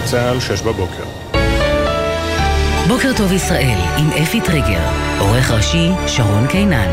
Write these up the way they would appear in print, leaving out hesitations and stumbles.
צהל, 6 בבוקר. בוקר טוב ישראל עם אפי טריגר, עורך ראשי שרון קינן.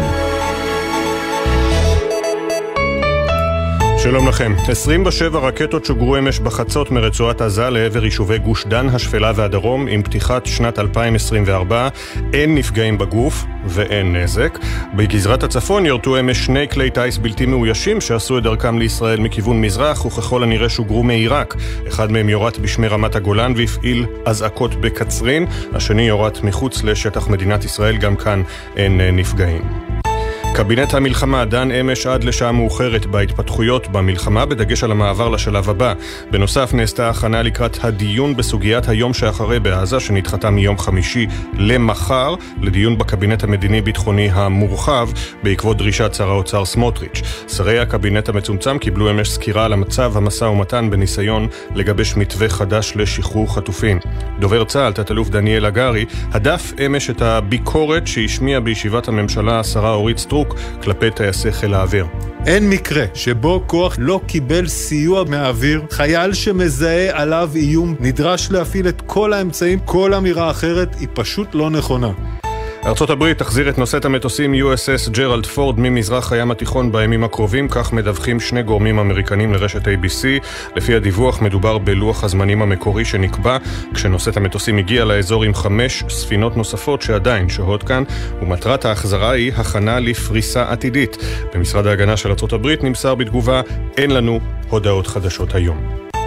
שלום לכם. 27 רקטות שוגרו אמש בחצות מרצועת עזה לעבר יישובי גוש דן, השפלה והדרום. עם פתיחת שנת 2024 אין נפגעים בגוף ואין נזק. בגזרת הצפון ירתו אמש 2 כלי טייס בלתי מאוישים שעשו את דרכם לישראל מכיוון מזרח, וככל הנראה שוגרו מעיראק. אחד מהם יורת בשמי רמת הגולן והפעיל אזעקות בקצרין, השני יורת מחוץ לשטח מדינת ישראל, גם כאן אין נפגעים. קבינט המלחמה דן אמש עד לשעה מאוחרת בהתפתחויות במלחמה, בדגש על המעבר לשלב הבא. בנוסף נעשתה הכנה לקראת הדיון בסוגיית היום שאחרי בעזה, שנדחתה מיום חמישי למחר, לדיון בקבינט המדיני-ביטחוני המורחב, בעקבות דרישת שר האוצר סמוטריץ'. שרי הקבינט המצומצם קיבלו אמש סקירה על המצב המשא ומתן בניסיון לגבש מתווה חדש לשחרור חטופים. דובר צה"ל, תת-אלוף דניאל הגרי, הדף אמש את הביקורת שהשמיע בישיבת הממשלה השרה אורית סטרוק כלפי טייסי חיל האוויר. אין מקרה שבו כוח לא קיבל סיוע מהאוויר. חייל שמזהה עליו איום נדרש להפעיל את כל האמצעים. כל אמירה אחרת היא פשוט לא נכונה. ארצות הברית תחזיר את נושאת המטוסים USS ג'רלד פורד ממזרח הים התיכון בימים הקרובים, כך מדווחים 2 גורמים אמריקנים לרשת ABC. לפי הדיווח מדובר בלוח הזמנים המקורי שנקבע כשנושאת המטוסים הגיעה לאזור עם 5 ספינות נוספות שעדיין שוהות כאן, ומטרת ההחזרה היא הכנה לפריסה עתידית. במשרד ההגנה של ארצות הברית נמסר בתגובה: אין לנו הודעות חדשות היום.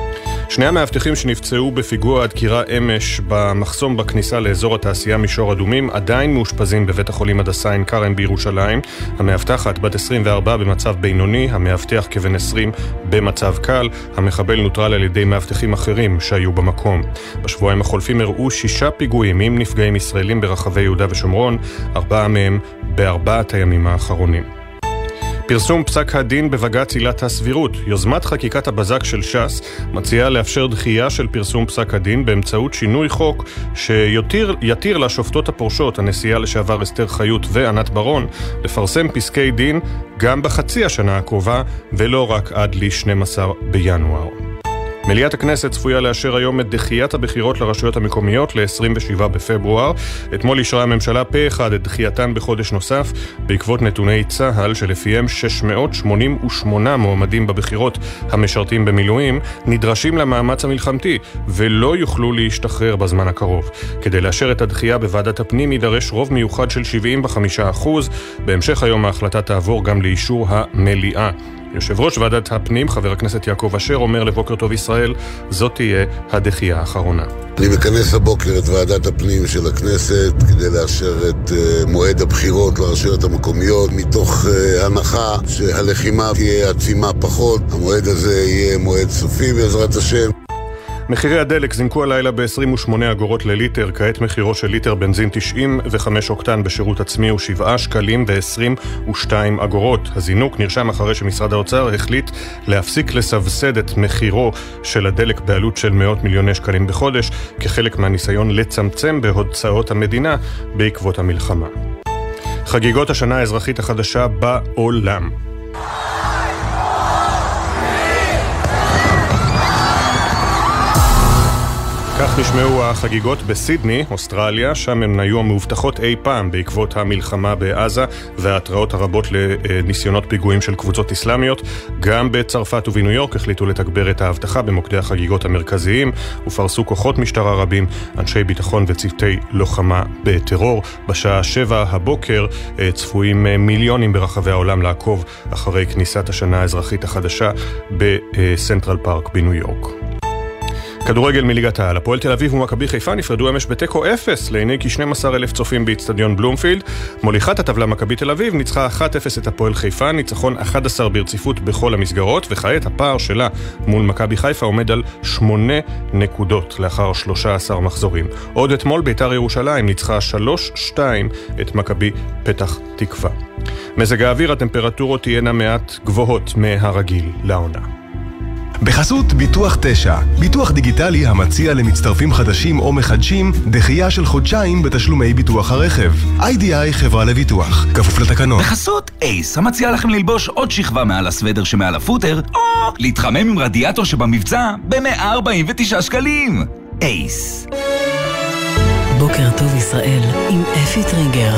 2 המאבטחים שנפצעו בפיגוע הדקירה אמש במחסום בכניסה לאזור התעשייה מישור אדומים עדיין מאושפזים בבית החולים הדסה עין כרם בירושלים. המאבטחת בת 24 במצב בינוני, המאבטח כבן 20 במצב קל. המחבל נוטרל על ידי מאבטחים אחרים שהיו במקום. בשבועיים החולפים הראו 6 פיגועים עם נפגעים ישראלים ברחבי יהודה ושומרון, 4 מהם ב4 הימים האחרונים. פרסום פסק הדין בבג"ץ עילת הסבירות. יוזמת חקיקת הבזק של ש"ס מציעה לאפשר דחייה של פרסום פסק הדין באמצעות שינוי חוק שיתיר לשופטות הפורשות, הנשיאה לשעבר אסתר חיות וענת ברון, לפרסם פסקי דין גם בחצי השנה הקרובה ולא רק עד ל-12 בינואר. מליאת הכנסת צפויה לאשר היום את דחיית הבחירות לרשויות המקומיות ל-27 בפברואר. אתמול אישרה הממשלה פה אחד את דחייתן בחודש נוסף, בעקבות נתוני צה"ל שלפיהם 688 מועמדים בבחירות המשרתים במילואים נדרשים למאמץ המלחמתי ולא יוכלו להשתחרר בזמן הקרוב. כדי לאשר את הדחייה בוועדת הפנים יידרש רוב מיוחד של 75%. בהמשך היום ההחלטה תעבור גם לאישור המליאה. יושב ראש ועדת הפנים, חבר הכנסת יעקב אשר, אומר לבוקר טוב ישראל, זאת תהיה הדחייה האחרונה. אני מכנס הבוקר את ועדת הפנים של הכנסת כדי לאשר את מועד הבחירות לרשויות המקומיות, מתוך הנחה שהלחימה תהיה עצימה פחות. המועד הזה יהיה מועד סופי בעזרת השם. מחירי הדלק זינקו הלילה ב-28 אגורות לליטר. כעת מחירו של ליטר בנזין 95 אוקטן בשירות עצמי הוא 7 שקלים ו-22 אגורות. הזינוק נרשם אחרי שמשרד האוצר החליט להפסיק לסבסד את מחירו של הדלק בעלות של מאות מיליוני שקלים בחודש, כחלק מהניסיון לצמצם בהוצאות המדינה בעקבות המלחמה. חגיגות השנה האזרחית החדשה בעולם. כך נשמעו החגיגות בסידני, אוסטרליה, שם הן היו המאובטחות אי פעם בעקבות המלחמה בעזה וההתראות הרבות לניסיונות פיגועים של קבוצות אסלאמיות. גם בצרפת ובניו יורק החליטו לתגבר את האבטחה במוקדי החגיגות המרכזיים, ופרסו כוחות משטרה רבים, אנשי ביטחון וצוותי לוחמה בטרור. בשעה 7 הבוקר צפויים מיליונים ברחבי העולם לעקוב אחרי כניסת השנה האזרחית החדשה בסנטרל פארק בניו יורק. כדורגל מליגת העל. הפועל תל אביב ומכבי חיפה נפרדו אמש בתיקו 0 לעיני כ-12,000 צופים באצטדיון בלומפילד. מוליכת הטבלה מכבי תל אביב ניצחה 1-0 את הפועל חיפה, ניצחון 11 ברציפות בכל המסגרות, וכעת הפער שלה מול מכבי חיפה עומד על 8 נקודות לאחר 13 מחזורים. עוד אתמול בית"ר ירושלים ניצחה 3-2 את מכבי פתח תקווה. מזג האוויר, הטמפרטורות תהיינה מעט גבוהות מהרגיל לעונה. בחסות ביטוח 9, ביטוח דיגיטלי המציע למצטרפים חדשים או מחדשים דחייה של חודשיים בתשלומי ביטוח הרכב. IDI חברה לביטוח, כפוף לתקנון. בחסות אייס, המציע לכם ללבוש עוד שכבה מעל הסוודר שמעל הפוטר, או להתחמם עם רדיאטור שבמבצע ב-149 שקלים. אייס. בוקר טוב ישראל עם אפי טריגר.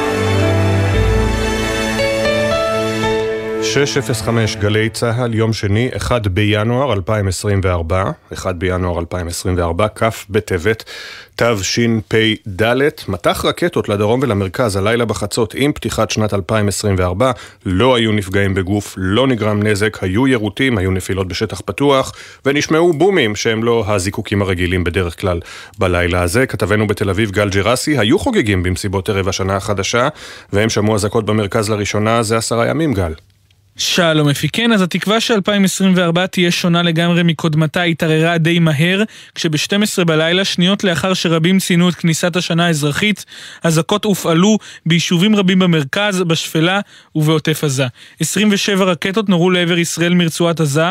6:05 גלי צהל, יום שני, 1 בינואר 2024, 1 בינואר 2024, כף בטבת, תשפ"ד. מטח רקטות לדרום ולמרכז הלילה בחצות עם פתיחת שנת 2024, לא היו נפגעים בגוף, לא נגרם נזק, היו ירוטים, היו נפילות בשטח פתוח, ונשמעו בומים שהם לא הזיקוקים הרגילים בדרך כלל בלילה הזה. כתבנו בתל אביב גל ג'רסי, היו חוגגים במסיבות ערב השנה החדשה, והם שמעו אזעקות במרכז לראשונה, זה 10 ימים גל. שלום אפיקן, אז התקווה ש-2024 תהיה שונה לגמרי מקודמתה התעררה די מהר, כשב-12 בלילה, שניות לאחר שרבים ציינו את כניסת השנה האזרחית, אזעקות הופעלו ביישובים רבים במרכז, בשפלה ובעוטף עזה. 27 רקטות נורו לעבר ישראל מרצועת עזה,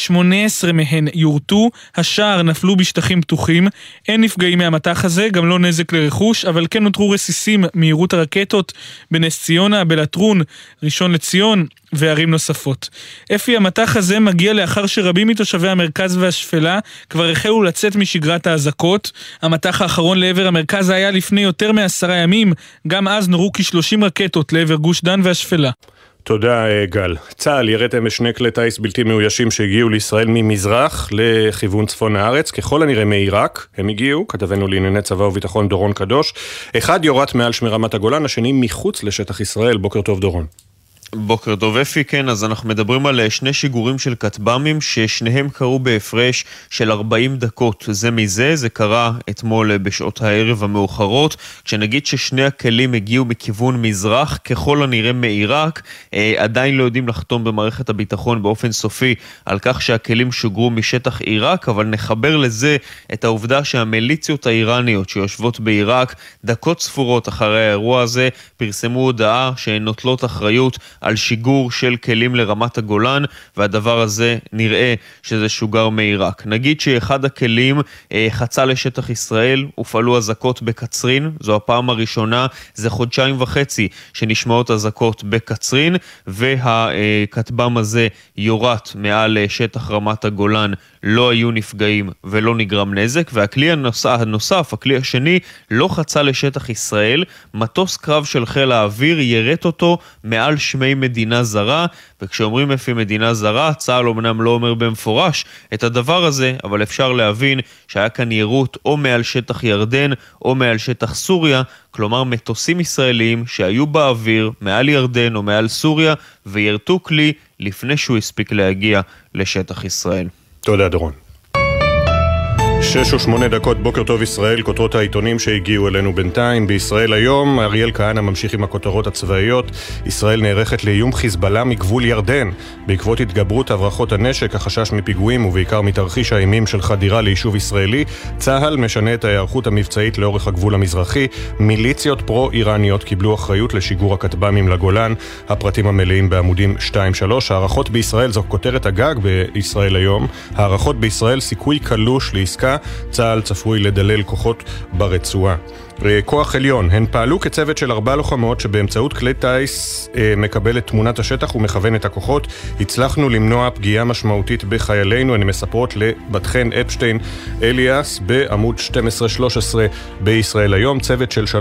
18 מהן יורטו, השאר נפלו בשטחים פתוחים, אין נפגעים מהמטח הזה, גם לא נזק לרכוש, אבל כן נותרו רסיסים מהירות הרקטות בנס ציונה, בלטרון, ראשון לציון וערים נוספות. אפי, המטח הזה מגיע לאחר שרבים מתושבי המרכז והשפלה כבר החלו לצאת משגרת האזעקות. המטח האחרון לעבר המרכז היה לפני יותר מ10 ימים, גם אז נורו כ30 רקטות לעבר גוש דן והשפלה. תודה גל. צה"ל ירד אמש 2 כלי טייס בלתי מאוישים שהגיעו לישראל ממזרח לכיוון צפון הארץ, ככל הנראה מעיראק. הם הגיעו, כתבנו לענייני צבא וביטחון דורון קדוש. אחד יורת מעל שמי רמת הגולן, השני מחוץ לשטח ישראל. בוקר טוב דורון. בוקר טוב אפי, כן, אז אנחנו מדברים על 2 שיגורים של כטב"מים ששניהם קרו בהפרש של 40 דקות זה מזה. זה קרה אתמול בשעות הערב המאוחרות, כשנגיד ששני הכלים הגיעו מכיוון מזרח, ככל הנראה מעיראק. עדיין לא יודעים לחתום במערכת הביטחון באופן סופי על כך שהכלים שוגרו משטח עיראק, אבל נחבר לזה את העובדה שהמיליציות האיראניות שיושבות בעיראק דקות ספורות אחרי האירוע הזה פרסמו הודעה שהן נוטלות אחריות על שיגור של כלים לרמת הגולן, והדבר הזה נראה שזה שוגר מעיראק. נגיד שאחד הכלים חצה לשטח ישראל, הופעלו אזעקות בקצרין, זו הפעם הראשונה, זה 1.5 חודשים שנשמעות אזעקות בקצרין, והכטב"ם הזה יורט מעל שטח רמת הגולן, לא היו נפגעים ולא נגרם נזק. והכלי הנוסף, הכלי השני, לא חצה לשטח ישראל, מטוס קרב של חיל האוויר ירט אותו מעל שמי מדינה זרה, וכשאומרים לפי מדינה זרה, צה"ל אומנם לא אומר במפורש את הדבר הזה, אבל אפשר להבין שהיה כאן ירות או מעל שטח ירדן או מעל שטח סוריה, כלומר מטוסים ישראלים שהיו באוויר מעל ירדן או מעל סוריה וירטו כלי לפני שהוא הספיק להגיע לשטח ישראל. תודה דורון. 6:08, בוקר טוב ישראל, כותרות העיתונים שהגיעו אלינו בינתיים. בישראל היום, אריאל כהנא ממשיך עם הכותרות הצבאיות. ישראל נערכת לאיום חיזבאללה מגבול ירדן. בעקבות התגברות הברחות הנשק, החשש מפיגועים ובעיקר מתרחיש האימים של חדירה ליישוב ישראלי, צה"ל משנה את ההיערכות המבצעית לאורך הגבול המזרחי. מיליציות פרו-איראניות קיבלו אחריות לשיגור הכטב"מים לגולן. הפרטים המלאים בעמודים 2-3. הערכות בישראל, זו כותרת הגג בישראל היום. הערכות בישראל, סיכוי קלוש לעסקה. צה"ל צפוי לדלל כוחות ברצועה. כוח עליון, הן פעלו כצוות של 4 לוחמות שבאמצעות כלי טייס מקבל את תמונת השטח ומכוון את הכוחות. הצלחנו למנוע פגיעה משמעותית בחיילינו. הן מספרות לבת חן אפשטיין אליאס בעמוד 12-13 בישראל היום. צוות של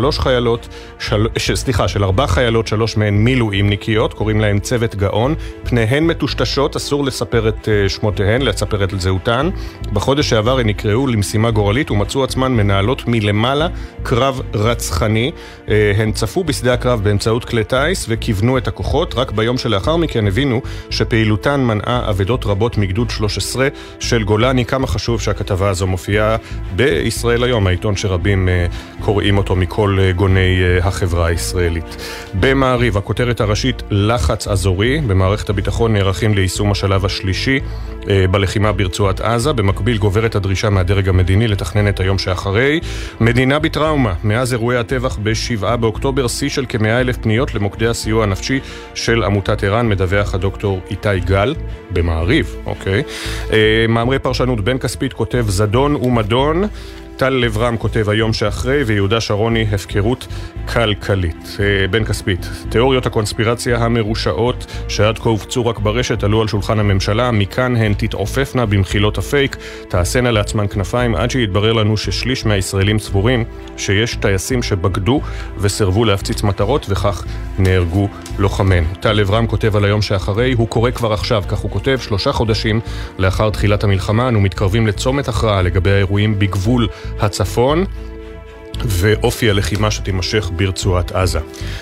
4 חיילות, 3 מהן מילואימניקיות, קוראים להן צוות גאון. פניהן מטושטשות, אסור לספר את שמותיהן, לספר את זהותן. בחודש שעבר הן נקראו למשימה גורלית ומצאו עצמן מנהלות מלמעלה קרב רצחני. הן צפו בשדה הקרב באמצעות כלי טייס וכיוונו את הכוחות. רק ביום שלאחר מכן הבינו שפעילותן מנעה עבדות רבות מגדוד 13 של גולני. כמה חשוב שהכתבה הזו מופיעה בישראל היום, העיתון שרבים קוראים אותו מכל גוני החברה הישראלית. במעריב, הכותרת הראשית, לחץ אזורי. במערכת הביטחון נערכים ליישום השלב השלישי בלחימה ברצועת עזה. במקביל גוברת הדרישה מהדרג המדיני לתכנן את היום שאחרי. מדינה בטראומה, מאז אירועי הטבח ב7 באוקטובר, שיא של כ100,000 פניות למוקדי הסיוע הנפשי של עמותת ער"ן, מדווח הדוקטור איתי גל במעריב. מאמרי פרשנות בן כספית כותב זדון ומדון, טל לברם כותב היום שאחרי, ויהודה שרוני הפקרות כלכלית. בן כספית, תיאוריות הקונספירציה המרושעות שעד כה הופצו רק ברשת עלו על שולחן הממשלה, מכאן הן תתעופפנה במחילות הפייק, תעשנה לעצמן כנפיים עד שיתברר לנו ששליש מהישראלים סבורים שיש טייסים שבגדו וסרבו להפציץ מטרות וכך נהרגו לוחמינו. טל לברם כותב על היום שאחרי, הוא קורא כבר עכשיו, כך הוא כותב, 3 חודשים לאחר תחילת המלחמה אנו מתקרבים לצומת הכרעה לגבי האירועים בגבול הצפון ואופי הלחימה שתימשך ברצועת עזה.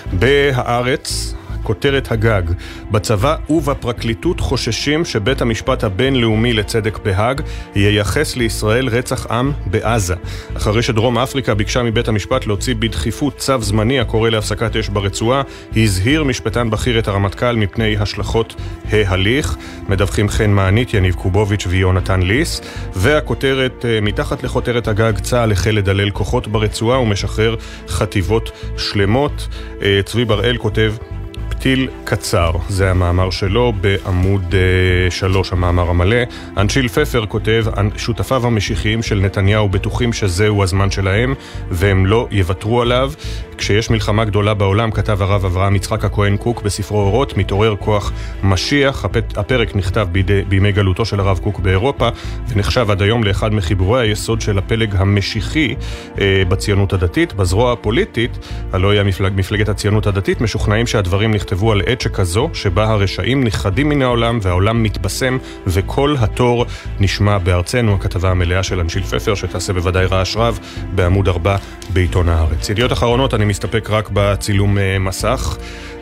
בהארץ, כותרת הגג, בצבא ובפרקליטות חוששים שבית המשפט הבינלאומי לצדק בהאג ייחס לישראל רצח עם בעזה. אחרי שדרום אפריקה ביקשה מבית המשפט להוציא בדחיפות צו זמני הקורא להפסקת אש ברצועה, הזהיר משפטן בכיר את הרמטכ"ל מפני השלכות ההליך. מדווחים חן מענית, יניב קובוביץ' ויונתן ליס. והכותרת, מתחת לכותרת הגג, צה"ל החל לדלל כוחות ברצועה ומשחרר חטיבות שלמות. צבי בראל כותב טיל קצר, זה המאמר שלו בעמוד 3, המאמר המלא. אנשיל פפר כותב, שותפיו המשיחיים של נתניהו בטוחים שזהו הזמן שלהם והם לא יוותרו עליו. כשיש מלחמה גדולה בעולם, כתב הרב אברהם יצחק הכהן קוק בספרו אורות, מתעורר כוח משיח. הפרק נכתב בימי גלותו של הרב קוק באירופה ונחשב עד היום לאחד מחיבורי היסוד של הפלג המשיחי בציונות הדתית. בזרוע הפוליטית, הלוא היא מפלגת הציונות הדתית, משוכנעים שהדברים נכתבו על עת שכזו שבה הרשעים נכחדים מן העולם והעולם מתבשם וכל התור נשמע בארצנו. הכתבה המלאה של אנשיל פפר שתעשה בוודאי רעש רב בעמוד 4 בעיתון הארץ. ידיעות אחרונות, אני מסתפק רק בצילום מסך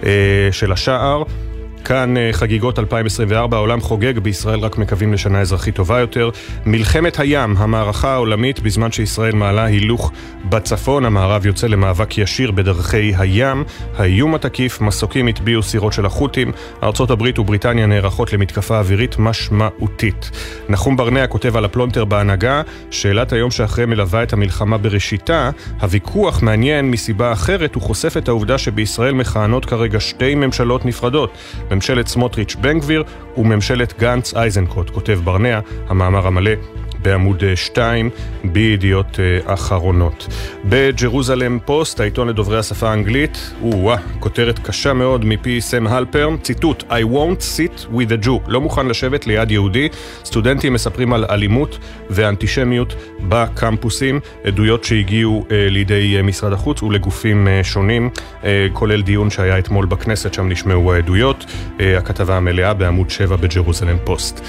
של השער. כאן חגיגות 2024, העולם חוגג, בישראל רק מקווים לשנה אזרחית טובה יותר. מלחמת הים, המערכה העולמית, בזמן שישראל מעלה הילוך בצפון, המערב יוצא למאבק ישיר בדרכי הים. האיום התקיף, מסוקים הטביעו סירות של החות'ים, ארצות הברית ובריטניה נערכות למתקפה אווירית משמעותית. נחום ברנע כותב על הפלונטר בהנהגה, שאלת היום שאחרי מלווה את המלחמה בראשיתה. הוויכוח מעניין מסיבה אחרת, הוא חושף את העובדה שבישראל מכהנות כרגע 2 ממשלות נפרדות, ממשלת סמוטריץ' בן גביר וממשלת גנץ איזנקוט, כותב ברנע, המאמר המלא בעמוד 2 בידיעות אחרונות. בג'רוזלם פוסט, העיתון לדוברי השפה האנגלית, כותרת קשה מאוד מפי סם הלפרן, ציטוט, I won't sit with a Jew, לא מוכן לשבת ליד יהודי. סטודנטים מספרים על אלימות ואנטישמיות בקמפוסים, עדויות שהגיעו לידי משרד החוץ ולגופים שונים, כולל דיון שהיה אתמול בכנסת, שם נשמעו העדויות. הכתבה המלאה בעמוד 7 בג'רוזלם פוסט.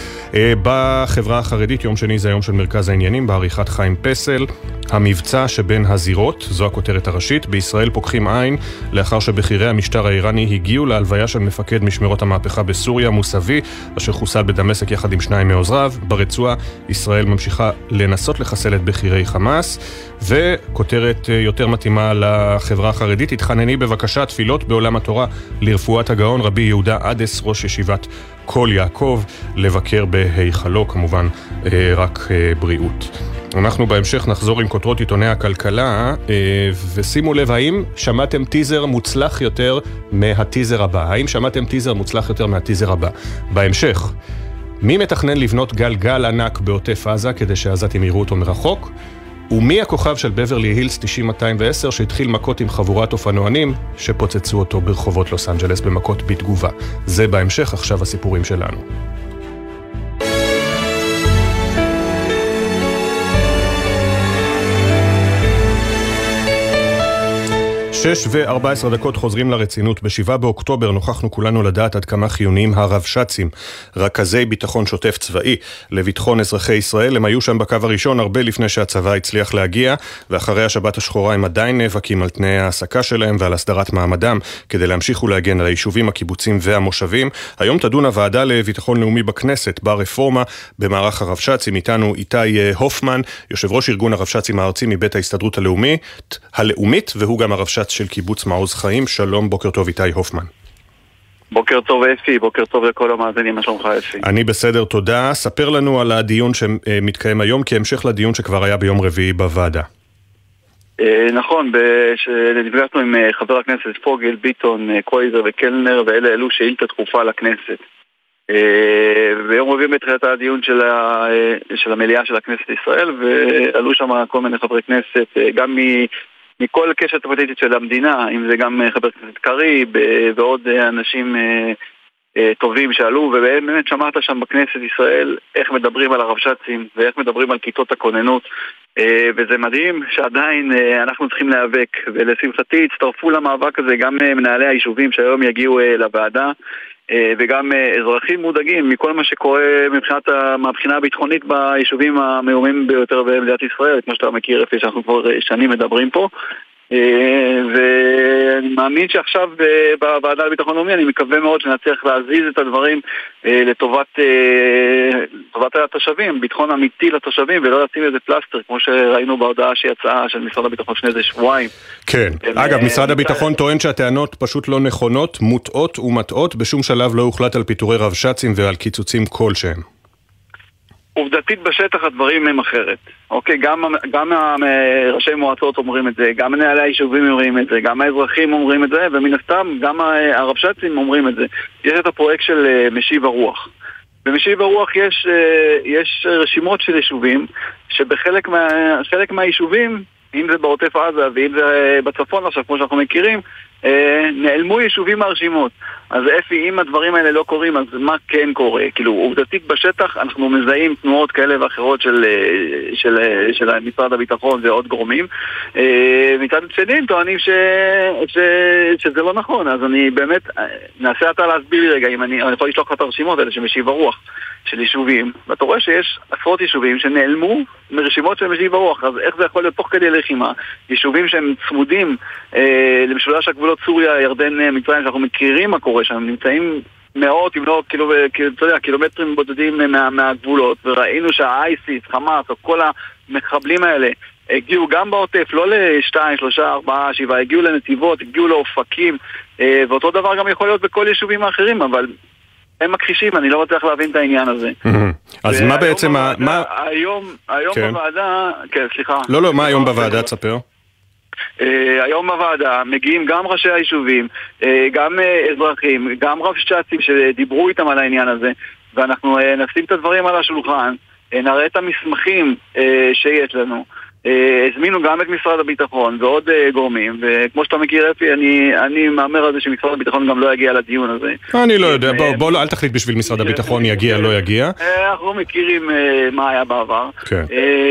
בחברה החרדית, יום שני זה היום של מרכז העניינים, בעריכת חיים פסל. המבצע שבין הזירות, זו הכותרת הראשית. בישראל פוקחים עין לאחר שבחירי המשטר האיראני הגיעו להלוויה של מפקד משמרות המהפכה בסוריה, מוסבי, אשר חוסל בדמשק יחד עם 2 מעוזריו. ברצועה ישראל ממשיכה לנסות לחסל את בחירי חמאס. וכותרת יותר מתאימה לחברה החרדית, התחנני בבקשה תפילות בעולם התורה לרפואת הגאון רבי יהודה עדס, ראש ישיבת כל יעקב, לבקר בהיכלו, כמובן רק בריאות. אנחנו בהמשך נחזור עם כותרות עיתוני הכלכלה, ושימו לב, האם שמעתם טיזר מוצלח יותר מהטיזר הבא? האם שמעתם טיזר מוצלח יותר מהטיזר הבא? בהמשך, מי מתכנן לבנות גלגל ענק בעוטף עזה כדי שהעזתים יראו אותו מרחוק? ומי הכוכב של בברלי הילס 90-210 שהתחיל מכות עם חבורת אופנוענים שפוצצו אותו ברחובות לוס אנג'לס במכות בתגובה? זה בהמשך, עכשיו הסיפורים שלנו. 6:14 חוזרים לרצינות. ב7 באוקטובר נוכחנו כולנו לדעת עד כמה חיוניים הרבש"צים, רכזי ביטחון שוטף צבאי לביטחון אזרחי ישראל. הם היו שם בקו הראשון הרבה לפני שהצבא הצליח להגיע, ואחרי השבת השחורה הם עדיין נאבקים על תנאי העסקה שלהם ועל הסדרת מעמדם כדי להמשיך ולהגן על היישובים, הקיבוצים והמושבים. היום תדון הוועדה לביטחון לאומי בכנסת ברפורמה במערך הרבש"צים. איתנו איתי הופמן, יושב ראש ארגון הרבש"צים הארצי מבית ההסתדרות הלאומית, והוא גם הרבש"ץ של קיבוץ מעוז חיים. שלום, בוקר טוב איתי הופמן. בוקר טוב אפי, בוקר טוב לכל המאזינים, מה שלומך אפי? אני בסדר, תודה. ספר לנו על הדיון שמתקיים היום כהמשך לדיון שכבר היה ביום רביעי בוועדה. נכון, נפגשנו עם חבר הכנסת פוגל, ביטון, קרויזר וקלנר, ואלה העלו שאילתה דחופה לכנסת. ויום רביעי בתחילת הדיון של המליאה של הכנסת ישראל, ועלו שם כל מיני חברי כנסת, גם מכל קשת הפוליטית של המדינה, אם זה גם חבר הכנסת קריב ועוד אנשים טובים שעלו, ובאמת שמעת שם בכנסת ישראל איך מדברים על הרבש"צים ואיך מדברים על כיתות הכוננות, וזה מדהים שעדיין אנחנו צריכים להיאבק, ולשמחתי הצטרפו למאבק הזה גם מנהלי היישובים שהיום יגיעו לוועדה, וגם אזרחים מודאגים מכל מה שקורה מהבחינה הביטחונית ביישובים המאוימים ביותר במדינת ישראל, כמו שאתה מכיר, לפי שאנחנו כבר שנים מדברים פה. ואני מאמין שעכשיו בוועדה לביטחון לאומי אני מקווה מאוד שנצליח להזיז את הדברים לטובת התושבים, ביטחון אמיתי לתושבים, ולא לשים איזה פלסטר כמו שראינו בהודעה שיצאה של משרד הביטחון לפני איזה שבועיים. כן, אגב משרד הביטחון טוען שהטענות פשוט לא נכונות, מוטעות ומטעות, בשום שלב לא הוחלט על פיטורי רבש"צים ועל קיצוצים כלשהם. עובדתית בשטח הדברים הם אחרת. אוקיי, גם ראשי מועצות אומרים את זה, גם מנהלי היישובים אומרים את זה, גם האזרחים אומרים את זה, ומן הסתם גם הרבש"צים אומרים את זה. יש את הפרויקט של משיב הרוח. במשיב הרוח יש רשימות של יישובים, שבחלק מהיישובים, אם זה בעוטף עזה ואם זה בצפון עכשיו, כמו שאנחנו מכירים, נעלמו יישובים מהרשימות. אז אפי, אם הדברים האלה לא קורים, אז מה כן קורה? כאילו, עובדתית בשטח אנחנו מזהים תנועות כאלה ואחרות של משרד הביטחון ועוד גורמים. מצד שני, טוענים שזה לא נכון. אז אני באמת, נעשה אתה להסביר לי רגע, אם אני יכול לשלוח לך את הרשימות האלה שמשיב הרוח של יישובים, ואתה רואה שיש עשרות יישובים שנעלמו מרשימות של משיב הרוח. אז איך זה יכול להיות תוך כדי לחימה? יישובים שהם צמודים למשולש הגבולות סוריה, ירדן, מצרים, שאנחנו מכירים מה קורה שם, נמצאים מאות, אם לא קילומטרים בודדים מהגבולות, וראינו שהאייסיס, חמאס, או כל המחבלים האלה הגיעו גם בעוטף, לא ל2, 3, 4, 7, הגיעו לנתיבות, הגיעו לאופקים, ואותו דבר גם יכול להיות בכל יישובים האחרים, אבל הם מכחישים, אני לא מצליח להבין את העניין הזה. אז מה בעצם... היום בוועדה... כן, סליחה. לא, מה היום בוועדה, תספר? היום בוועדה מגיעים גם ראשי היישובים, גם אזרחים, גם רבש"צים שדיברו איתם על העניין הזה, ואנחנו נשים את הדברים על השולחן, נראה את המסמכים שיש לנו. הזמינו גם את משרד הביטחון ועוד גורמים, וכמו שאתה מכיר אפי, אני מאמר על זה שמשרד הביטחון גם לא יגיע לדיון הזה. אני לא יודע, בוא אל תחליט בשביל משרד הביטחון יגיע, לא יגיע. אנחנו מכירים מה היה בעבר. כן.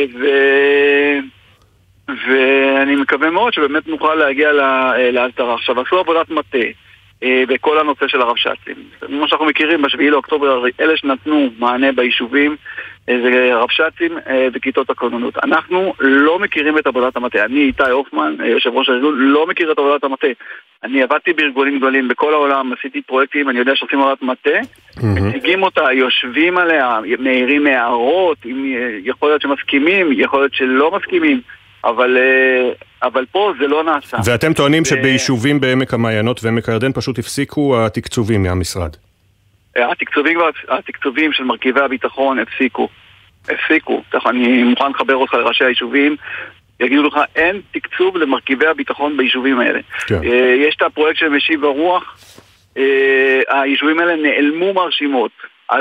ואני מקווה מאוד שבאמת נוכל להגיע להסדרה. עכשיו, עשו עבודת מטה בכל הנושא של הרבש"צים. כמו שאנחנו מכירים, ב7 לאוקטובר, אלה שנתנו מענה ביישובים, זה רבש"צים וכיתות הכוננות. אנחנו לא מכירים את עבודת המטה. אני, איתי הופמן, יושב ראש הארגון, לא מכיר את עבודת המטה. אני עבדתי בארגונים גדולים בכל העולם, עשיתי פרויקטים, אני יודע שעושים עבודת מטה, מציגים אותה, יושבים עליה, מהירים הערות, יכול להיות שמסכימים, יכול להיות שלא מסכימים, אבל פה זה לא נעשה. ואתם טוענים שביישובים בעמק המעיינות ועמק הירדן פשוט הפסיקו התקצובים מהמשרד? התקצובים של מרכיבי הביטחון הפסיקו. אני מוכן לחבר אותך לראשי היישובים, יגידו לך, אין תקצוב למרכיבי הביטחון ביישובים האלה. כן. יש את הפרויקט של משיב הרוח, היישובים האלה נעלמו מרשימות, אז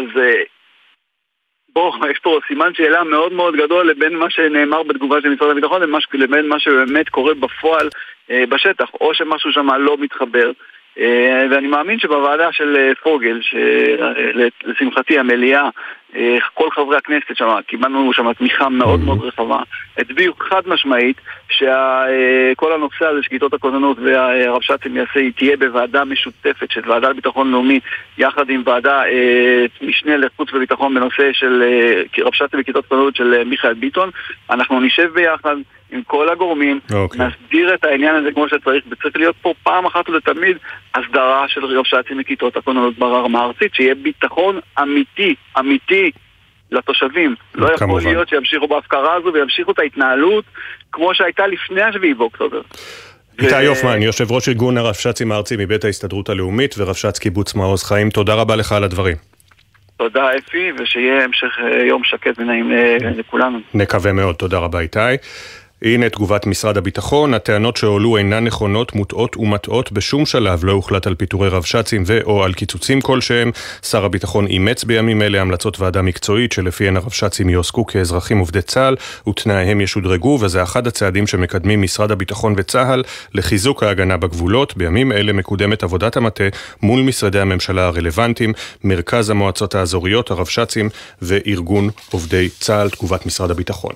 יש פה סימן שאלה מאוד מאוד גדול לבין מה שנאמר בתגובה של משרד הביטחון לבין מה שבאמת קורה בפועל בשטח, או שמשהו שם לא מתחבר. ואני מאמין שבוועדה של פוגל, שלשמחתי המליאה, כל חברי הכנסת שם, קיבלנו שם תמיכה מאוד מאוד רחבה, הצביעו חד משמעית שכל הנושא הזה של כיתות הכוננות והרבש"צים תהיה בוועדה משותפת של ועדה לביטחון לאומי יחד עם ועדה משנה לחוץ וביטחון בנושא של רבש"צים וכיתות כוננות של מיכאל ביטון. אנחנו נשב ביחד עם כל הגורמים, נסדיר את העניין הזה כמו שצריך, וצריך להיות פה פעם אחת ולתמיד הסדרה של רבש"צים וכיתות הכוננות ברמה הארצית, שיהיה ביטחון אמיתי לתושבים. לא יכול להיות שימשיכו בהפקרה הזו וימשיכו את ההתנהלות כמו שהייתה לפני 7 באוקטובר. איתי הופמן, יושב ראש ארגון הרבש"צים הארצי מבית ההסתדרות הלאומית ורבש"ץ קיבוץ מעוז חיים, תודה רבה לך על הדברים. תודה אפי, ושיהיה המשך יום שקט ונעים לכולנו. נקווה מאוד, תודה רבה איתי. הנה תגובת משרד הביטחון, הטענות שהועלו אינן נכונות, מוטעות ומטעות, בשום שלב לא הוחלט על פיטורי רבש"צים או על קיצוצים כלשהם. שר הביטחון אימץ בימים אלה המלצות ועדה מקצועית שלפיהן הרבש"צים יועסקו כאזרחים עובדי צה"ל ותנאיהם ישודרגו, וזה אחד הצעדים שמקדמים משרד הביטחון וצה"ל לחיזוק ההגנה בגבולות. בימים אלה מקודמת עבודת המטה מול משרדי הממשלה הרלוונטיים, מרכז המועצות האזוריות, הרבש"צים וארגון עובדי צה"ל. תגובת משרד הביטחון.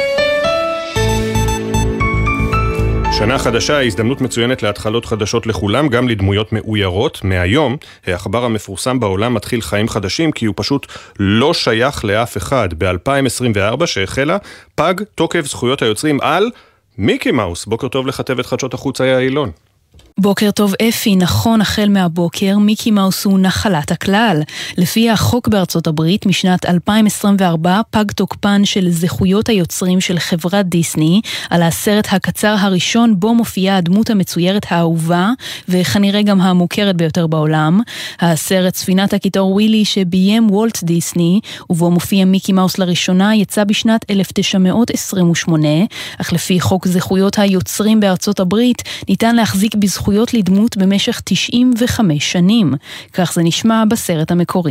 שנה חדשה, הזדמנות מצוינת להתחלות חדשות לכולם, גם לדמויות מאוירות. מהיום, העכבר המפורסם בעולם מתחיל חיים חדשים, כי הוא פשוט לא שייך לאף אחד. ב-2024 שהחלה, פג תוקף זכויות היוצרים על מיקי מאוס. בוקר טוב לכתבת חדשות החוץ היה אילון. בוקר טוב אפי, נכון, החל מהבוקר מיקי מאוס הוא נחלת הכלל. לפי החוק בארצות הברית משנת 2024 פג תוקפן של זכויות היוצרים של חברת דיסני על הסרט הקצר הראשון בו מופיעה הדמות המצוירת האהובה וכנראה גם המוכרת ביותר בעולם. הסרט ספינת הקיטור ווילי שביים וולט דיסני ובו מופיע מיקי מאוס לראשונה יצא בשנת 1928, אך לפי חוק זכויות היוצרים בארצות הברית ניתן להחזיק בזכויות לדמות במשך 95 שנים. כך זה נשמע בסרט המקורי.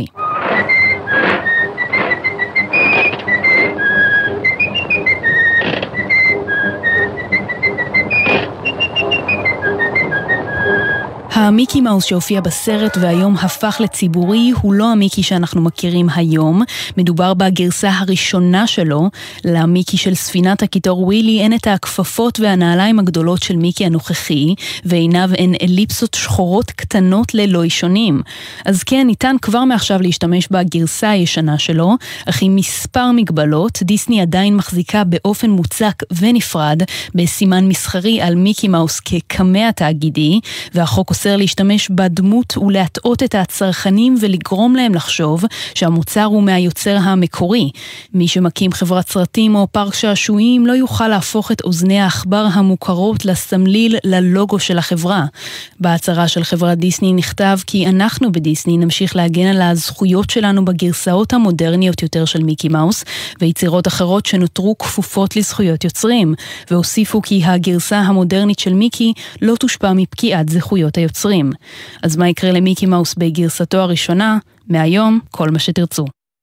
המיקי מאוס שהופיע בסרט והיום הפך לציבורי הוא לא המיקי שאנחנו מכירים היום. מדובר בגרסה הראשונה שלו. למיקי של ספינת הקיטור ווילי אין את הכפפות והנעליים הגדולות של מיקי הנוכחי, ועיניו הן אליפסות שחורות קטנות ללא אישונים. אז כן, ניתן כבר מעכשיו להשתמש בגרסה הישנה שלו, אך עם מספר מגבלות. דיסני עדיין מחזיקה באופן מוצק ונפרד בסימן מסחרי על מיקי מאוס כקמע תאגידי, והחוק עושה להשתמש בדמות ולהטעות את הצרכנים ולגרום להם לחשוב שהמוצר הוא מהיוצר המקורי. מי שמקים חברת סרטים או פארק שעשועים לא יוכל להפוך את אוזני העכבר המוכרות לסמליל ללוגו של החברה. בהצהרה של חברת דיסני נכתב כי אנחנו בדיסני נמשיך להגן על הזכויות שלנו בגרסאות המודרניות יותר של מיקי מאוס ויצירות אחרות שנותרו כפופות לזכויות יוצרים, והוסיפו כי הגרסה המודרנית של מיקי לא תושפע מפקיעת זכויות היוצרים. אז מה יקרה למיקי מאוס בגרסתו הראשונה? מהיום, כל מה שתרצו.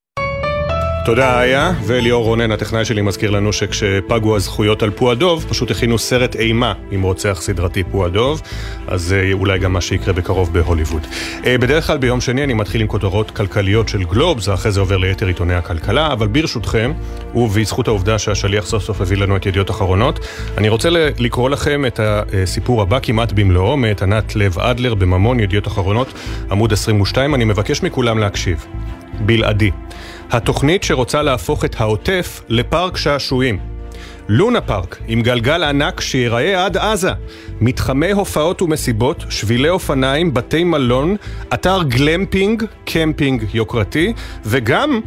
תודה היה, וליאור רונן, הטכנאי שלי, מזכיר לנו שכשפגו הזכויות על פועדוב, פשוט הכינו סרט אימה עם רוצח סדרתי פועדוב, אז אולי גם מה שיקרה בקרוב בהוליווד. בדרך כלל ביום שני אני מתחיל עם כותרות כלכליות של גלובס, אחרי זה עובר ליתר עיתוני הכלכלה, אבל ברשותכם, ובזכות העובדה שהשליח סוף סוף הביא לנו את ידיעות אחרונות, אני רוצה לקרוא לכם את הסיפור הבא כמעט במלואו, מאת ענת לב אדלר בממון ידיעות אחרונות, עמוד 22, אני מבקש מכולם להקשיב. בלעדי. התוכנית שרוצה להפוך את העוטף לפארק שעשועים. לונה פארק, עם גלגל ענק שיראה עד עזה. מתחמי הופעות ומסיבות, שבילי אופניים, בתי מלון, אתר גלמפינג, קמפינג יוקרתי, וגם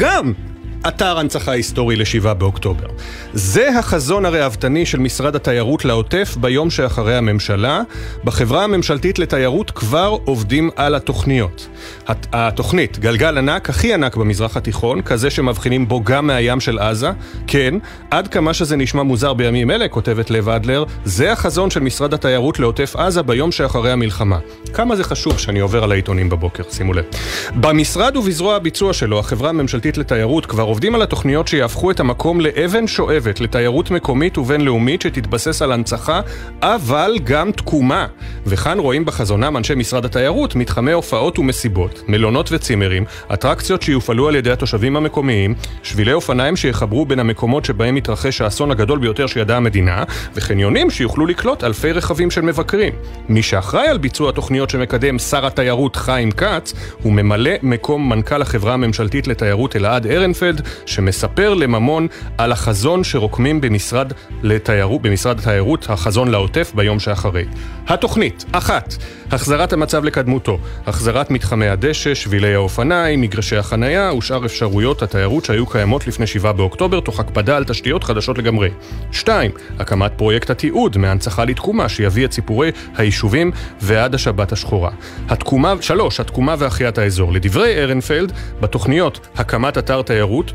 אתר הנצחה היסטורי ל7 באוקטובר. זה החזון הרעבתני של משרד התיירות לעוטף ביום שאחרי הממשלה. בחברה הממשלתית לתיירות כבר עובדים על התוכניות. התוכנית, גלגל ענק, הכי ענק במזרח התיכון, כזה שמבחינים בו גם מהים של עזה. כן, עד כמה שזה נשמע מוזר בימים אלה, כותבת לב אדלר, זה החזון של משרד התיירות לעוטף עזה ביום שאחרי המלחמה. כמה זה חשוב שאני עובר על העיתונים בבוקר, שימו לב. במשרד ובזרוע הביצוע שלו, החברה הממשלתית לתיירות כבר עובדים על התוכניות שיהפכו את המקום לאבן שואבת לתיירות מקומית ובינלאומית שתתבסס על הנצחה, אבל גם תקומה. וכאן רואים בחזונם אנשי משרד התיירות מתחמי הופעות ומסיבות, מלונות וצימרים, אטרקציות שיופעלו על ידי התושבים המקומיים, שבילי אופניים שיחברו בין המקומות שבהם מתרחש האסון הגדול ביותר שידעה המדינה, וחניונים שיוכלו לקלוט אלפי רכבים של מבקרים. מי שאחראי על ביצוע התוכניות שמקדם שר התיירות חיים כץ, הוא ממלא מקום מנכ"ל החברה הממשלתית לתיירות אלעד ארנפלד, שמספר לממון על החזון שרוקמים במשרד התיירות, החזון לעוטף ביום שאחרי. התוכנית, 1. החזרת המצב לקדמותו, החזרת מתחמי הדשא, שבילי האופניים, מגרשי החנייה ושאר אפשרויות התיירות שהיו קיימות לפני 7 באוקטובר, תוך הקפדה על תשתיות חדשות לגמרי. 2. הקמת פרויקט התיעוד מהנצחה לתקומה שיביא את סיפורי היישובים ועד השבת השחורה. 3. התקומה והחיית האזור. לדברי ארנפלד, בתוכניות הקמת אתר תיירות,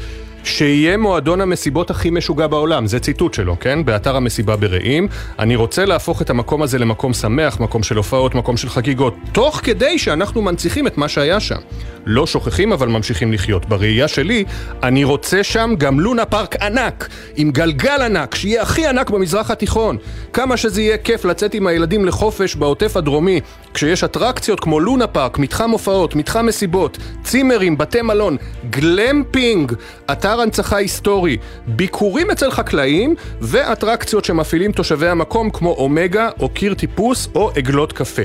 שיהיה מועדון המסיבות הכי משוגע בעולם, זה ציטוט שלו, כן? באתר המסיבה ברעים, אני רוצה להפוך את המקום הזה למקום שמח, מקום של הופעות, מקום של חגיגות, תוך כדי שאנחנו מנציחים את מה שהיה שם. לא שוכחים אבל ממשיכים לחיות. בראייה שלי, אני רוצה שם גם לונה פארק ענק, עם גלגל ענק, שיהיה הכי ענק במזרח התיכון. כמה שזה יהיה כיף לצאת עם הילדים לחופש בעוטף הדרומי, כשיש אטרקציות כמו לונה פארק, מתחם הופעות, מתחם מסיבות, צימרים, בתי מלון, גלמפינג, אתר הנצחה היסטורי, ביקורים אצל חקלאים ואטרקציות שמפעילים תושבי המקום כמו אומגה או קיר טיפוס או עגלות קפה.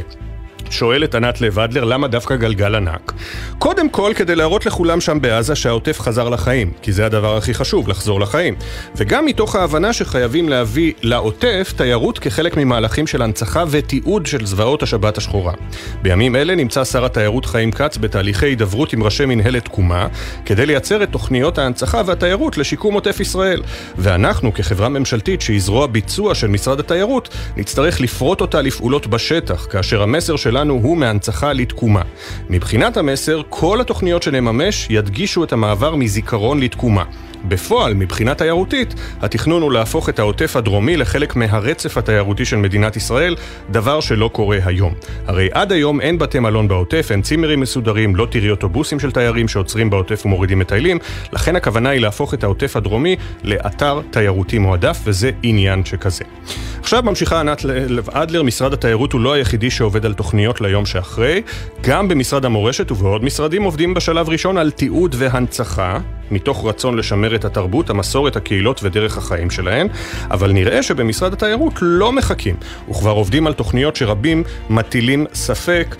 שואלת ענת לב אדלר, למה דווקא גלגל ענק? קודם כל, כדי להראות לכולם שם בעזה שהעוטף חזר לחיים, כי זה הדבר הכי חשוב, לחזור לחיים. וגם מתוך ההבנה שחייבים להביא לעוטף תיירות כחלק ממהלכים של הנצחה ותיעוד של זוועות השבת השחורה. בימים אלה נמצא שר התיירות חיים כץ בתהליכי הידברות עם ראשי מנהלת תקומה, כדי לייצר את תוכניות ההנצחה והתיירות לשיקום עוטף ישראל. ואנחנו, כחברה ממשלתית שהיא זרוע ביצוע של משרד התיירות, נצטרך לפרוט אותה לפעולות בשטח, כאשר המסר שלנו הוא מהנצחה לתקומה. מבחינת המסר, כל התוכניות שנממש ידגישו את המעבר מזיכרון לתקומה. בפועל, מבחינה תיירותית, התכנון הוא להפוך את העוטף הדרומי לחלק מהרצף התיירותי של מדינת ישראל, דבר שלא קורה היום. הרי עד היום אין בתי מלון בעוטף, אין צימרים מסודרים, לא תראי אוטובוסים של תיירים שעוצרים בעוטף ומורידים מטיילים, לכן הכוונה היא להפוך את העוטף הדרומי לאתר תיירותי מועדף, וזה עניין שכזה. עכשיו ממשיכה ענת לב אדלר, משרד התיירות הוא לא היחידי שעובד על תוכניות ליום שאחרי, גם במשרד המורשת ובעוד משרדים עובדים בשלב ראשון על תיעוד והנצחה, מתוך רצון לשמר את התרבות, המסורת, הקהילות ודרך החיים שלהן, אבל נראה שבמשרד התיירות לא מחכים, וכבר עובדים על תוכניות שרבים מטילים ספק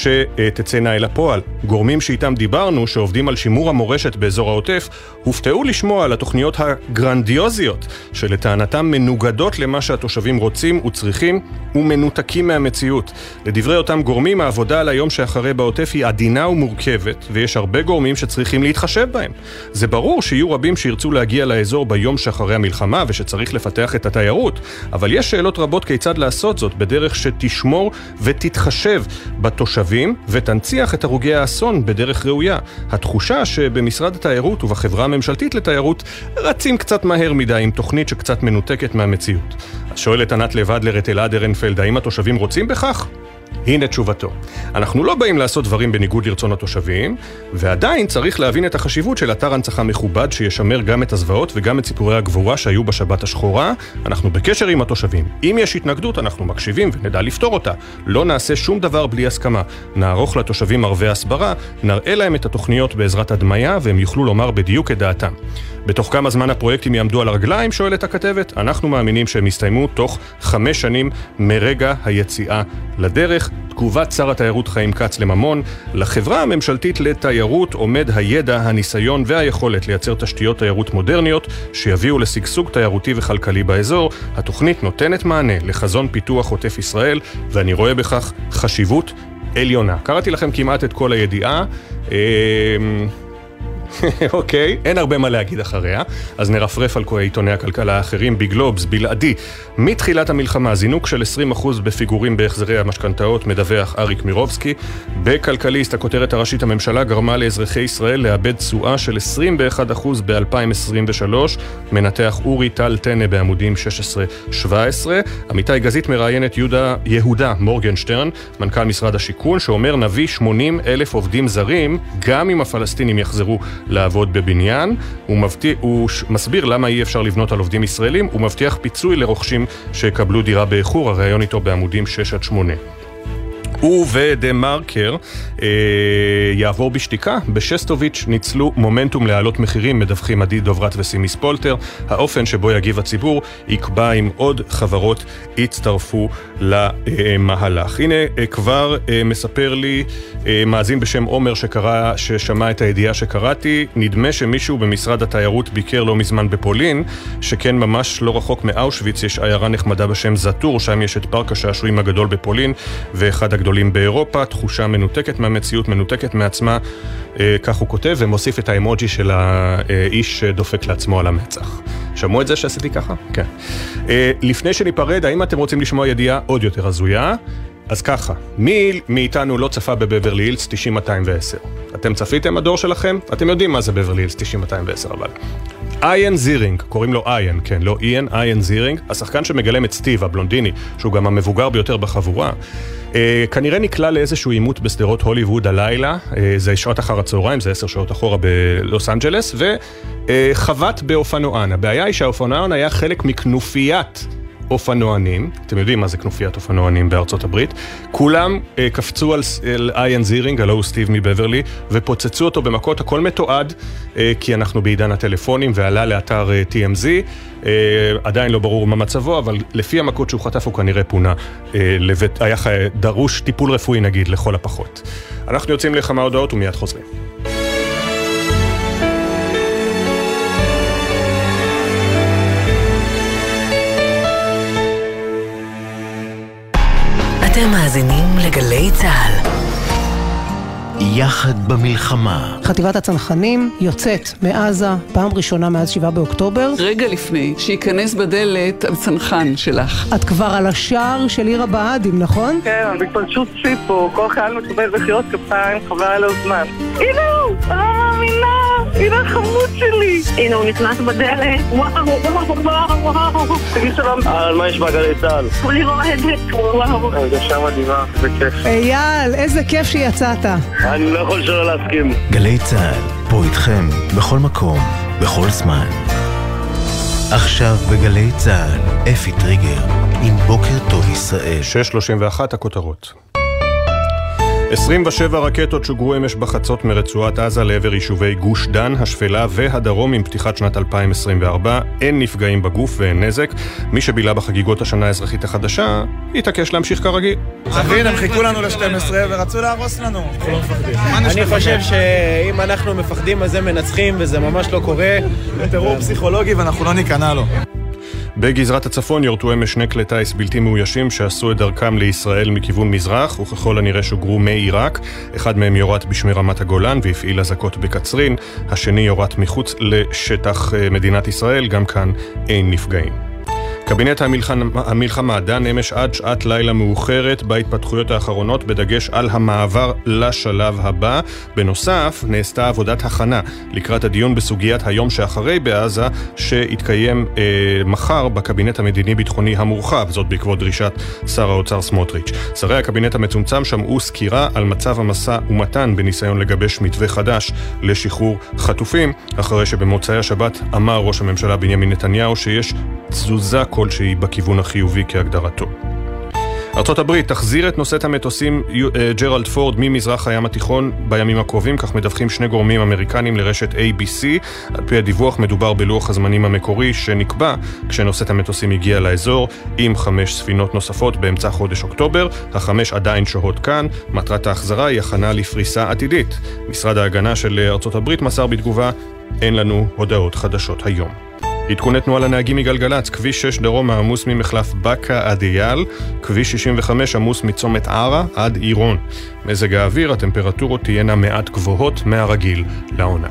שתצאנה אל הפועל. גורמים שאיתם דיברנו, שעובדים על שימור המורשת באזור העוטף, הופתעו לשמוע על התוכניות הגרנדיוזיות, שלטענתם מנוגדות למה שהתושבים רוצים וצריכים, ומנותקים מהמציאות. לדברי אותם גורמים, העבודה על היום שאחרי בעוטף היא עדינה ומורכבת, ויש הרבה גורמים שצריכים להתחשב בהם. זה ברור שיהיו רבים שירצו להגיע לאזור ביום שאחרי המלחמה ושצריך לפתח את התיירות, אבל יש שאלות רבות כיצד לעשות זאת בדרך שתשמור ותתחשב בתושבים ותנציח את הרוגי האסון בדרך ראויה. התחושה שבמשרד התיירות ובחברה הממשלתית לתיירות רצים קצת מהר מדי עם תוכנית שקצת מנותקת מהמציאות. שואלת ענת לב אדלר את אלעד ארנפלד, האם התושבים רוצים בכך? הנה תשובתו. אנחנו לא באים לעשות דברים בניגוד לרצון התושבים, ועדיין צריך להבין את החשיבות של אתר הנצחה מכובד שישמר גם את הזוועות וגם את סיפורי הגבורה שהיו בשבת השחורה. אנחנו בקשר עם התושבים. אם יש התנגדות, אנחנו מקשיבים ונדע לפתור אותה. לא נעשה שום דבר בלי הסכמה. נערוך לתושבים ערבי הסברה, נראה להם את התוכניות בעזרת הדמיה, והם יוכלו לומר בדיוק את דעתם. בתוך כמה זמן הפרויקטים יעמדו על הרגליים, שואלת הכתבת, אנחנו מאמינים שהם יסתיימו תוך 5 שנים מרגע היציאה לדרך. תגובת שר התיירות חיים כץ לממון, לחברה הממשלתית לתיירות עומד הידע, הניסיון והיכולת לייצר תשתיות תיירות מודרניות שיביאו לשגשוג תיירותי וכלכלי באזור. התוכנית נותנת מענה לחזון פיתוח עוטף ישראל, ואני רואה בכך חשיבות עליונה. קראתי לכם כמעט את כל הידיעה, אוקיי, אין הרבה מה להגיד אחריה, אז נרפרף על כל עיתוני הכלכלה האחרים. בגלובס, בלעדי, מתחילת המלחמה, זינוק של 20% בפיגורים בהחזרי המשכנתאות, מדווח אריק מירובסקי. בכלכליסט, הכותרת הראשית, הממשלה גרמה לאזרחי ישראל לאבד תשואה של 21% ב-2023, מנתח אורי טל טנה בעמודים 16-17. עמיתי גזית מראיינת יהודה מורגנשטרן, מנכ"ל משרד השיכון, שאומר נביא 80,000 עובדים זרים, גם אם הפלסטינים יחזרו לעבוד בבניין. הוא מסביר למה אי אפשר לבנות על עובדים ישראלים, הוא מבטיח פיצוי לרוכשים שיקבלו דירה באיחור. הראיון איתו בעמודים 6-8. ובדה מרקר יעבור בשתיקה. בשסטוביץ' ניצלו מומנטום להעלות מחירים, מדווחים עדי דוברת וסימי ספולטר. האופן שבו יגיב הציבור יקבע אם עוד חברות יצטרפו למהלך. הנה כבר מספר לי מאזין בשם עומר ששמע את הידיעה שקראתי. נדמה שמישהו במשרד התיירות ביקר לא מזמן בפולין, שכן ממש לא רחוק מאושוויץ יש עיירה נחמדה בשם זאטור, שם יש את פארק השעשועים הגדול בפולין ואחד הגדולים באירופה. תחושה מנותקת מהמציאות, מנותקת מעצמה, כך הוא כותב, ומוסיף את האמוג'י של האיש שדופק לעצמו על המצח. שמעו את זה שעשיתי ככה? כן. לפני שניפרד, האם אתם רוצים לשמוע ידיעה עוד יותר הזויה? אז ככה, מי מאיתנו לא צפה בבברלי הילס 90-210? אתם צפיתם, הדור שלכם? אתם יודעים מה זה בברלי הילס 90-210, אבל... איין זירינג, קוראים לו איין, כן, לא איין, איין זירינג, השחקן שמגלם את סטיב, הבלונדיני, שהוא גם המבוגר ביותר בחבורה, כנראה נקלע לאיזשהו עימות בסדרות הוליווד הלילה, זה שעות אחר הצהריים, זה 10 שעות אחורה בלוס אנג'לס, וחבט באופנוען. הבעיה היא שהאופנוען היה חלק מכנופיית אופנוענים, אתם יודעים מה זה כנופיית אופנוענים בארצות הברית, כולם קפצו על איין זירינג, הלוא הוא סטיב מבברלי, ופוצצו אותו במכות, הכל מתועד, כי אנחנו בעידן הטלפונים, ועלה לאתר TMZ, עדיין לא ברור מה מצבו, אבל לפי המכות שהוא חטף הוא כנראה פונה, היה דרוש טיפול רפואי נגיד לכל הפחות. אנחנו יוצאים לכמה הודעות ומיד חוזרים. אתם מאזינים לגלי צהל. יחד במלחמה. חטיבת הצנחנים יוצאת מעזה פעם ראשונה מאז 7 באוקטובר. רגע לפני שיכנס בדלת הצנחן שלך. את כבר על השער של עיר הבה"דים, נכון? כן, בפרשות סיפו, כל חייל מקבל מחיאות כפיים, חבל על הזמן. הנה הוא, אני לא מאמינה, הנה החמוד שלי. הנה הוא נכנס בדלת, וואו, וואו, וואו, וואו. תגיד שלום. על מה יש בגלי צהל? כולי רועדת, וואו. הרגשה מדהימה, זה כיף. אייל, איזה כיף שיצאת. אני לא יכול שלא להסכים. גלי צהל, פה איתכם, בכל מקום, בכל זמן. עכשיו בגלי צהל, אפי טריגר, עם בוקר טוב ישראל. 6:31 הכותרות. 27 רקטות שוגרו אמש בחצות מרצועת עזה לעבר יישובי גוש דן, השפלה והדרום עם פתיחת שנת 2024. אין נפגעים בגוף ואין נזק. מי שבילה בחגיגות השנה האזרחית החדשה, יתעקש להמשיך כרגיל. תבין, הם חיכו לנו ל-12 ורצו להרוס לנו. אני חושב שאם אנחנו מפחדים אז הם מנצחים וזה ממש לא קורה. זה טרור פסיכולוגי ואנחנו לא ניכנע לו. בגזרת הצפון יורטו אמש שני כלי טייס בלתי מאוישים שעשו את דרכם לישראל מכיוון מזרח, וככל הנראה שוגרו מעיראק. אחד מהם יורט בשמי רמת הגולן והפעיל אזעקות בקצרין, השני יורט מחוץ לשטח מדינת ישראל, גם כאן אין נפגעים. קבינט המלחמה דן אמש עד שעת לילה מאוחרת בהתפתחויות האחרונות בדגש על המעבר לשלב הבא. בנוסף, נעשתה עבודת הכנה לקראת הדיון בסוגיית היום שאחרי בעזה שהתקיים מחר בקבינט המדיני-ביטחוני המורחב, זאת בעקבות דרישת שר האוצר סמוטריץ'. שרי הקבינט המצומצם שמעו סקירה על מצב המשא ומתן בניסיון לגבש מתווה חדש לשחרור חטופים, אחרי שבמוצאי השבת אמר ראש הממשלה בנימין נתניהו שיש תזוזה כלשהי בכיוון החיובי כהגדרתו. ארצות הברית תחזיר את נושאת המטוסים ג'רלד פורד ממזרח הים התיכון בימים הקרובים, כך מדווחים שני גורמים אמריקנים לרשת ABC. על פי הדיווח מדובר בלוח הזמנים המקורי שנקבע כשנושאת המטוסים הגיע לאזור עם 5 ספינות נוספות באמצע חודש אוקטובר. 5 עדיין שוהות כאן. מטרת ההחזרה היא הכנה לפריסה עתידית. משרד ההגנה של ארצות הברית מסר בתגובה, אין לנו הודעות חדשות היום. עדכוני תנועה לנהגים מגלגלץ, כביש 6 דרום עמוס ממחלף בקה עד אייל, כביש 65 עמוס מצומת ערה עד עירון. מזג האוויר, הטמפרטורות תהיינה מעט גבוהות מהרגיל לעונה.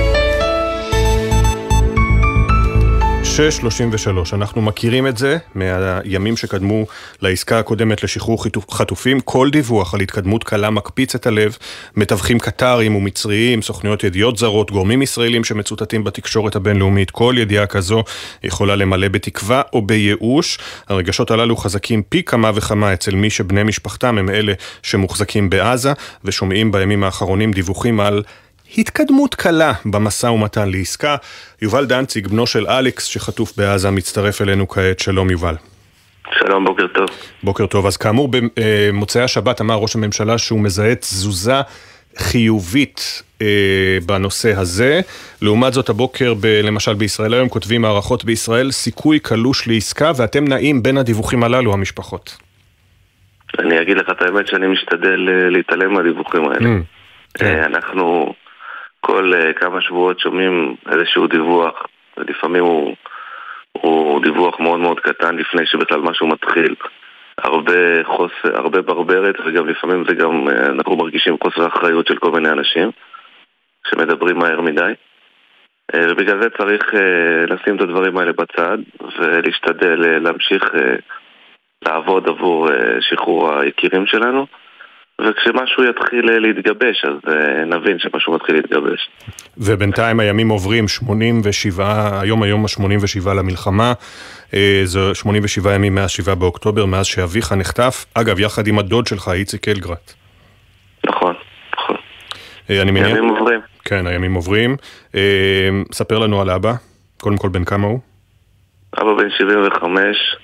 6:33, אנחנו מכירים את זה מהימים שקדמו לעסקה הקודמת לשחרור חטופים. כל דיווח על התקדמות קלה מקפיץ את הלב. מתווכים קטרים ומצריים, סוכנויות ידיעות זרות, גורמים ישראלים שמצוטטים בתקשורת הבינלאומית. כל ידיעה כזו יכולה למלא בתקווה או בייאוש. הרגשות הללו חזקים פי כמה וכמה אצל מי שבני משפחתם הם אלה שמוחזקים בעזה, ושומעים בימים האחרונים דיווחים על התקדמות קלה במסע ומתן לעסקה. יובל דנציג, בנו של אלכס שחטוף בעזה, מצטרף אלינו כעת. שלום יובל. שלום, בוקר טוב. בוקר טוב. אז כאמור במוצאי השבת אמר ראש הממשלה שהוא מזהה תזוזה חיובית בנושא הזה. לעומת זאת הבוקר למשל בישראל היום כותבים מערכות בישראל סיכוי קלוש לעסקה, ואתם נעים בין הדיווחים הללו המשפחות. אני אגיד לך את האמת שאני משתדל להתעלם מהדיווחים האלה. אנחנו כל כמה שבועות שומעים איזשהו דיווח, ולפעמים הוא דיווח מאוד מאוד קטן לפני שבכלל משהו מתחיל. הרבה ברברת, וגם לפעמים זה גם, אנחנו מרגישים חוסר אחריות של כל מיני אנשים שמדברים מהר מדי, ובגלל זה צריך לשים את הדברים האלה בצד ולהשתדל להמשיך לעבוד עבור שחרור היקירים שלנו, וכשמשהו יתחיל להתגבש, אז נבין שמשהו מתחיל להתגבש. ובינתיים הימים עוברים 87, היום ה-87 למלחמה, זה 87 ימים מאז 7 באוקטובר, מאז שאביך נחטף, אגב, יחד עם הדוד שלך, איציק אלגרט. נכון, נכון. הימים עוברים. כן, הימים עוברים. ספר לנו על אבא, קודם כל בן כמה הוא? אבא בן 75,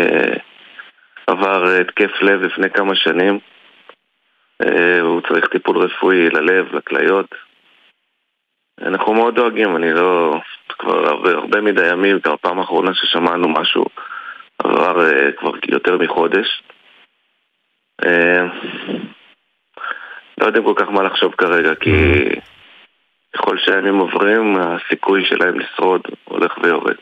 עבר התקף לב לפני כמה שנים, הוא צריך טיפול רפואי ללב, לכליות. אנחנו מאוד דואגים, אני לא... כבר הרבה מדי ימים, כבר פעם האחרונה ששמענו משהו, עבר כבר יותר מחודש. לא יודעים כל כך מה לחשוב כרגע, כי ככל שהימים עוברים, הסיכוי שלהם לשרוד הולך ויורד.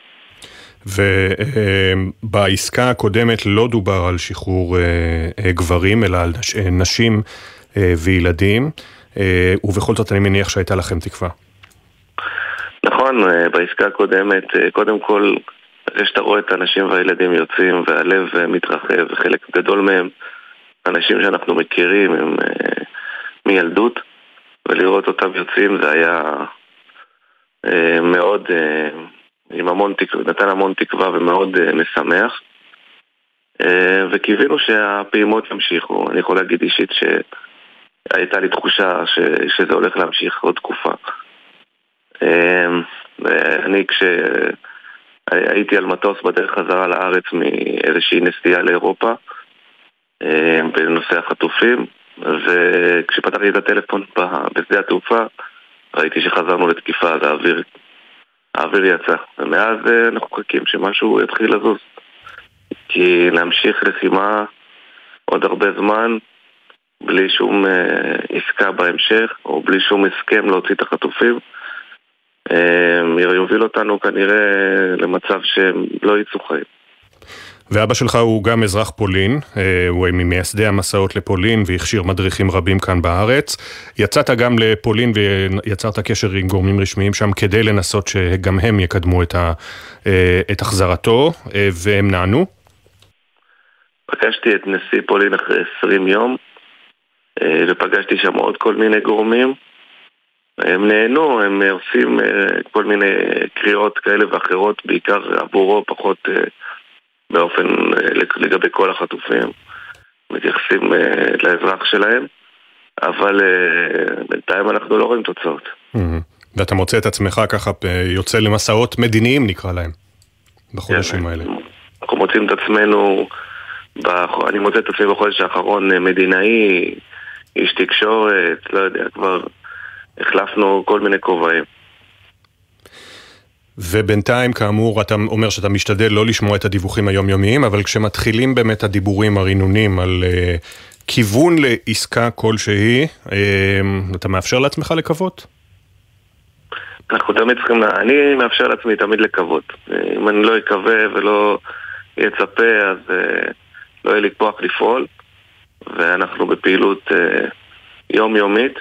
ובעסקה הקודמת לא דובר על שחרור גברים, אלא על נשים וילדים, ובכל זאת אני מניח שהייתה לכם תקווה. נכון, בעסקה הקודמת, קודם כל, כשאתה רואה את האנשים והילדים יוצאים והלב מתרחב, וחלק גדול מהם, אנשים שאנחנו מכירים הם מילדות, ולראות אותם יוצאים זה היה מאוד... עם המון תקווה, נתן המון תקווה ומאוד משמח, וקיווינו שהפעימות ימשיכו. אני יכול להגיד אישית שהייתה לי תחושה שזה הולך להמשיך עוד תקופה. אני כשהייתי על מטוס בדרך חזרה לארץ מאיזושהי נסיעה לאירופה בנושא החטופים, וכשפתחתי את הטלפון בשדה התעופה ראיתי שחזרנו לתקיפה, אז האוויר יצא, ומאז אנחנו חכים שמשהו יתחיל לזוז, כי להמשיך לחימה עוד הרבה זמן בלי שום עסקה בהמשך או בלי שום הסכם להוציא את החטופים יוביל אותנו כנראה למצב שהם לא יצאו חיים. ואבא שלך הוא גם אזרח פולין, הוא ממייסדי המסעות לפולין והכשיר מדריכים רבים כאן בארץ. יצאת גם לפולין ויצרת קשר עם גורמים רשמיים שם כדי לנסות שגם הם יקדמו את החזרתו, והם נענו? פגשתי את נשיא פולין אחרי 20 יום, ופגשתי שם עוד כל מיני גורמים. הם נהנו, הם עושים כל מיני קריאות כאלה ואחרות, בעיקר עבורו פחות... באופן לגבי כל החטופים מתייחסים לאזרח שלהם, אבל בינתיים אנחנו לא רואים תוצאות. ואתה מוצא את עצמך ככה יוצא למסעות מדיניים נקרא להם בחודשים האלה. אנחנו מוצאים את עצמנו, אני מוצא את עצמי בחודש האחרון מדינאי, איש תקשורת, לא יודע, כבר החלפנו כל מיני כובעים. ובינתיים, כאמור, אתה אומר שאתה משתדל לא לשמוע את הדיווחים היומיומיים, אבל כשמתחילים באמת הדיבורים הרינונים על כיוון לעסקה כלשהי, אתה מאפשר לעצמך לקוות? אנחנו תמיד צריכים, אני מאפשר לעצמי תמיד לקוות. אם אני לא אקווה ולא יצפה, אז לא יהיה לי כוח לפעול, ואנחנו בפעילות יומיומית.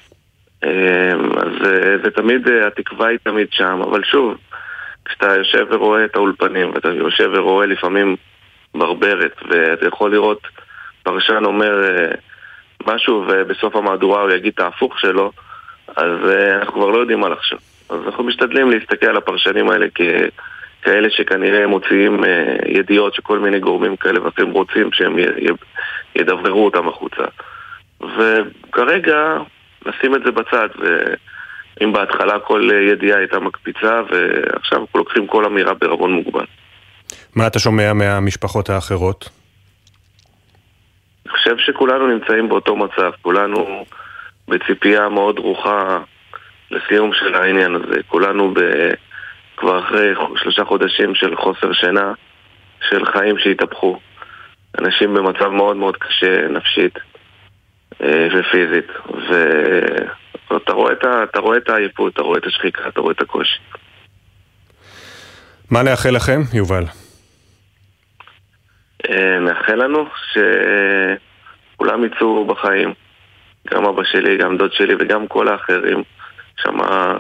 אז זה תמיד, התקווה היא תמיד שם, אבל שוב, כשאתה יושב ורואה את האולפנים, ואתה יושב ורואה לפעמים ברברת, ואתה יכול לראות פרשן אומר משהו, ובסוף המהדורה הוא יגיד את ההפוך שלו, אז אנחנו כבר לא יודעים מה לחשוב. אז אנחנו משתדלים להסתכל על הפרשנים האלה כאלה שכנראה מוציאים ידיעות שכל מיני גורמים כאלה ואתם רוצים שהם ידבררו אותם החוצה. וכרגע נשים את זה בצד, ואם בהתחלה כל ידיעה הייתה מקפיצה, ועכשיו אנחנו לוקחים כל אמירה ברמון מוגבל. מה אתה שומע מהמשפחות האחרות? אני חושב שכולנו נמצאים באותו מצב, כולנו בציפייה מאוד דרוכה לסיום של העניין הזה, כולנו כבר אחרי 3 חודשים של חוסר שינה, של חיים שהתהפכו, אנשים במצב מאוד מאוד קשה נפשית ופיזית, ואתה רואה את העייפות, אתה רואה את השחיקה, אתה רואה את הקושי. מה נאחל לכם, יובל? נאחל לנו שכולם יצאו בחיים, גם אבא שלי, גם דוד שלי וגם כל האחרים, שמה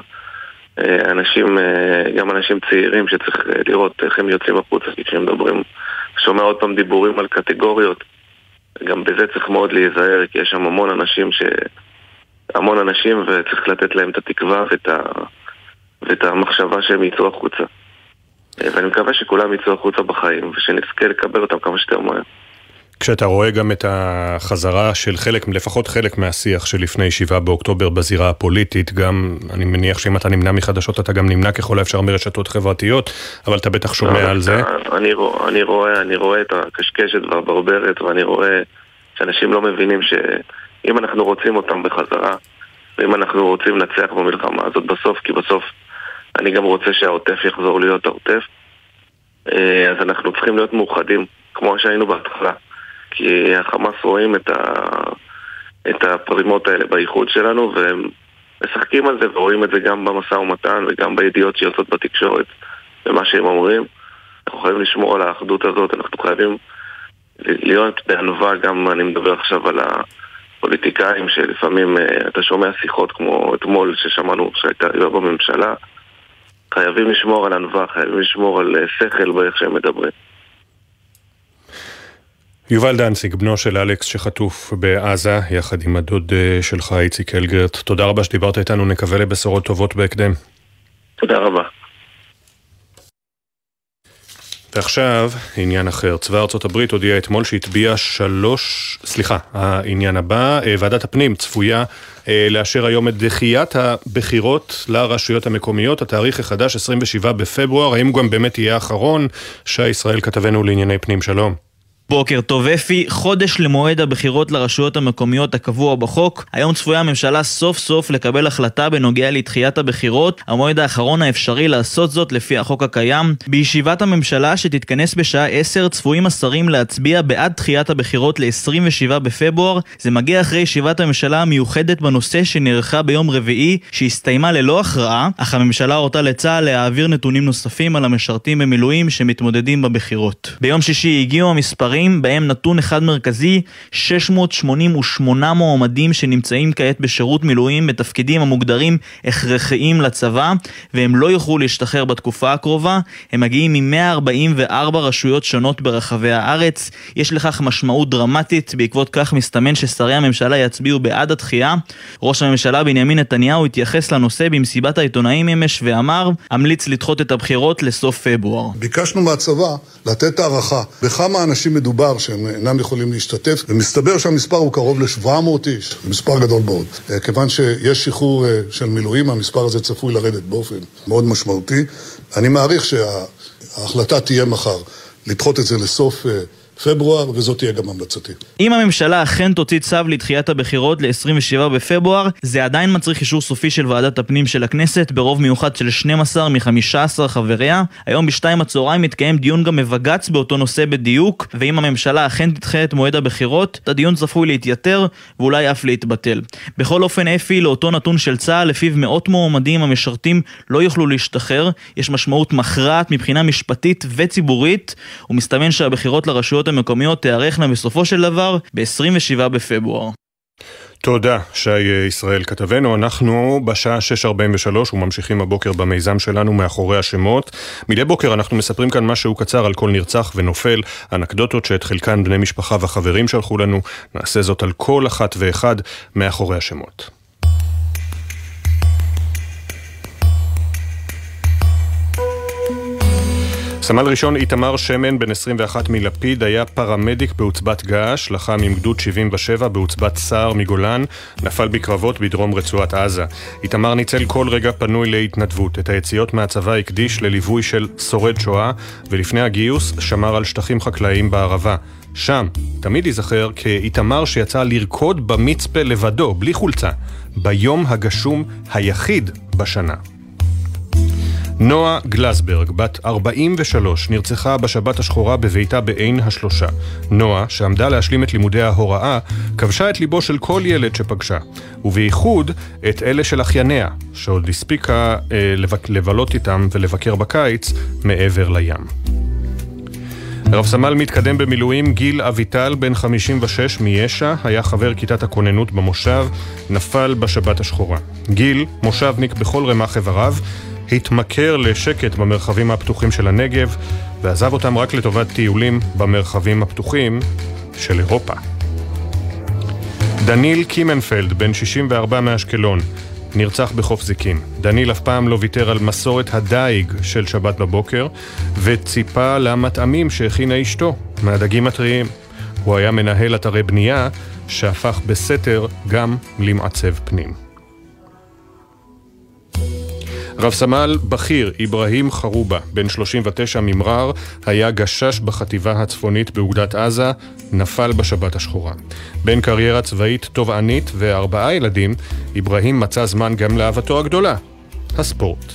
אנשים, גם אנשים צעירים שצריך לראות איך הם יוצאים החוצה, כשהם מדברים שומע עוד פעם דיבורים על קטגוריות. גם בזה צריך מאוד להיזהר, כי יש שם המון אנשים וצריך לתת להם את התקווה ואת המחשבה שהם יצאו החוצה. ואני מקווה שכולם יצאו החוצה בחיים ושנזכה לקבל אותם כמה שיותר מהר. כשאתה רואה גם את החזרה של לפחות חלק מהשיח של לפני 7 באוקטובר בזירה הפוליטית, גם אני מניח שאם אתה נמנע מחדשות אתה גם נמנע ככל האפשר מרשתות חברתיות, אבל אתה בטח שומע על זה. אני רואה את הקשקשת והברברת, ואני רואה שאנשים לא מבינים שאם אנחנו רוצים אותם בחזרה, ואם אנחנו רוצים לנצח במלחמה הזאת בסוף, כי בסוף אני גם רוצה שהעוטף יחזור להיות העוטף, אז אנחנו צריכים להיות מאוחדים כמו שהיינו בהתחלה, כי החמאס רואים את הפרימות האלה בייחוד שלנו, והם משחקים על זה ורואים את זה גם במשא ומתן וגם בידיעות שיוצאות בתקשורת ומה שהם אומרים. אנחנו חייבים לשמור על האחדות הזאת, אנחנו חייבים להיות בענווה. גם אני מדבר עכשיו על הפוליטיקאים שלפעמים אתה שומע שיחות כמו אתמול ששמענו שהייתה בממשלה. חייבים לשמור על ענווה, חייבים לשמור על שכל באיך שהם מדברים. יובל דנציג, בנו של אלכס שחטוף בעזה, יחד עם הדוד שלך איציק אלגרט. תודה רבה שדיברת איתנו, נקווה לבשורות טובות בהקדם. תודה רבה. ועכשיו, עניין אחר. צבא ארצות הברית הודיע אתמול שהטביע העניין הבא, ועדת הפנים צפויה לאשר היום את דחיית הבחירות לרשויות המקומיות, התאריך החדש 27 בפברואר, האם הוא גם באמת יהיה האחרון? שי ישראל כתבנו לענייני פנים, שלום. בוקר טוב אפי, חודש למועד הבחירות לרשויות המקומיות הקבוע בחוק. היום צפויה הממשלה סוף סוף לקבל החלטה בנוגע לדחיית הבחירות, המועד האחרון האפשרי לעשות זאת לפי החוק הקיים. בישיבת הממשלה שתתכנס בשעה 10 צפויים השרים להצביע בעד דחיית הבחירות ל-27 בפברואר. זה מגיע אחרי ישיבת הממשלה המיוחדת בנושא שנערכה ביום רביעי, שהסתיימה ללא הכרעה, אך הממשלה הורתה לצה"ל להעביר נתונים נוספים על המשרתים במילואים שמתמודדים בבחירות. ביום שישי הגיעו המספרים בהם נתון אחד מרכזי, 688 מועמדים שנמצאים כעת בשירות מילואים בתפקידים המוגדרים הכרחיים לצבא, והם לא יוכלו להשתחרר בתקופה הקרובה. הם מגיעים מ-144 רשויות שונות ברחבי הארץ. יש לכך משמעות דרמטית, בעקבות כך מסתמן ששרי הממשלה יצביעו בעד הדחייה. ראש הממשלה בנימין נתניהו התייחס לנושא במסיבת העיתונאים אמש ואמר, המליץ לדחות את הבחירות לסוף פברואר. ביקשנו מהצבא לתת הערכה בכמה אנשים מדובר שהם אינם יכולים להשתתף, ומסתבר שהמספר הוא קרוב ל-700 איש, מספר גדול מאוד. כיוון שיש שחרור של מילואים, המספר הזה צפוי לרדת באופן מאוד משמעותי. אני מעריך שההחלטה תהיה מחר, לדחות את זה לסוף פברואר, וזאת תהיה גם המלצתי. אם הממשלה אכן תוציא צו לדחיית הבחירות ל-27 בפברואר, זה עדיין מצריך אישור סופי של ועדת הפנים של הכנסת, ברוב מיוחד של 12 מ-15 חבריה. היום ב-2 הצהריים מתקיים דיון גם מבגץ באותו נושא בדיוק, ואם הממשלה אכן תדחה את מועד הבחירות, הדיון צפוי להתייתר ואולי אף להתבטל. בכל אופן אפי, לאותו נתון של צה"ל, לפיו מאות מועמדים המשרתים לא יוכלו להשתחרר, יש משמעות מכרעת מבחינה משפטית וציבורית, ומסתמן שהבחירות לרשויות המקומיות תארכנה בסופו של דבר ב-27 בפברואר. תודה, שי ישראל כתבנו. אנחנו בשעה 6:43 וממשיכים הבוקר במיזם שלנו מאחורי השמות. מדי בוקר אנחנו מספרים כאן משהו קצר על כל נרצח ונופל, אנקדוטות שאת חלקן בני משפחה וחברים שלחו לנו. נעשה זאת על כל אחת ואחד מאחורי השמות. סמל ראשון איתמר שמן, בן 21 מלפיד, היה פרמדיק בעוצבת געש, לחם עם גדוד 77 בעוצבת סער מגולן, נפל בקרבות בדרום רצועת עזה. איתמר ניצל כל רגע פנוי להתנדבות. את היציאות מהצבא הקדיש לליווי של שורד שואה, ולפני הגיוס שמר על שטחים חקלאיים בערבה. שם תמיד ייזכר כאיתמר שיצא לרקוד במצפה לבדו, בלי חולצה, ביום הגשום היחיד בשנה. נועה גלסברג, בת 43, נרצחה בשבת השחורה בביתה בעין השלושה. נועה, שעמדה להשלים את לימודי ההוראה, כבשה את ליבו של כל ילד שפגשה, ובייחוד את אלה של אחייניה, שעוד הספיקה לבלות איתם ולבקר בקיץ מעבר לים. רב סמל מתקדם במילואים גיל אביטל, בן 56 מישע, היה חבר כיתת הכוננות במושב, נפל בשבת השחורה. גיל, מושבניק בכל רמ"ח איבריו, התמכר לשקט במרחבים הפתוחים של הנגב, ועזב אותם רק לטובת טיולים במרחבים הפתוחים של אירופה. דניל קימנפלד, בן 64 מאשקלון, נרצח בחוף זיקים. דניל אף פעם לא ויתר על מסורת הדייג של שבת בבוקר, וציפה למטעמים שהכינה אשתו, מהדגים הטריים. הוא היה מנהל אתרי בנייה, שהפך בסתר גם למעצב פנים. רב סמל בכיר איברהים חרובה, בן 39 ממרר, היה גשש בחטיבה הצפונית באוגדת עזה, נפל בשבת השחורה. בין קריירה צבאית תובענית ו4 ילדים, איברהים מצא זמן גם לאהבתו הגדולה, הספורט.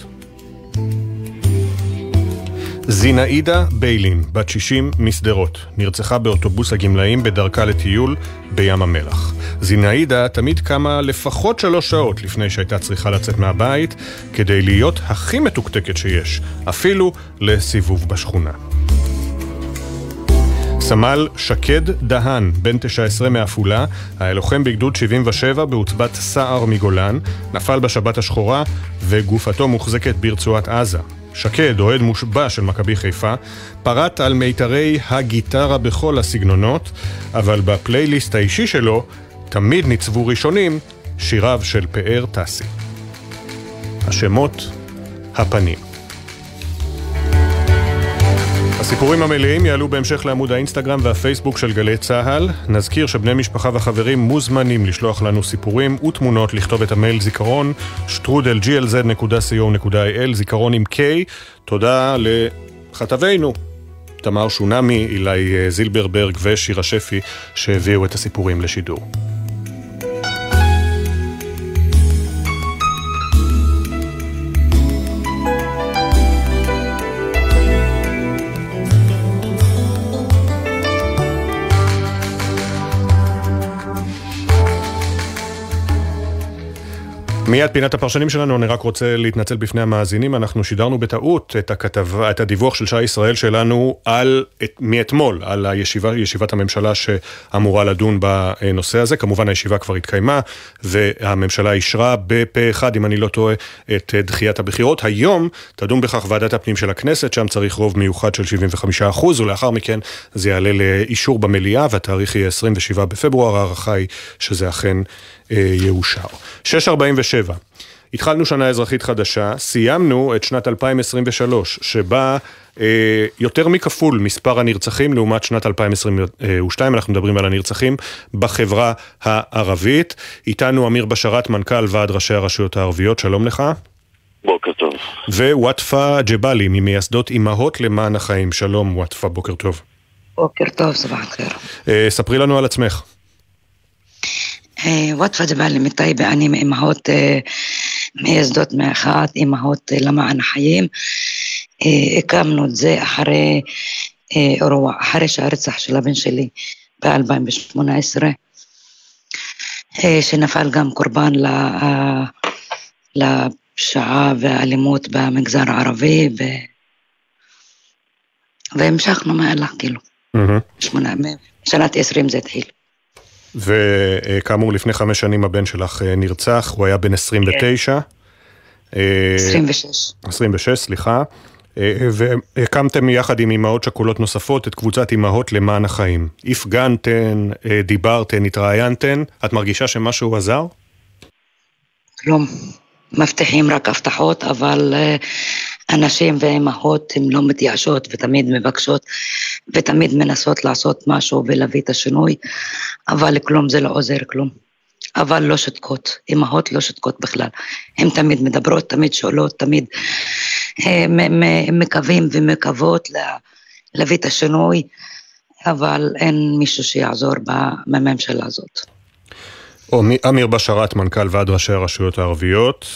זינאידה ביילין, בת 60 מסדרות, נרצחה באוטובוס הגמלאים בדרכה לטיול בים המלח. זינאידה תמיד קמה לפחות 3 שעות לפני שהייתה צריכה לצאת מהבית, כדי להיות הכי מתוקתקת שיש, אפילו לסיבוב בשכונה. סמל שקד דהן, בן 19 מאפולה, היה לוחם בגדוד 77 בעוצבת סער מגולן, נפל בשבת השחורה וגופתו מוחזקת ברצועת עזה. שקד, אוהד מושבע של מכבי חיפה, פרט על מיתרי הגיטרה בכל הסגנונות, אבל בפלייליסט האישי שלו תמיד ניצבו ראשונים שיריו של פאר טסי. השמות, הפנים. הסיפורים המלאים יעלו בהמשך לעמוד האינסטגרם והפייסבוק של גלי צהל. נזכיר שבני משפחה וחברים מוזמנים לשלוח לנו סיפורים ותמונות, לכתוב את המייל זיכרון @glz.co.il, זיכרון עם K. תודה לכתבינו תמר שונמי, אילי זילברברג ושירה שפי שהביאו את הסיפורים לשידור. מיד פינת הפרשנים שלנו. אני רק רוצה להתנצל בפני המאזינים, אנחנו שידרנו בטעות את הדיווח של שעה ישראל שלנו מאתמול, על ישיבת הממשלה שאמורה לדון בנושא הזה. כמובן הישיבה כבר התקיימה, והממשלה אישרה בפה אחד, אם אני לא טועה, את דחיית הבחירות. היום תדון בכך ועדת הפנים של הכנסת, שם צריך רוב מיוחד של 75%, ולאחר מכן זה יעלה לאישור במליאה, והתאריך יהיה 27 בפברואר, הערכה היא שזה אכן יאושר. 6:47. התחלנו שנה אזרחית חדשה, סיימנו את שנת 2023, שבה יותר מכפול מספר הנרצחים לעומת שנת 2022, אנחנו מדברים על הנרצחים בחברה הערבית. איתנו אמיר בשרת, מנכ"ל ועד ראשי הרשויות הערביות, שלום לך. בוקר טוב. ווואטפה ג'באלי, ממייסדות אימהות למען החיים, שלום וואטפה, בוקר טוב. בוקר טוב, סבח חיר. ספרי לנו על עצמך. וואטפה ג'באלי מטייבה, אני מאימהות מייסדות מאחת, אימהות למען החיים. הקמנו את זה אחרי שהרצח של הבן שלי ב-2018, שנפל גם קורבן לפשעה והאלימות במגזר הערבי, והמשכנו מעלה, כאילו. שנת 20 זה התחיל. וכאמור לפני 5 שנים הבן שלך נרצח, הוא היה בן 29. 26, סליחה. והקמתם יחד עם אימהות שכולות נוספות את קבוצת אימהות למען החיים. הפגנתן, דיברתן, התראיינתן, את מרגישה שמשהו עזר? כלום, מבטיחים רק הבטחות, אבל אנשים ואימהות הן לא מתייאשות ותמיד מבקשות ותמיד מנסות לעשות משהו ולהביא את השינוי, אבל כלום, זה לא עוזר כלום. אבל לא שתקות, אימהות לא שתקות בכלל. הן תמיד מדברות, תמיד שואלות, תמיד מקווים ומקוות להביא את השינוי, אבל אין מישהו שיעזור בממשלה הזאת. אמיר בשרת, מנכ"ל ועד ראשי הרשויות הערביות.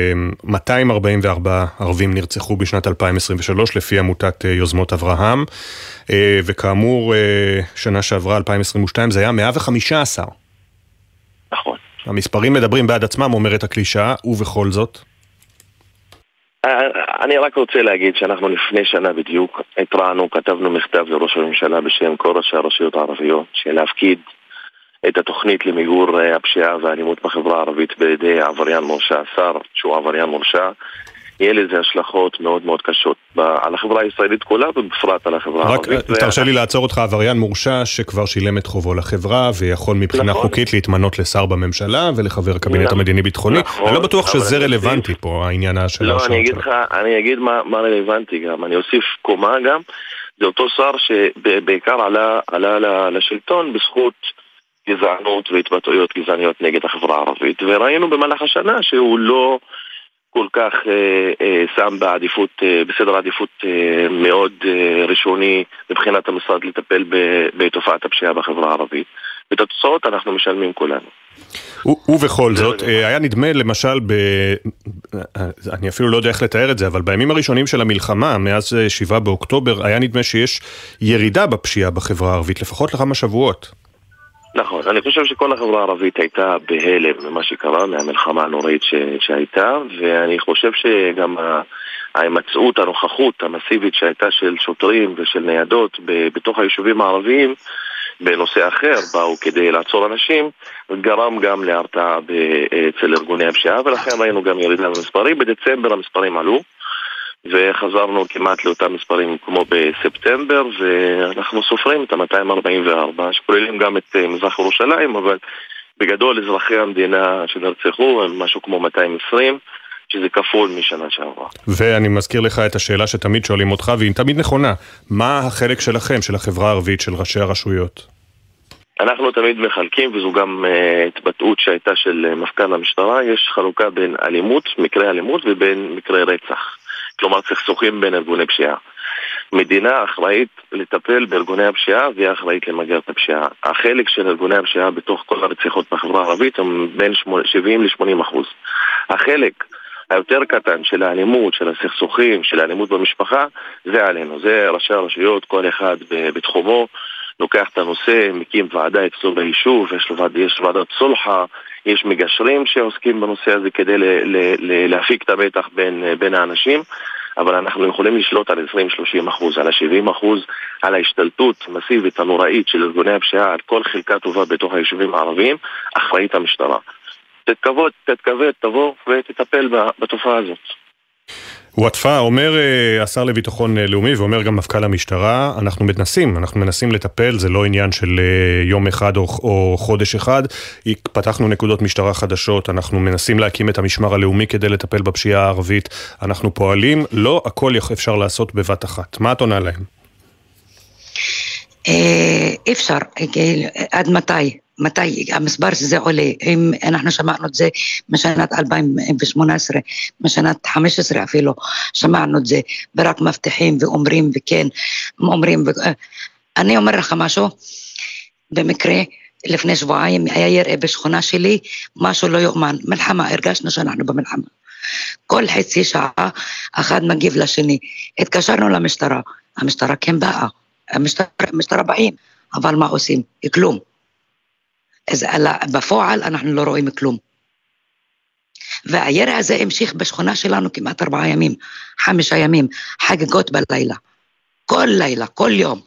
244 ערבים נרצחו בשנת 2023 לפי עמותת יוזמות אברהם, וכאמור שנה שעברה 2022 זה היה 115. נכון. המספרים מדברים בעד עצמם, אומרת הקלישאה, ובכל זאת? אני רק רוצה להגיד שאנחנו לפני שנה בדיוק התרענו, כתבנו מכתב לראש הממשלה בשם כל ראשי הרשויות הערביות שנפקיד את התוכנית למיגור הפשיעה והאלימות בחברה הערבית בידי עבריין מורשע, שר שהוא עבריין מורשע, יהיה לזה השלכות מאוד מאוד קשות על החברה הישראלית כולה ובפרט על החברה הערבית. רק תרשה לי לעצור אותך, עבריין מורשע שכבר שילם את חובו לחברה ויכול מבחינה חוקית להתמנות לשר בממשלה ולחבר הקבינט המדיני-ביטחוני. אני לא בטוח שזה רלוונטי פה, העניין של לא, אני אגיד מה רלוונטי גם. אני אוסיף קומה גם. זה אותו שר שבעיקר עלה לשלטון בזכות גזענות והתבטאויות גזעניות נגד החברה הערבית, וראינו במהלך השנה שהוא לא כל כך שם בסדר עדיפות מאוד ראשוני מבחינת המשרד לטפל בתופעת הפשיעה בחברה הערבית. ואת התוצאות אנחנו משלמים כולנו. ובכל זאת, היה נדמה למשל, אני אפילו לא יודע איך לתאר את זה, אבל בימים הראשונים של המלחמה, מאז 7 באוקטובר, היה נדמה שיש ירידה בפשיעה בחברה הערבית, לפחות לכמה שבועות. נכון, אני חושב שכל החברה הערבית הייתה בהלם ממה שקרה, מהמלחמה הנוראית שהייתה, ואני חושב שגם ההימצאות, הנוכחות המסיבית שהייתה של שוטרים ושל ניידות בתוך היישובים הערביים, בנושא אחר באו כדי לעצור אנשים, גרם גם להרתעה אצל ארגוני הפשיעה, ולכן ראינו גם ירידה במספרים. בדצמבר המספרים עלו, וחזרנו כמעט לאותם מספרים כמו בספטמבר, ואנחנו סופרים את ה-244, שכוללים גם את מזרח ירושלים, אבל בגדול אזרחי המדינה שנרצחו הם משהו כמו 220, שזה כפול משנה שעברה. ואני מזכיר לך את השאלה שתמיד שואלים אותך, והיא תמיד נכונה. מה החלק שלכם, של החברה הערבית, של ראשי הרשויות? אנחנו תמיד מחלקים, וזו גם התבטאות שהייתה של מפכ"ל המשטרה, יש חלוקה בין אלימות, מקרי אלימות, ובין מקרי רצח. כלומר, סכסוכים בין ארגוני פשיעה. מדינה אחראית לטפל בארגוני הפשיעה, והיא אחראית למגר את הפשיעה. החלק של ארגוני הפשיעה בתוך כל הרציחות בחברה הערבית הם בין 70 ל-80%. החלק היותר קטן של האלימות, של הסכסוכים, של האלימות במשפחה, זה עלינו. זה ראשי הרשויות, כל אחד בתחומו, לוקח את הנושא, מקים ועדה אצלו ביישוב, יש ועדת סולחה, יש מגשרים שעוסקים בנושא הזה כדי להפיק את המתח בין האנשים, אבל אנחנו יכולים לשלוט על 20-30%, על ה-70%, על ההשתלטות המסיבית הנוראית של ארגוני הפשיעה, על כל חלקה טובה בתוך היישובים הערביים, אחראית המשטרה. תתכבד, תבוא ותטפל בתופעה הזאת. וואטפה, אומר השר לביטחון לאומי, ואומר גם מפכ"ל המשטרה, אנחנו מנסים לטפל, זה לא עניין של יום אחד או חודש אחד, פתחנו נקודות משטרה חדשות, אנחנו מנסים להקים את המשמר הלאומי כדי לטפל בפשיעה הערבית, אנחנו פועלים, לא הכל אפשר לעשות בבת אחת. מה את עונה להם? אפשר, עד מתי המספר שזה עולה, אם אנחנו שמענו את זה משנת 2018, משנת 15 אפילו, שמענו את זה, ורק מבטיחים ואומרים וכן, אני אומר לך משהו, במקרה, לפני שבועיים היה יראה בשכונה שלי, משהו לא יאומן, מלחמה, הרגשנו שאנחנו במלחמה, כל חצי שעה, אחד מגיב לשני, התקשרנו למשטרה, המשטרה כן באה, המשטרה באים, אבל מה עושים? כלום. אז בפועל אנחנו לא רואים כלום. והירע הזה המשיך בשכונה שלנו כמעט 4 ימים, 5 ימים, חגיגות בלילה. כל לילה, כל יום.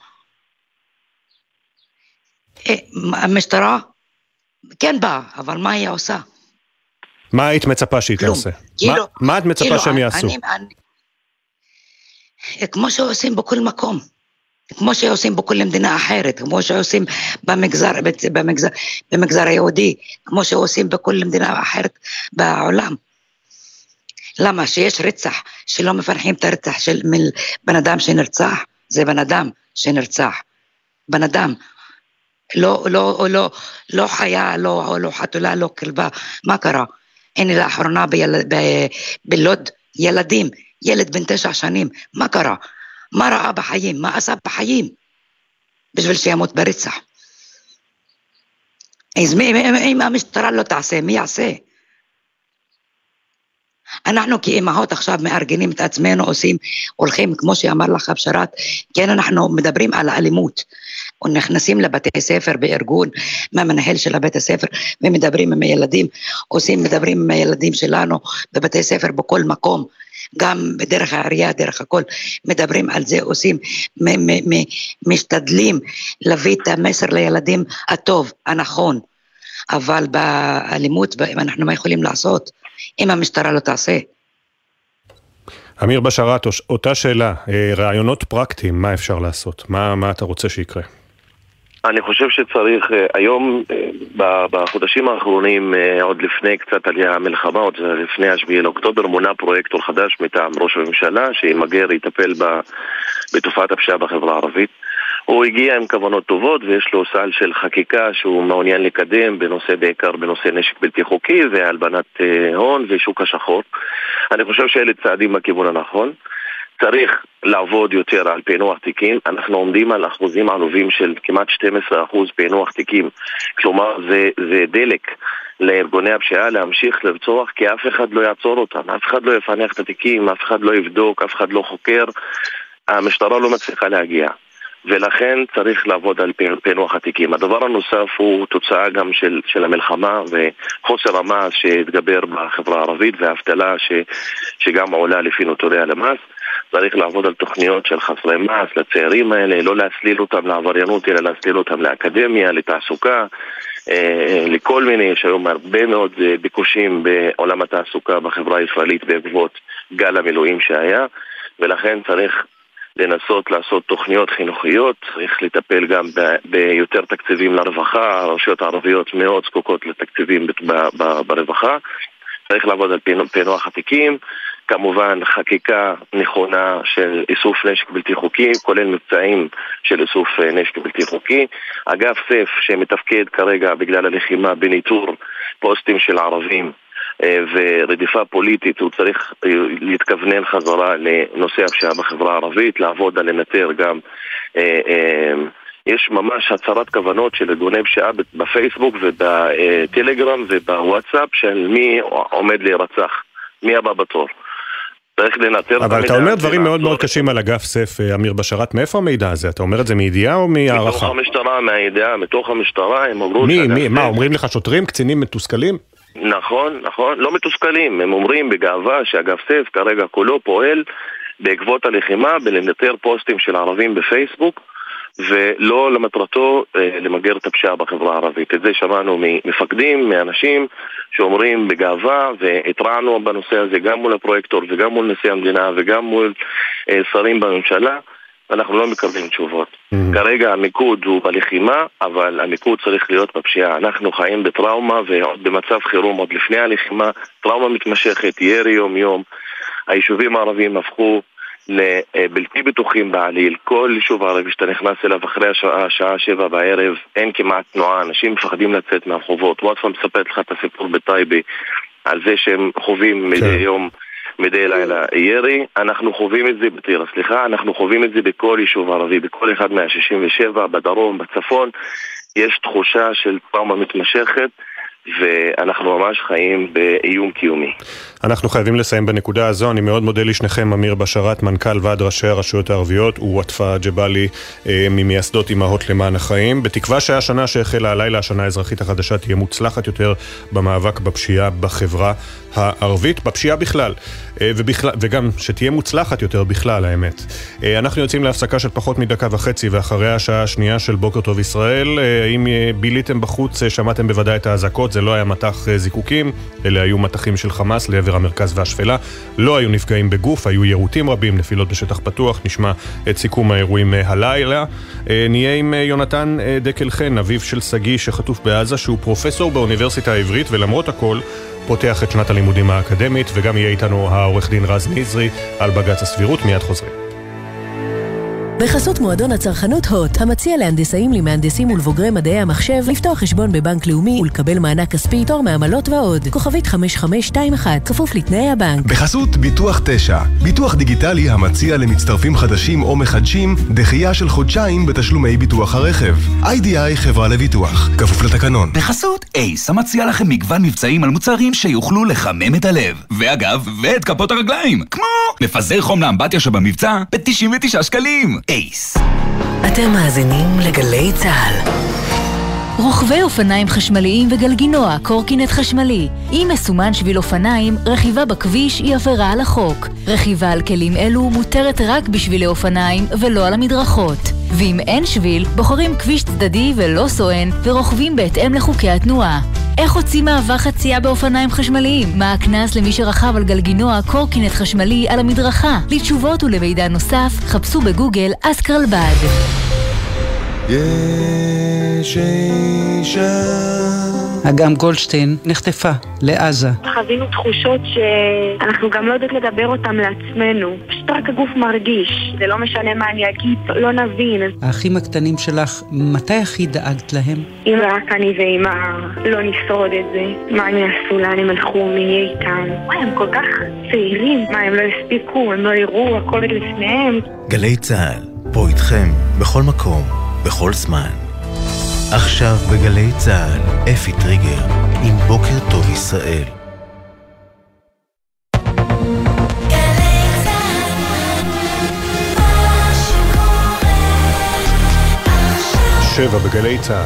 המשטרה כן באה, אבל מה היא עושה? מה היית מצפה שהיא תעשה? מה את מצפה שהם יעשו? כמו שעושים בכל מקום. כמו שעושים בכל מדינה אחרת, כמו שעושים במגזר היהודי, כמו שעושים בכל מדינה אחרת בעולם. למה? שיש רצח, שלא מפרחים את הרצח של בן אדם שנרצח, זה בן אדם שנרצח. בן אדם, לא חיה, לא חתולה, לא כלבה. מה קרה? הנה לאחרונה בלוד, ילד בן 9 שנים, מה קרה? מה ראה בחיים? מה עשה בחיים? בשביל שימות ברצח. אז אם המשטרה לא תעשה, מי יעשה? אנחנו כאימהות עכשיו מארגנים את עצמנו, הולכים, כמו שאמר לך בשרת, כן אנחנו מדברים על האלימות, ונכנסים לבתי ספר בארגון, מהמנהל של הבית הספר, ומדברים עם הילדים, מדברים עם הילדים שלנו, בבתי ספר בכל מקום, גם בדרך העירייה, דרך הכל, מדברים על זה, משתדלים להביא את המסר לילדים הטוב, הנכון, אבל באלימות, אנחנו מה יכולים לעשות, אם המשטרה לא תעשה? אמיר בשאראת, אותה שאלה, רעיונות פרקטיים, מה אפשר לעשות? מה אתה רוצה שיקרה? אני חושב שצריך, היום בחודשים האחרונים, עוד לפני קצת על המלחמה, עוד לפני 7 לאוקטובר, מונה פרויקטור חדש מטעם ראש הממשלה, שימגר, יטפל בתופעת הפשיעה בחברה הערבית. הוא הגיע עם כוונות טובות ויש לו סל של חקיקה שהוא מעוניין לקדם בנושא, בעיקר בנושא נשק בלתי חוקי והלבנת הון ושוק השחור. אני חושב שאלה צעדים בכיוון הנכון. צריך לעבוד יותר על פענוח תיקים. אנחנו עומדים על אחוזים עלובים של כמעט 12% פענוח תיקים. כלומר, זה דלק לארגוני הפשיעה להמשיך לרצוח, כי אף אחד לא יעצור אותם, אף אחד לא יפענח את התיקים, אף אחד לא יבדוק, אף אחד לא חוקר. המשטרה לא מצליחה להגיע. ולכן צריך לעבוד על פענוח התיקים. הדבר הנוסף הוא תוצאה גם של המלחמה וחוסר המעש שהתגבר בחברה הערבית והאבטלה שגם עולה לפי נתוני הלמ"ס. צריך לעבוד על תוכניות של חסרי מעש לצעירים האלה, לא להסליל אותם לעבריינות, אלא להסליל אותם לאקדמיה, לתעסוקה, לכל מיני. יש היום הרבה מאוד ביקושים בעולם התעסוקה בחברה הישראלית בעקבות גל המילואים שהיה, ולכן צריך לנסות לעשות תוכניות חינוכיות, צריך לטפל גם ביותר תקציבים לרווחה. הרשויות הערביות מאוד זקוקות לתקציבים ברווחה. צריך לעבוד על פענוח התיקים, כמובן חקיקה נכונה של איסוף נשק בלתי חוקי, כולל מבצעים של איסוף נשק בלתי חוקי. אגף סף שמתפקד כרגע בגלל הלחימה בניטור פוסטים של ערבים ורדיפה פוליטית, הוא צריך להתכוונן חזרה לנושא הפשיעה בחברה הערבית, לעבוד על לנטר גם יש ממש הצהרת כוונות של ארגוני פשיעה בפייסבוק ובטלגרם ובוואטסאפ של מי עומד להירצח, מי הבא בתור. צריך לנטר. אבל אתה אומר דברים מאוד מאוד קשים על אגף סף, אמיר בשאראת. מאיפה המידע הזה? אתה אומר את זה מידיעה או מהערכה? מתוך המשטרה, מהידיעה, מתוך המשטרה. הם אמרו... מה, אומרים לך שוטרים, קצינים מתוסכלים? נכון, לא מתוסכלים. הם אומרים בגאווה שאגף סף כרגע כולו פועל בעקבות הלחימה בלנטר פוסטים של ערבים בפייסבוק, ולא למטרתו למגר את הפשיעה בחברה הערבית. את זה שמענו ממפקדים, מאנשים שאומרים בגאווה, והתרענו בנושא הזה גם מול הפרויקטור וגם מול נשיא המדינה וגם מול שרים בממשלה, ואנחנו לא מקבלים תשובות. כרגע המיקוד הוא בלחימה, אבל המיקוד צריך להיות בפשיעה. אנחנו חיים בטראומה ובמצב חירום עוד לפני הלחימה, טראומה מתמשכת, ירי יום יום. היישובים הערביים הפכו לבלתי בטוחים בעליל. כל יישוב ערבי שאתה נכנס אליו אחרי השעה 7 בערב, אין כמעט תנועה, אנשים מפחדים לצאת מהרחובות. וואטפה מספרת לך את הסיפור בטייבה על זה שהם חווים מדי יום, מדי לילה ירי. אנחנו חווים את זה בטירה, אנחנו חווים את זה בכל יישוב ערבי, בכל אחד מה-67, בדרום, בצפון. יש תחושה של טראומה מתמשכת, ואנחנו ממש חיים באיום קיומי. אנחנו חייבים לסיים בנקודה הזו. אני מאוד מודה לשניכם, אמיר בשאראת, מנכ"ל ועד ראשי הרשויות הערביות, וואטפה ג'באלי, ממייסדות אימהות למען החיים. בתקווה שהשנה שהחלה הלילה, השנה האזרחית החדשה, תהיה מוצלחת יותר במאבק בפשיעה בחברה הערבית, בפשיעה בכלל, וגם שתהיה מוצלחת יותר בכלל, האמת. אנחנו יוצאים להפסקה של פחות מדקה וחצי, ואחרי השעה השנייה של בוקר טוב ישראל. אם ביליתם בחוץ, שמעתם בוודאי את האזעקות. זה לא היה מטח זיקוקים, אלה היו מטחים של חמאס לעבר המרכז והשפלה. לא היו נפגעים בגוף, היו ירוטים רבים, נפילות בשטח פתוח. נשמע את סיכום האירועים הלילה. נהיה עם יונתן דקל חן, אביו של סגי שחטוף בעזה, שהוא פרופסור באוניברסיטה העברית, ולמרות הכל פותח את שנת הלימודים האקדמית, וגם יהיה איתנו העורך דין רז נזרי על בג"ץ הסבירות. מיד חוזרים. בחסות מועדון הצרכנות הוט, המציע להנדסאים, למהנדסים ולבוגרי מדעי המחשב לפתוח חשבון בבנק לאומי ולקבל מענק כספי, תור מעמלות ועוד. כוכבית 5521, כפוף לתנאי הבנק. בחסות ביטוח 9, ביטוח דיגיטלי המציע למצטרפים חדשים או מחדשים דחייה של חודשיים בתשלומי ביטוח הרכב. איי-די-איי חברה לביטוח, כפוף לתקנון. בחסות אייס, המציע לכם מגוון מבצעים על מוצרים שיוכלו לחמם את הלב. ואגב, ואת כפות הרגליים, כמו מפזר חום לאמבטיה שבמבצע ב-99 שקלים. אייס. אתם מאזינים לגלי צהל. רוכבי אופניים חשמליים וגלגינוע, קורקינט חשמלי. אם מסומן שביל אופניים, רכיבה בכביש היא עבירה על החוק. רכיבה על כלים אלו מותרת רק בשבילי אופניים ולא על המדרכות. ואם אין שביל, בוחרים כביש צדדי ולא סואן ורוכבים בהתאם לחוקי התנועה. איך הוציא מעבר חצייה באופניים חשמליים? מה הקנס למי שרכב על גלגינוע קורקינט חשמלי על המדרכה? לתשובות ולמידע נוסף, חפשו בגוגל אסקרלבד. יש אישה אגם גולדשטיין נחטפה לעזה. חווינו תחושות שאנחנו גם לא יודעות לדבר אותם לעצמנו. פשוט רק הגוף מרגיש. זה לא משנה מה אני אגיד, לא נבין. האחים הקטנים שלך, מתי הכי דאגת להם? אם רק אני ואמא לא נשרוד את זה, מה הם יעשו, לאן הם הלכו, מי יהיה איתם? הם כל כך צעירים, מה הם לא הספיקו, הם לא יראו, הכל לפניהם. גלי צהל, פה איתכם, בכל מקום, בכל זמן. עכשיו בגלי צהל, אפי טריגר, עם בוקר טוב ישראל. שבע בגלי צהל.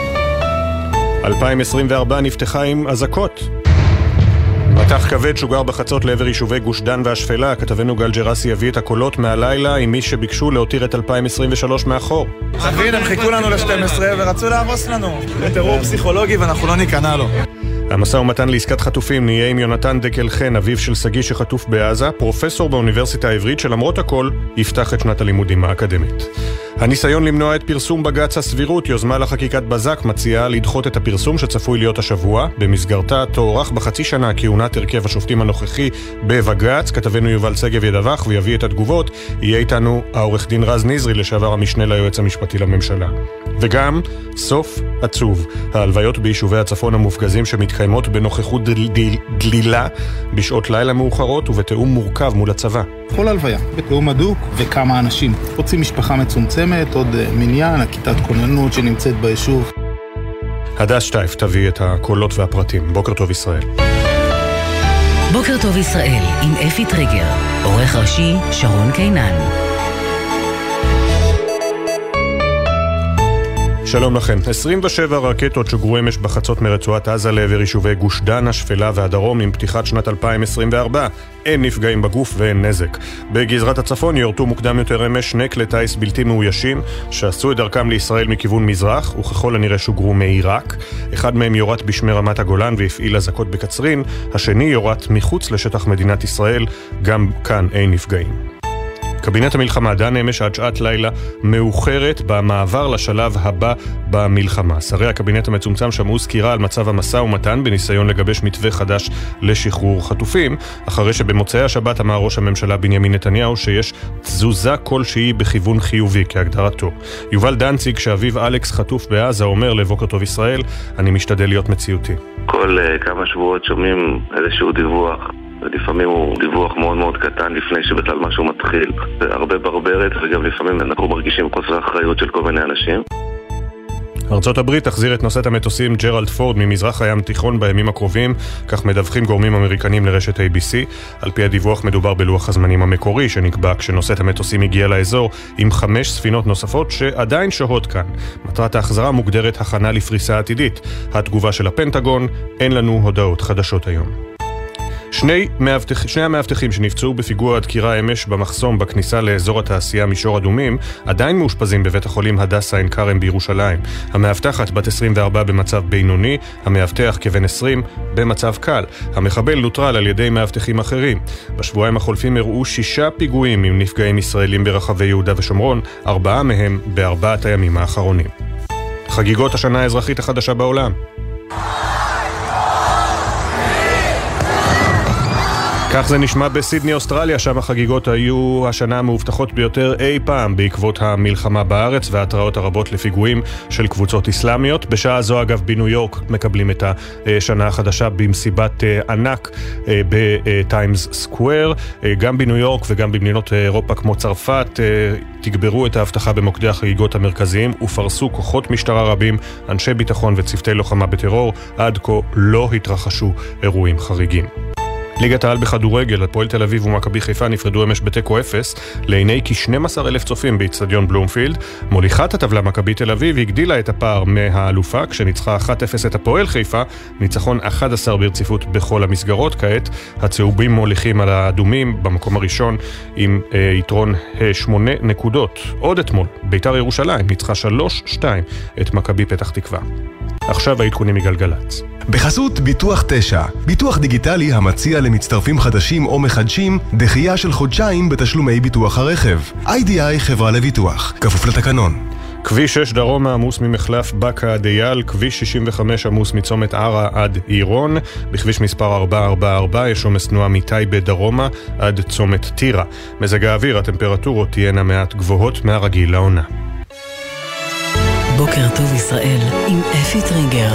2024 נפתחה עם אזעקות. מטח כבד שוגר בחצות לעבר יישובי גוש דן והשפלה. כתבנו גל ג'רסי יביא את הקולות מהלילה עם מי שביקשו להותיר את 2023 מאחור. תבין, הם חיכו לנו ל-12 ורצו להרוס לנו. זה טרור פסיכולוגי ואנחנו לא ניכנע לו. המשא ומתן לעסקת חטופים נהיה עם יונתן דקל חן, אביו של סגי שחטוף בעזה, פרופסור באוניברסיטה העברית שלמרות הכל יפתח את שנת הלימודים האקדמית. הניסיון למנוע את פרסום בג"ץ הסבירות, יוזמה לחקיקת בזק, מציעה לדחות את הפרסום שצפוי להיות השבוע. במסגרתה תוארך בחצי שנה כהונת הרכב השופטים הנוכחי בבג"ץ. כתבנו יובל סגב ידווח ויביא את התגובות. יהיה איתנו העורך דין רז נזרי, לשעבר המשנה ליועץ המשפטי לממשלה. וגם סוף עצוב, ההלוויות ביישובי הצפון המופגזים שמתקיימות בנוכחות דלילה בשעות לילה מאוחרות ובתאום מורכב מול הצבא. כל הלוויה, בתאום הדוק וכמה אנשים. רוצים משפחה מצומצמת, עוד מניין, הכיתת כוננות שנמצאת ביישוב. הדס שטייף תביא את הקולות והפרטים. בוקר טוב ישראל. בוקר טוב ישראל עם אפי טריגר, עורך ראשי שרון קינן. שלום לכם. 27 רקטות שוגרו אמש בחצות מרצועת עזה לעבר יישובי גוש דן, השפלה והדרום עם פתיחת שנת 2024. אין נפגעים בגוף ואין נזק. בגזרת הצפון יורטו מוקדם יותר אמש שני כלי טייס בלתי מאוישים שעשו את דרכם לישראל מכיוון מזרח וככל הנראה שוגרו מעיראק. אחד מהם יורט בשמי רמת הגולן והפעיל אזעקות בקצרין, השני יורט מחוץ לשטח מדינת ישראל, גם כאן אין נפגעים. קבינט המלחמה דן אמש עד שעת לילה מאוחרת במעבר לשלב הבא במלחמה. שרי הקבינט המצומצם שמעו סקירה על מצב המשא ומתן בניסיון לגבש מתווה חדש לשחרור חטופים, אחרי שבמוצאי השבת אמר ראש הממשלה בנימין נתניהו שיש תזוזה כלשהי בכיוון חיובי כהגדרתו. יובל דנציג שאביו אלכס חטוף בעזה אומר לבוקר טוב ישראל, אני משתדל להיות מציאותי. כל כמה שבועות שומעים איזשהו דיווח, ולפעמים הוא דיווח מאוד מאוד קטן לפני שבכלל משהו מתחיל. זה הרבה ברברת וגם לפעמים אנחנו מרגישים חוסר אחריות של כל מיני אנשים. ארצות הברית תחזיר את נושאת המטוסים ג'רלד פורד ממזרח הים התיכון בימים הקרובים, כך מדווחים גורמים אמריקנים לרשת ABC. על פי הדיווח מדובר בלוח הזמנים המקורי שנקבע כשנושאת המטוסים הגיעה לאזור עם 5 ספינות נוספות שעדיין שוהות כאן. מטרת ההחזרה מוגדרת הכנה לפריסה עתידית. התגובה של הפנטגון, אין לנו הודעות חדשות היום. שני המאבטחים שנפצעו בפיגוע הדקירה אמש במחסום בכניסה לאזור התעשייה מישור אדומים עדיין מאושפזים בבית החולים הדסה עין כרם בירושלים. המאבטחת בת 24 במצב בינוני, המאבטח כבן 20 במצב קל. המחבל נוטרל על ידי מאבטחים אחרים. בשבועיים החולפים הראו 6 פיגועים עם נפגעים ישראלים ברחבי יהודה ושומרון, 4 מהם ב4 הימים האחרונים. חגיגות השנה האזרחית החדשה בעולם. כך זה נשמע בסידני, אוסטרליה, שם החגיגות היו השנה המאובטחות ביותר אי פעם בעקבות המלחמה בארץ וההתראות הרבות לפיגועים של קבוצות אסלאמיות. בשעה זו אגב בניו יורק מקבלים את השנה החדשה במסיבת ענק בטיימס סקוואר. גם בניו יורק וגם במדינות אירופה כמו צרפת תגברו את ההבטחה במוקדי החגיגות המרכזיים ופרסו כוחות משטרה רבים, אנשי ביטחון וצוותי לוחמה בטרור. עד כה לא התרחשו אירועים חריגים. ליגת העל בכדורגל, הפועל תל אביב ומכבי חיפה נפרדו אמש בתיקו 0 לעיני כ-12,000 צופים באצטדיון בלומפילד. מוליכת הטבלה מכבי תל אביב הגדילה את הפער מהאלופה כשניצחה 1-0 את הפועל חיפה, ניצחון 11 ברציפות בכל המסגרות. כעת הצהובים מוליכים על האדומים במקום הראשון עם יתרון 8 נקודות. עוד אתמול בית"ר ירושלים ניצחה 3-2 את מכבי פתח תקווה. עכשיו העדכונים מגלגלץ. בחסות ביטוח 9, ביטוח דיגיטלי המציע למצטרפים חדשים או מחדשים דחייה של חודשיים בתשלומי ביטוח הרכב. IDI חברה לביטוח, כפוף לתקנון. כביש 6 דרומה עמוס ממחלף בקה עד אייל, כביש 65 עמוס מצומת ערה עד עירון, בכביש מספר 444 יש עומס תנועה מטייבה דרומה עד צומת טירה. מזג האוויר, הטמפרטורות תהיינה מעט גבוהות מהרגיל לעונה. בוקר טוב ישראל עם אפי טריגר.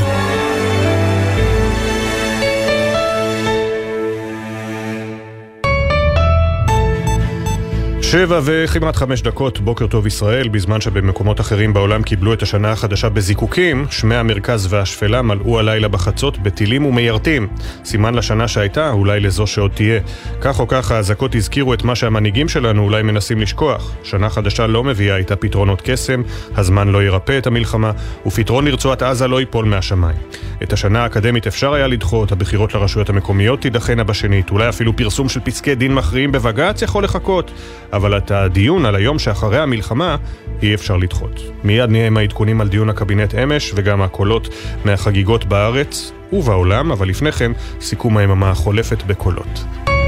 7:05, בוקר טוב ישראל. בזמן שבמקומות אחרים בעולם קיבלו את השנה החדשה בזיקוקים, שמי המרכז והשפלה מלאו הלילה בחצות בטילים ומיירטים. סימן לשנה שהייתה, אולי לזו שעוד תהיה. כך או כך האזעקות הזכירו את מה שהמנהיגים שלנו אולי מנסים לשכוח. שנה חדשה לא מביאה איתה פתרונות קסם, הזמן לא ירפא את המלחמה, ופתרון לרצועת עזה לא ייפול מהשמיים. את השנה האקדמית אפשר היה לדחות, הבחירות לרשויות המקומיות תידחנה בשנית, אולי אפילו פרסום של פסקי דין מכריעים בבג"ץ יכול לחכות. אבל את הדיון על היום שאחרי המלחמה אי אפשר לדחות. מיד נהיה עם העדכונים על דיון הקבינט אמש וגם הקולות מהחגיגות בארץ ובעולם, אבל לפני כן סיכום היממה החולפת בקולות.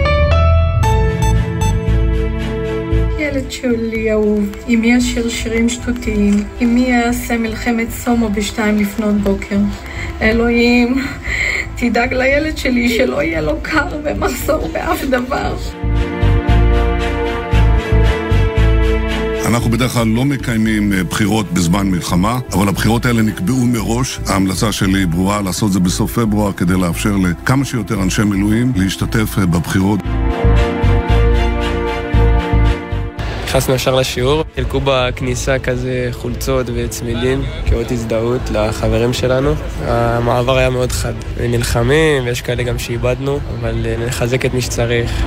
ילד שלי אהוב, אמי ישיר שירים שטותיים, אמי יעשה מלחמת סומו ב2 לפנות בוקר. אלוהים, תדאג לילד שלי שלא יהיה לו קר ומחסור באף דבר. אנחנו בדרך כלל לא מקיימים בחירות בזמן מלחמה, אבל הבחירות האלה נקבעו מראש. ההמלצה שלי ברורה לעשות זה בסוף פברואר כדי לאפשר לכמה שיותר אנשי מילואים להשתתף בבחירות. נכנסנו ישר לשיעור, חילקו בכניסה כזה חולצות וצמידים כאות הזדהות לחברים שלנו. המעבר היה מאוד חד. נלחמים ויש כאלה גם שאיבדנו, אבל נחזק את מי שצריך.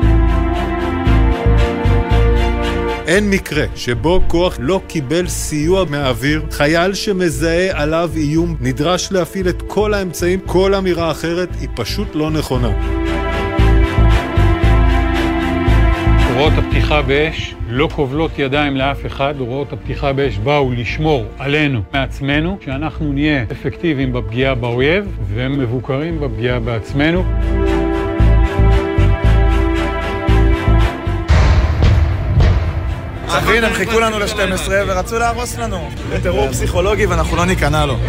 אין מקרה שבו כוח לא קיבל סיוע מהאוויר. חייל שמזהה עליו איום נדרש להפעיל את כל האמצעים. כל אמירה אחרת היא פשוט לא נכונה. הוראות הפתיחה באש לא כובלות ידיים לאף אחד. הוראות הפתיחה באש באו לשמור עלינו מעצמנו, שאנחנו נהיה אפקטיביים בפגיעה באויב ומבוקרים בפגיעה בעצמנו. תבין, הם חיכו לנו ל-12 ורצו להרוס לנו. זה טרור פסיכולוגי ואנחנו לא ניכנע לו.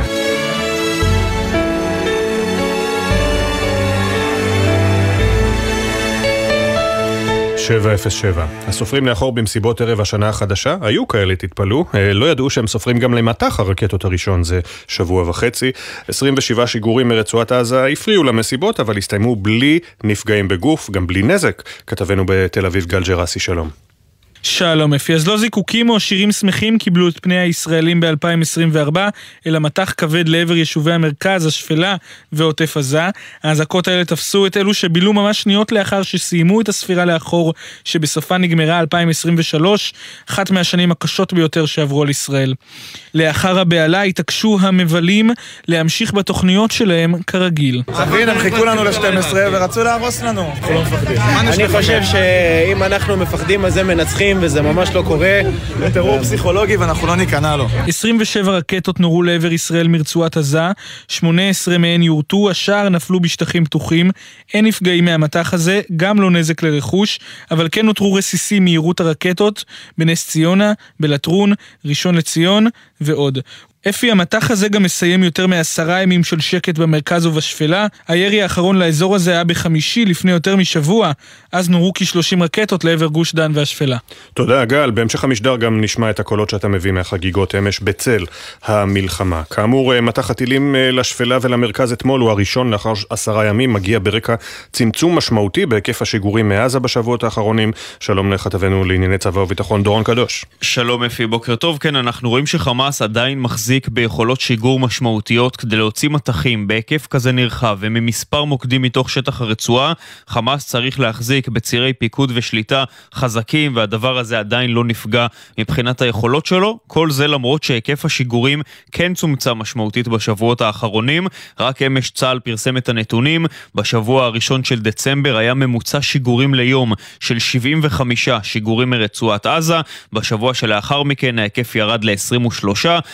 .07. הסופרים לאחור במסיבות ערב השנה החדשה, היו כאלה, תתפלו, לא ידעו שהם סופרים גם למטח הרקטות הראשון, זה שבוע וחצי. 27 שיגורים מרצועת עזה הפריעו למסיבות, אבל הסתיימו בלי נפגעים בגוף, גם בלי נזק. כתבנו בתל אביב גל ג'רסי, שלום. שלום אפי, אז לא זיקוקים או שירים שמחים קיבלו את פני הישראלים ב-2024, אלא מתח כבד לעבר יישובי המרכז, השפלה ועוטף עזה. האזעקות האלה תפסו את אלו שבילו ממש שניות לאחר שסיימו את הספירה לאחור, שבסופה נגמרה 2023, אחת מהשנים הקשות ביותר שעברו על ישראל. לאחר הבעלה התעקשו המבלים להמשיך בתוכניות שלהם כרגיל. תבין, הם חיכו לנו ל-12 ורצו להרוס לנו. אנחנו לא מפחדים. אני חושב שאם אנחנו מפחדים אז זה מנצחים, וזה ממש לא קורה. זה טרור פסיכולוגי ואנחנו לא ניכנע לו. 27 רקטות נורו לעבר ישראל מרצועת עזה, 18 מהן יורטו, השאר נפלו בשטחים פתוחים. אין נפגעים מהמתח הזה, גם לא נזק לרכוש, אבל כן נותרו רסיסים מהירות הרקטות בנס ציונה, בלטרון, ראשון לציון ועוד. אפי, המתח הזה גם מסיים יותר מ10 ימים של שקט במרכז ובשפלה. הירי האחרון לאזור הזה היה בחמישי לפני יותר משבוע, אז נורו כ30 רקטות לעבר גוש דן והשפלה. תודה גל, בהמשך המשדר גם נשמע את הקולות שאתה מביא מהחגיגות אמש בצל המלחמה. כאמור, מתח הטילים לשפלה ולמרכז אתמול הוא הראשון לאחר 10 ימים, מגיע ברקע צמצום משמעותי בהיקף השיגורים מעזה בשבועות האחרונים. שלום לכתבנו לענייני צבא וביטחון דורון קדוש. שלום אפי, בוקר טוב. כן, אנחנו רואים שחמאס עדיין מחזיק ביכולות שיגור משמעותיות כדי להוציא מתחים בהיקף כזה נרחב וממספר מוקדים מתוך שטח הרצועה. חמאס צריך להחזיק בצירי פיקוד ושליטה חזקים, והדבר הזה עדיין לא נפגע מבחינת היכולות שלו. כל זה למרות שהיקף השיגורים כן צומצם משמעותית בשבועות האחרונים. רק אמש צה"ל פרסם את הנתונים. בשבוע הראשון של דצמבר היה ממוצע שיגורים ליום של 75 שיגורים מרצועת עזה. בשבוע שלאחר מכן ההיקף ירד ל-23, אחר כך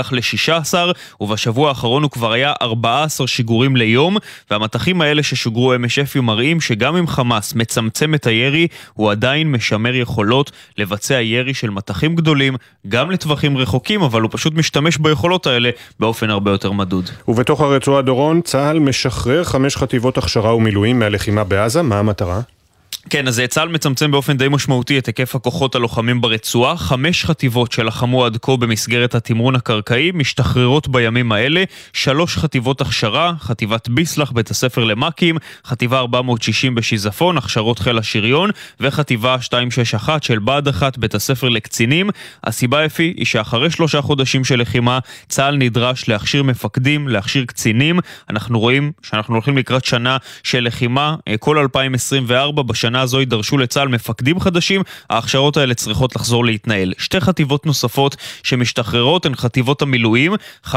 נלקח ל-16, ובשבוע האחרון הוא כבר היה 14 שיגורים ליום, והמטחים האלה ששוגרו אמש אפי מראים שגם אם חמאס מצמצם את הירי, הוא עדיין משמר יכולות לבצע ירי של מטחים גדולים, גם לטווחים רחוקים, אבל הוא פשוט משתמש ביכולות האלה באופן הרבה יותר מדוד. ובתוך הרצועה דורון, צה"ל משחרר 5 חטיבות הכשרה ומילואים מהלחימה בעזה. מה המטרה? כן, אז צה"ל מצמצם באופן די משמעותי את היקף הכוחות הלוחמים ברצועה. 5 חטיבות שלחמו עד כה במסגרת התמרון הקרקעי משתחררות בימים האלה. 3 חטיבות הכשרה, חטיבת ביסלח בית הספר למקים, חטיבה 460 בשיזפון, הכשרות חיל השריון, וחטיבה 261 של בה"ד 1 בית הספר לקצינים. הסיבה אפי היא שאחרי 3 חודשים של לחימה, צה"ל נדרש להכשיר מפקדים, להכשיר קצינים. אנחנו רואים שאנחנו הולכים לקראת שנה של לחימה. כל 2024 בשנה הזו יידרשו לצה"ל מפקדים חדשים, ההכשרות האלה צריכות לחזור להתנהל. 2 חטיבות נוספות שמשתחררות הן חטיבות המילואים,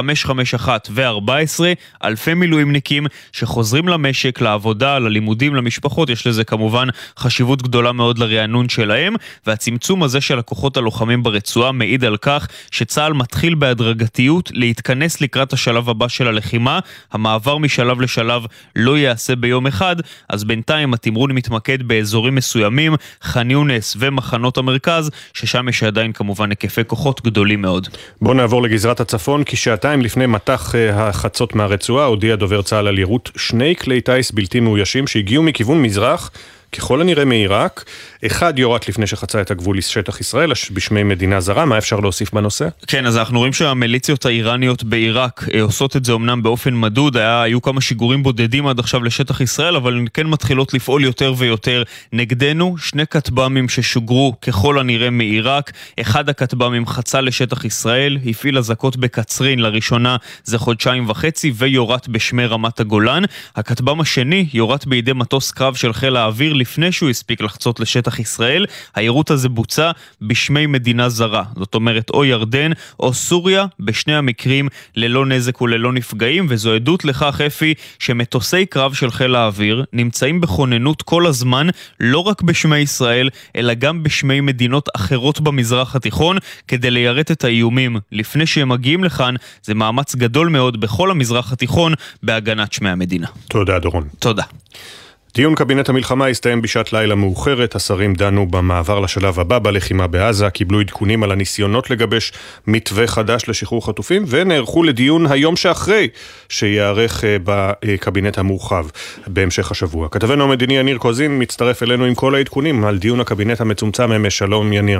551 ו-14, אלפי מילואימניקים שחוזרים למשק, לעבודה, ללימודים, למשפחות. יש לזה כמובן חשיבות גדולה מאוד לרענון שלהם, והצמצום הזה של הכוחות הלוחמים ברצועה מעיד על כך שצה"ל מתחיל בהדרגתיות להתכנס לקראת השלב הבא של הלחימה. המעבר משלב לשלב לא יעשה ביום אחד, אז בינתיים התמרון מתמקד באזורים מסוימים, ח'אן יונס ומחנות המרכז, ששם יש עדיין כמובן היקפי כוחות גדולים מאוד. בואו נעבור לגזרת הצפון, כי שעתיים לפני מטח החצות מהרצועה, הודיע דובר צה"ל על יירוט 2 כלי טייס בלתי מאוישים שהגיעו מכיוון מזרח, ככל הנראה מעיראק. אחד יורט לפני שחצה את הגבול לשטח ישראל, בשמי מדינה זרה. מה אפשר להוסיף בנושא? כן, אז אנחנו רואים שהמיליציות האיראניות בעיראק עושות את זה אומנם באופן מדוד. היו כמה שיגורים בודדים עד עכשיו לשטח ישראל, אבל כן מתחילות לפעול יותר ויותר נגדנו. 2 כטב"מים ששוגרו ככל הנראה מעיראק. אחד הכטב"מים חצה לשטח ישראל, הפעיל אזעקות בקצרין לראשונה זה 1.5 חודשים, ויורט בשמי רמת הגולן. הכטב"ם השני יורט בידי מטוס קרב של חיל האוויר לפני שהוא הספיק לחצות לשטח ישראל. היירוט הזה בוצע בשמי מדינה זרה, זאת אומרת או ירדן או סוריה, בשני המקרים ללא נזק וללא נפגעים, וזו עדות לכך אפי שמטוסי קרב של חיל האוויר נמצאים בכוננות כל הזמן, לא רק בשמי ישראל אלא גם בשמי מדינות אחרות במזרח התיכון, כדי ליירט את האיומים לפני שהם מגיעים לכאן. זה מאמץ גדול מאוד בכל המזרח התיכון בהגנת שמי המדינה. תודה דורון. תודה. דיון קבינט המלחמה הסתיים בשעת לילה מאוחרת. השרים דנו במעבר לשלב הבא בלחימה בעזה, קיבלו עדכונים על הניסיונות לגבש מתווה חדש לשחרור חטופים, ונערכו לדיון היום שאחרי שיערך בקבינט המורחב בהמשך השבוע. כתבנו המדיני יניר קוזין מצטרף אלינו עם כל העדכונים על דיון הקבינט המצומצם אמש. שלום יניר.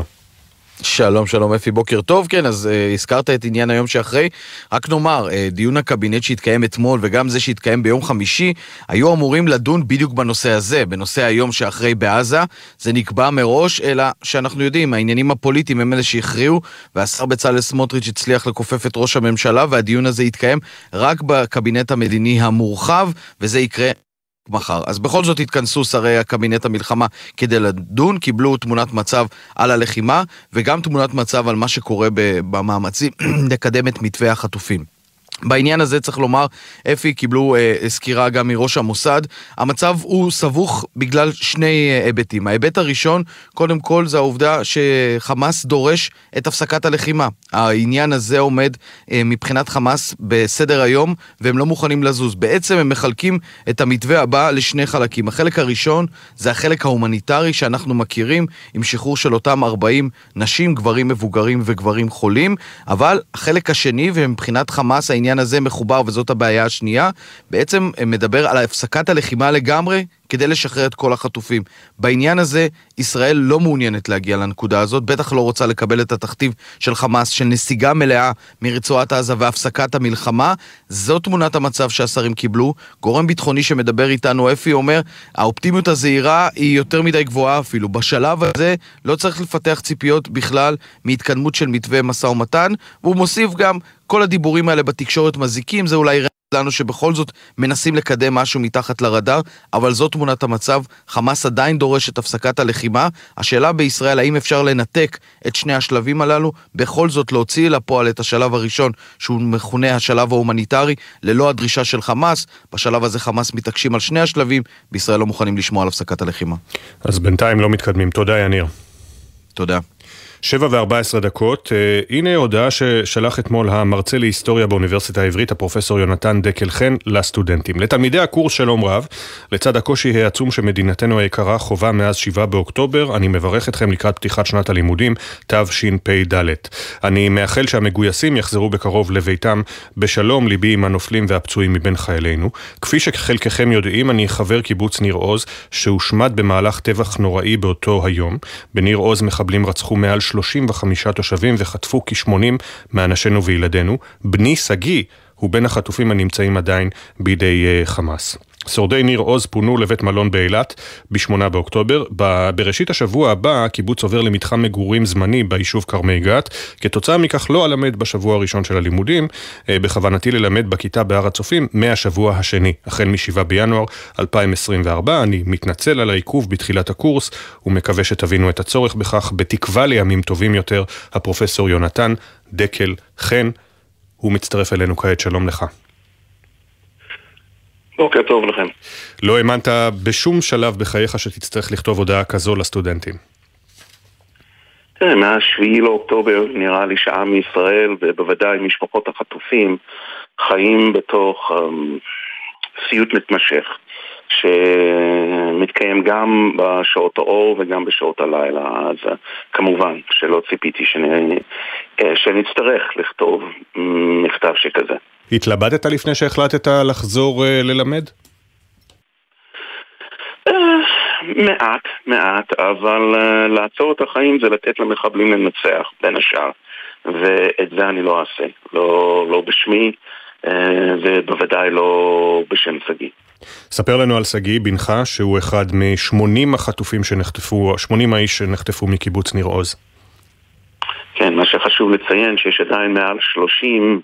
שלום, שלום אפי, בוקר טוב. כן, אז הזכרת את עניין היום שאחרי. רק נאמר, דיון הקבינט שהתקיים אתמול וגם זה שהתקיים ביום חמישי, היו אמורים לדון בדיוק בנושא הזה, בנושא היום שאחרי בעזה. זה נקבע מראש, אלא שאנחנו יודעים, העניינים הפוליטיים הם אלה שהכריעו, והשר בצלאל סמוטריץ' הצליח לכופף את ראש הממשלה, והדיון הזה יתקיים רק בקבינט המדיני המורחב, וזה יקרה מחר. אז בכל זאת התכנסו שרי הקבינט המלחמה כדי לדון, קיבלו תמונת מצב על הלחימה, וגם תמונת מצב על מה שקורה במאמצים לקדם את מתווה החטופים. בעניין הזה צריך לומר, אפי, קיבלו סקירה גם מראש המוסד. המצב הוא סבוך בגלל 2 היבטים. ההיבט הראשון, קודם כל, זה העובדה שחמאס דורש את הפסקת הלחימה. העניין הזה עומד מבחינת חמאס בסדר היום, והם לא מוכנים לזוז. בעצם הם מחלקים את המתווה הבא ל2 חלקים. החלק הראשון זה החלק ההומניטרי שאנחנו מכירים, עם שחרור של אותם 40 נשים, גברים מבוגרים וגברים חולים. אבל החלק השני, ומבחינת חמאס העניין הזה מחובר, וזאת הבעיה השנייה, בעצם מדבר על הפסקת הלחימה לגמרי כדי לשחרר את כל החטופים. בעניין הזה ישראל לא מעוניינת להגיע לנקודה הזאת, בטח לא רוצה לקבל את התכתיב של חמאס של נסיגה מלאה מרצועת עזה והפסקת המלחמה. זאת תמונת המצב שהשרים קיבלו. גורם ביטחוני שמדבר איתנו, אפי, אומר האופטימיות הזהירה היא יותר מדי גבוהה אפילו. בשלב הזה לא צריך לפתח ציפיות בכלל מהתקדמות של מתווה משא ומתן, והוא מוסיף גם כל הדיבורים האלה בתקשורת מזיקים, זה אולי לנו שבכל זאת מנסים לקדם משהו מתחת לרדאר, אבל זאת תמונת המצב. חמאס עדיין דורש את הפסקת הלחימה. השאלה בישראל, האם אפשר לנתק את 2 השלבים הללו, בכל זאת להוציא לפועל את השלב הראשון, שהוא מכונה השלב ההומניטרי, ללא הדרישה של חמאס. בשלב הזה חמאס מתעקשים על 2 השלבים, בישראל לא מוכנים לשמוע על הפסקת הלחימה. אז בינתיים לא מתקדמים. תודה יניר. תודה. 7:14. הנה הודעה ששלח אתמול המרצה להיסטוריה באוניברסיטה העברית, הפרופסור יונתן דקל חן, לסטודנטים. לתלמידי הקורס שלום רב, לצד הקושי העצום שמדינתנו היקרה חובה מאז 7 באוקטובר, אני מברך אתכם לקראת פתיחת שנת הלימודים תשפ"ד. אני מאחל שהמגויסים יחזרו בקרוב לביתם בשלום, ליבי עם הנופלים והפצועים מבין חיילינו. כפי שחלקכם יודעים, אני חבר קיבוץ ניר עוז, שהושמד במהלך טבח נוראי באותו היום. בניר עוז מחבלים רצחו מעל 35 תושבים וחטפו כ-80 מאנשינו וילדינו. בני סגי הוא בין החטופים הנמצאים עדיין בידי חמאס. שורדי ניר עוז פונו לבית מלון באילת ב-8 באוקטובר. בראשית השבוע הבא הקיבוץ עובר למתחם מגורים זמני ביישוב כרמי גת. כתוצאה מכך לא אלמד בשבוע הראשון של הלימודים. בכוונתי ללמד בכיתה בהר הצופים מהשבוע השני, החל מ-7 בינואר 2024. אני מתנצל על העיכוב בתחילת הקורס ומקווה שתבינו את הצורך בכך. בתקווה לימים טובים יותר, הפרופסור יונתן דקל חן. הוא מצטרף אלינו כעת. שלום לך. בוקר טוב לכם. לא האמנת בשום שלב בחייך שתצטרך לכתוב הודעה כזו לסטודנטים? מה-7 לאוקטובר נראה לי שעם ישראל ובוודאי משפחות החטופים חיים בתוך סיוט מתמשך שמתקיים גם בשעות האור וגם בשעות הלילה. אז כמובן שלא ציפיתי שנצטרך לכתוב מכתב שכזה. התלבטת לפני שהחלטת לחזור ללמד? מעט, אבל לעצור את החיים זה לתת למחבלים לנצח בין השאר, ואת זה אני לא אעשה, לא בשמי ובוודאי לא בשם סגי. ספר לנו על סגי, בנך, שהוא אחד מ-80 החטופים שנחטפו, 80 האיש שנחטפו מקיבוץ ניר עוז. כן, מה שחשוב לציין שיש עדיין מעל 30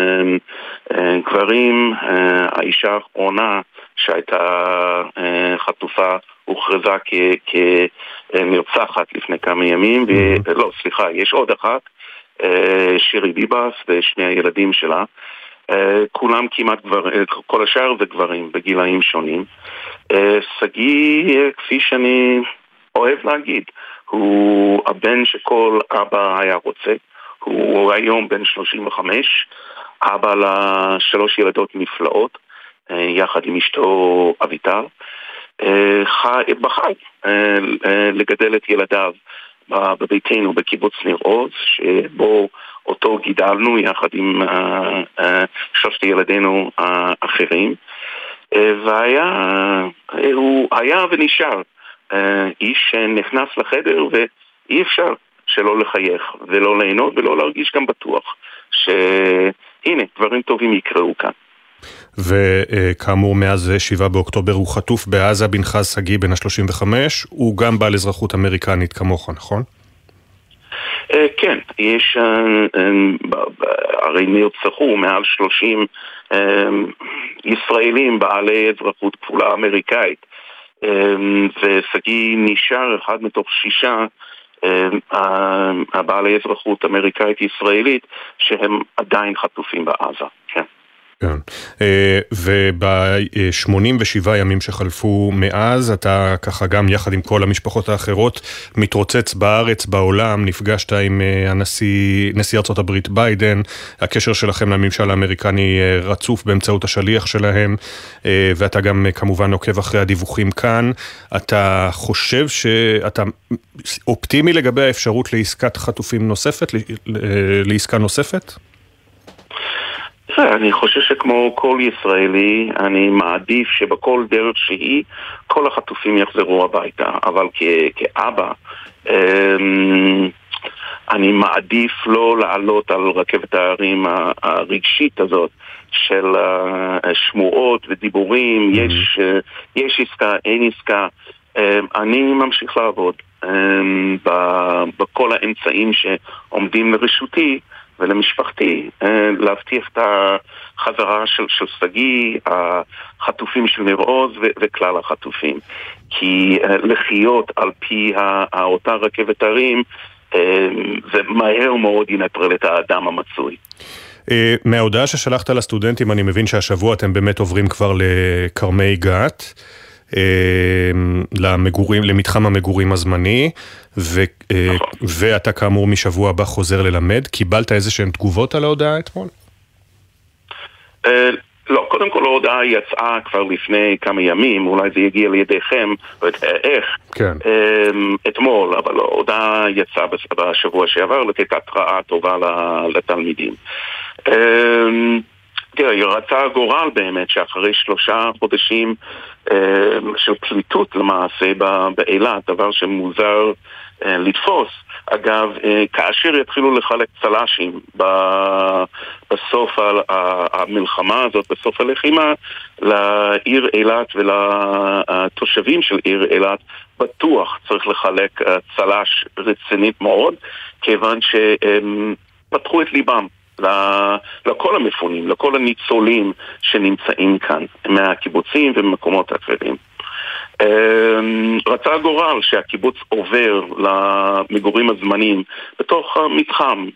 גברים. האישה האחרונה שהייתה חטופה הוכרזה כנרצחת לפני כמה ימים, לא, סליחה, יש עוד אחת, שירי ביבס ושני הילדים שלה. כולם כמעט גברים, כל השאר זה גברים בגילאים שונים. סגי, כפי שאני אוהב להגיד, הוא הבן שכל אבא היה רוצה. הוא היום בן 35, אבא ל3 ילדות נפלאות, יחד עם אשתו אביטל. בחר לגדל את ילדיו בביתנו בקיבוץ ניר עוז, שבו אותו גידלנו יחד עם 3 ילדינו האחרים. הוא היה ונשאר איש שנכנס לחדר ואי אפשר שלא לחייך ולא ליהנות ולא להרגיש גם בטוח שהנה דברים טובים יקראו כאן. וכאמור מאז 7 באוקטובר הוא חטוף בעזה. בנך סגי בן ה-35, הוא גם בעל אזרחות אמריקנית כמוך, נכון? כן, יש הרי נרצחו מעל 30 ישראלים בעלי אזרחות כפולה אמריקאית, וסגי נשאר אחד מתוך 6 הבעלי אזרחות אמריקאית ישראלית שהם עדיין חטופים בעזה. כן. כן. וב-87 ימים שחלפו מאז, אתה ככה גם יחד עם כל המשפחות האחרות מתרוצץ בארץ, בעולם, נפגשת עם נשיא ארצות הברית ביידן, הקשר שלכם לממשל האמריקני רצוף באמצעות השליח שלהם, ואתה גם כמובן עוקב אחרי הדיווחים כאן. אתה חושב שאתה אופטימי לגבי האפשרות לעסקת חטופים נוספת, לעסקה נוספת? אני חושב שכמו כל ישראלי, אני מעדיף שבכל דרך שהיא, כל החטופים יחזרו הביתה. אבל כאבא, אני מעדיף לא לעלות על רכבת הערים הרגשית הזאת של שמועות ודיבורים, יש עסקה, אין עסקה. אני ממשיך לעבוד בכל האמצעים שעומדים לרשותי ולמשפחתי, להבטיח את החזרה של סגי, החטופים של ניר עוז וכלל החטופים. כי לחיות על פי אותה רכבת הרים, זה מהר מאוד ינטרל את האדם המצוי. מההודעה ששלחת לסטודנטים, אני מבין שהשבוע אתם באמת עוברים כבר לכרמי גת. למתחם המגורים הזמני, ואתה כאמור משבוע הבא חוזר ללמד. קיבלת איזשהן תגובות על ההודעה אתמול? לא, קודם כל ההודעה יצאה כבר לפני כמה ימים, אולי זה יגיע לידיכם, לא יודע איך, אתמול, אבל ההודעה יצאה בשבוע שעבר לתת התראה טובה לתלמידים. תראה, רצה הגורל באמת שאחרי 3 חודשים של פליטות למעשה באילת, דבר שמוזר לתפוס. אגב, כאשר יתחילו לחלק צל"שים בסוף המלחמה הזאת, בסוף הלחימה, לעיר אילת ולתושבים של עיר אילת, בטוח צריך לחלק צל"ש רצינית מאוד, כיוון שהם פתחו את ליבם לכל המפונים, לכל הניצולים שנמצאים כאן, מהקיבוצים ומקומות אחרים. רצה הגורל שהקיבוץ עובר למגורים הזמניים בתוך המתחם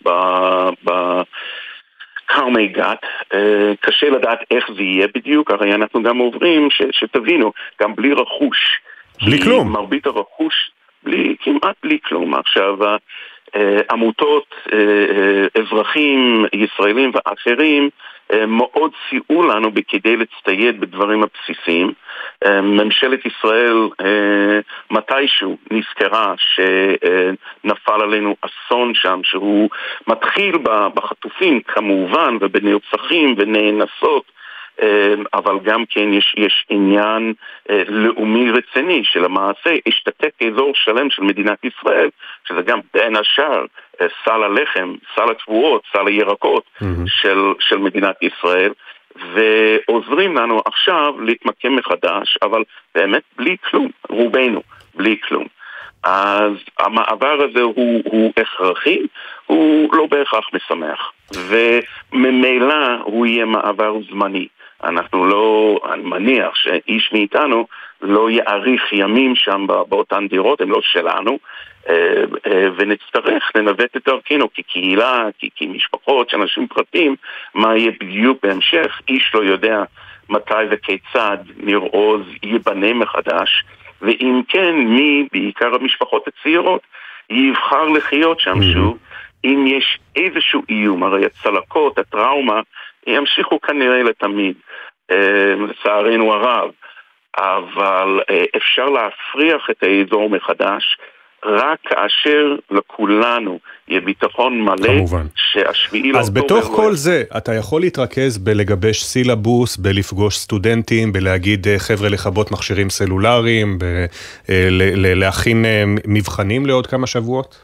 בכרמי גת. קשה לדעת איך זה יהיה בדיוק, הרי אנחנו גם עוברים, שתבינו, גם בלי רכוש. בלי כלום. מרבית הרכוש, כמעט בלי כלום. עכשיו, עמותות, אזרחים ישראלים ואחרים מאוד סייעו לנו כדי להצטייד בדברים הבסיסיים. ממשלת ישראל מתישהו נזכרה שנפל עלינו אסון שם, שהוא מתחיל בחטופים כמובן ובנרצחים ונאנסות, אבל גם כן יש עניין לאומי רציני של המעשה השתתק אזור שלם של מדינת ישראל, שזה גם בין השאר סל הלחם, סל התבואות, סל הירקות של מדינת ישראל, ועוזרים לנו עכשיו להתמקם מחדש, אבל באמת בלי כלום, רובנו בלי כלום. אז המעבר הזה הוא הכרחי, הוא לא בהכרח משמח, וממילא הוא יהיה מעבר זמני. אנחנו לא, אני מניח שאיש מאיתנו לא יאריך ימים שם באותן דירות, הן לא שלנו, ונצטרך לנווט את דרכנו כקהילה, כמשפחות, שאנשים פרטים, מה יהיה בדיוק בהמשך. איש לא יודע מתי וכיצד ניר עוז ייבנה מחדש, ואם כן, מי, בעיקר המשפחות הצעירות, יבחר לחיות שם שוב, אם יש איזשהו איום. הרי הצלקות, הטראומה, ימשיכו כנראה לתמיד, לצערנו הרב, אבל אפשר להפריח את האזור מחדש רק כאשר לכולנו יהיה ביטחון מלא, כמובן. שהשביעי לאוקטובר... אז בתוך כל זה, אתה יכול להתרכז בלגבש סילבוס, בלפגוש סטודנטים, בלהגיד חבר'ה לכבות מכשירים סלולריים, להכין מבחנים לעוד כמה שבועות?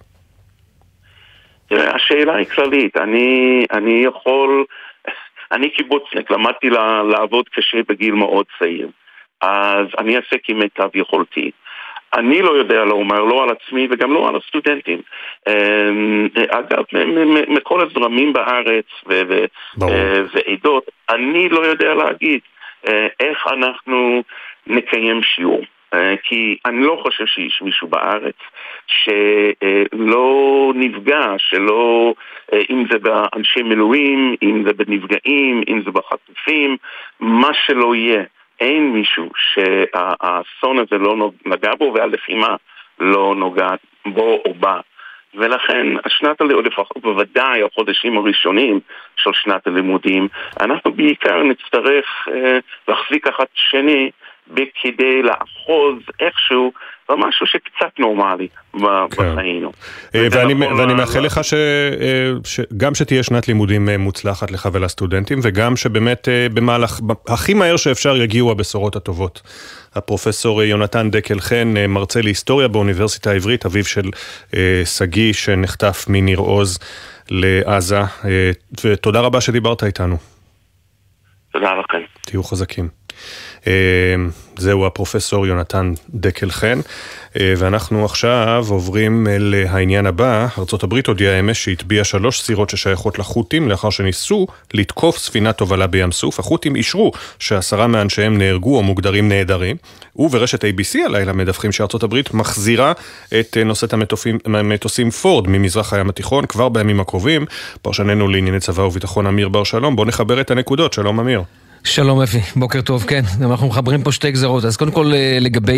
השאלה היא כללית. אני יכול... אני קיבוצניק, למדתי לעבוד קשה בגיל מאוד צעיר, אז אני אעשה כמיטב יכולתי. אני לא יודע לומר, לא על עצמי וגם לא על הסטודנטים. אגב, מכל הזרמים בארץ ועדות, אני לא יודע להגיד איך אנחנו נקיים שיעור. כי אני לא חושב שיש מישהו בארץ שלא נפגע, שלא, אם זה באנשי מילואים, אם זה בנפגעים, אם זה בחטופים, מה שלא יהיה. אין מישהו שהאסון הזה לא נגע בו והלחימה לא נוגעת בו או בה. ולכן השנת הלימודים, לפחות בוודאי החודשים הראשונים של שנת הלימודים, אנחנו בעיקר נצטרך להחזיק אחת שני בכדי לאחוז איכשהו במשהו שקצת נורמלי בחיינו. ואני מאחל לך גם שתהיה שנת לימודים מוצלחת לך ולסטודנטים, וגם שבאמת במהלך הכי מהר שאפשר יגיעו הבשורות הטובות. הפרופסור יונתן דקל חן, מרצה להיסטוריה באוניברסיטה העברית, אביו של סגי שנחטף מניר עוז לעזה, ותודה רבה שדיברת איתנו. תודה לכם. תהיו חזקים. זהו הפרופסור יונתן דקל חן, ואנחנו עכשיו עוברים לעניין הבא. ארצות הברית הודיעה אמש שהטביעה 3 סירות ששייכות לחות'ים לאחר שניסו לתקוף ספינת תובלה בים סוף. החות'ים אישרו ש10 מאנשיהם נהרגו או מוגדרים נהדרים, וברשת ABC הלילה מדווחים שארצות הברית מחזירה את נושאת המטוסים פורד ממזרח הים התיכון כבר בימים הקרובים. פרשננו לענייני צבא וביטחון אמיר בר שלום, בוא נחבר את הנקודות. שלום אמיר. שלום אפי, בוקר טוב, כן, אנחנו מחברים פה שתי גזרות, אז קודם כל לגבי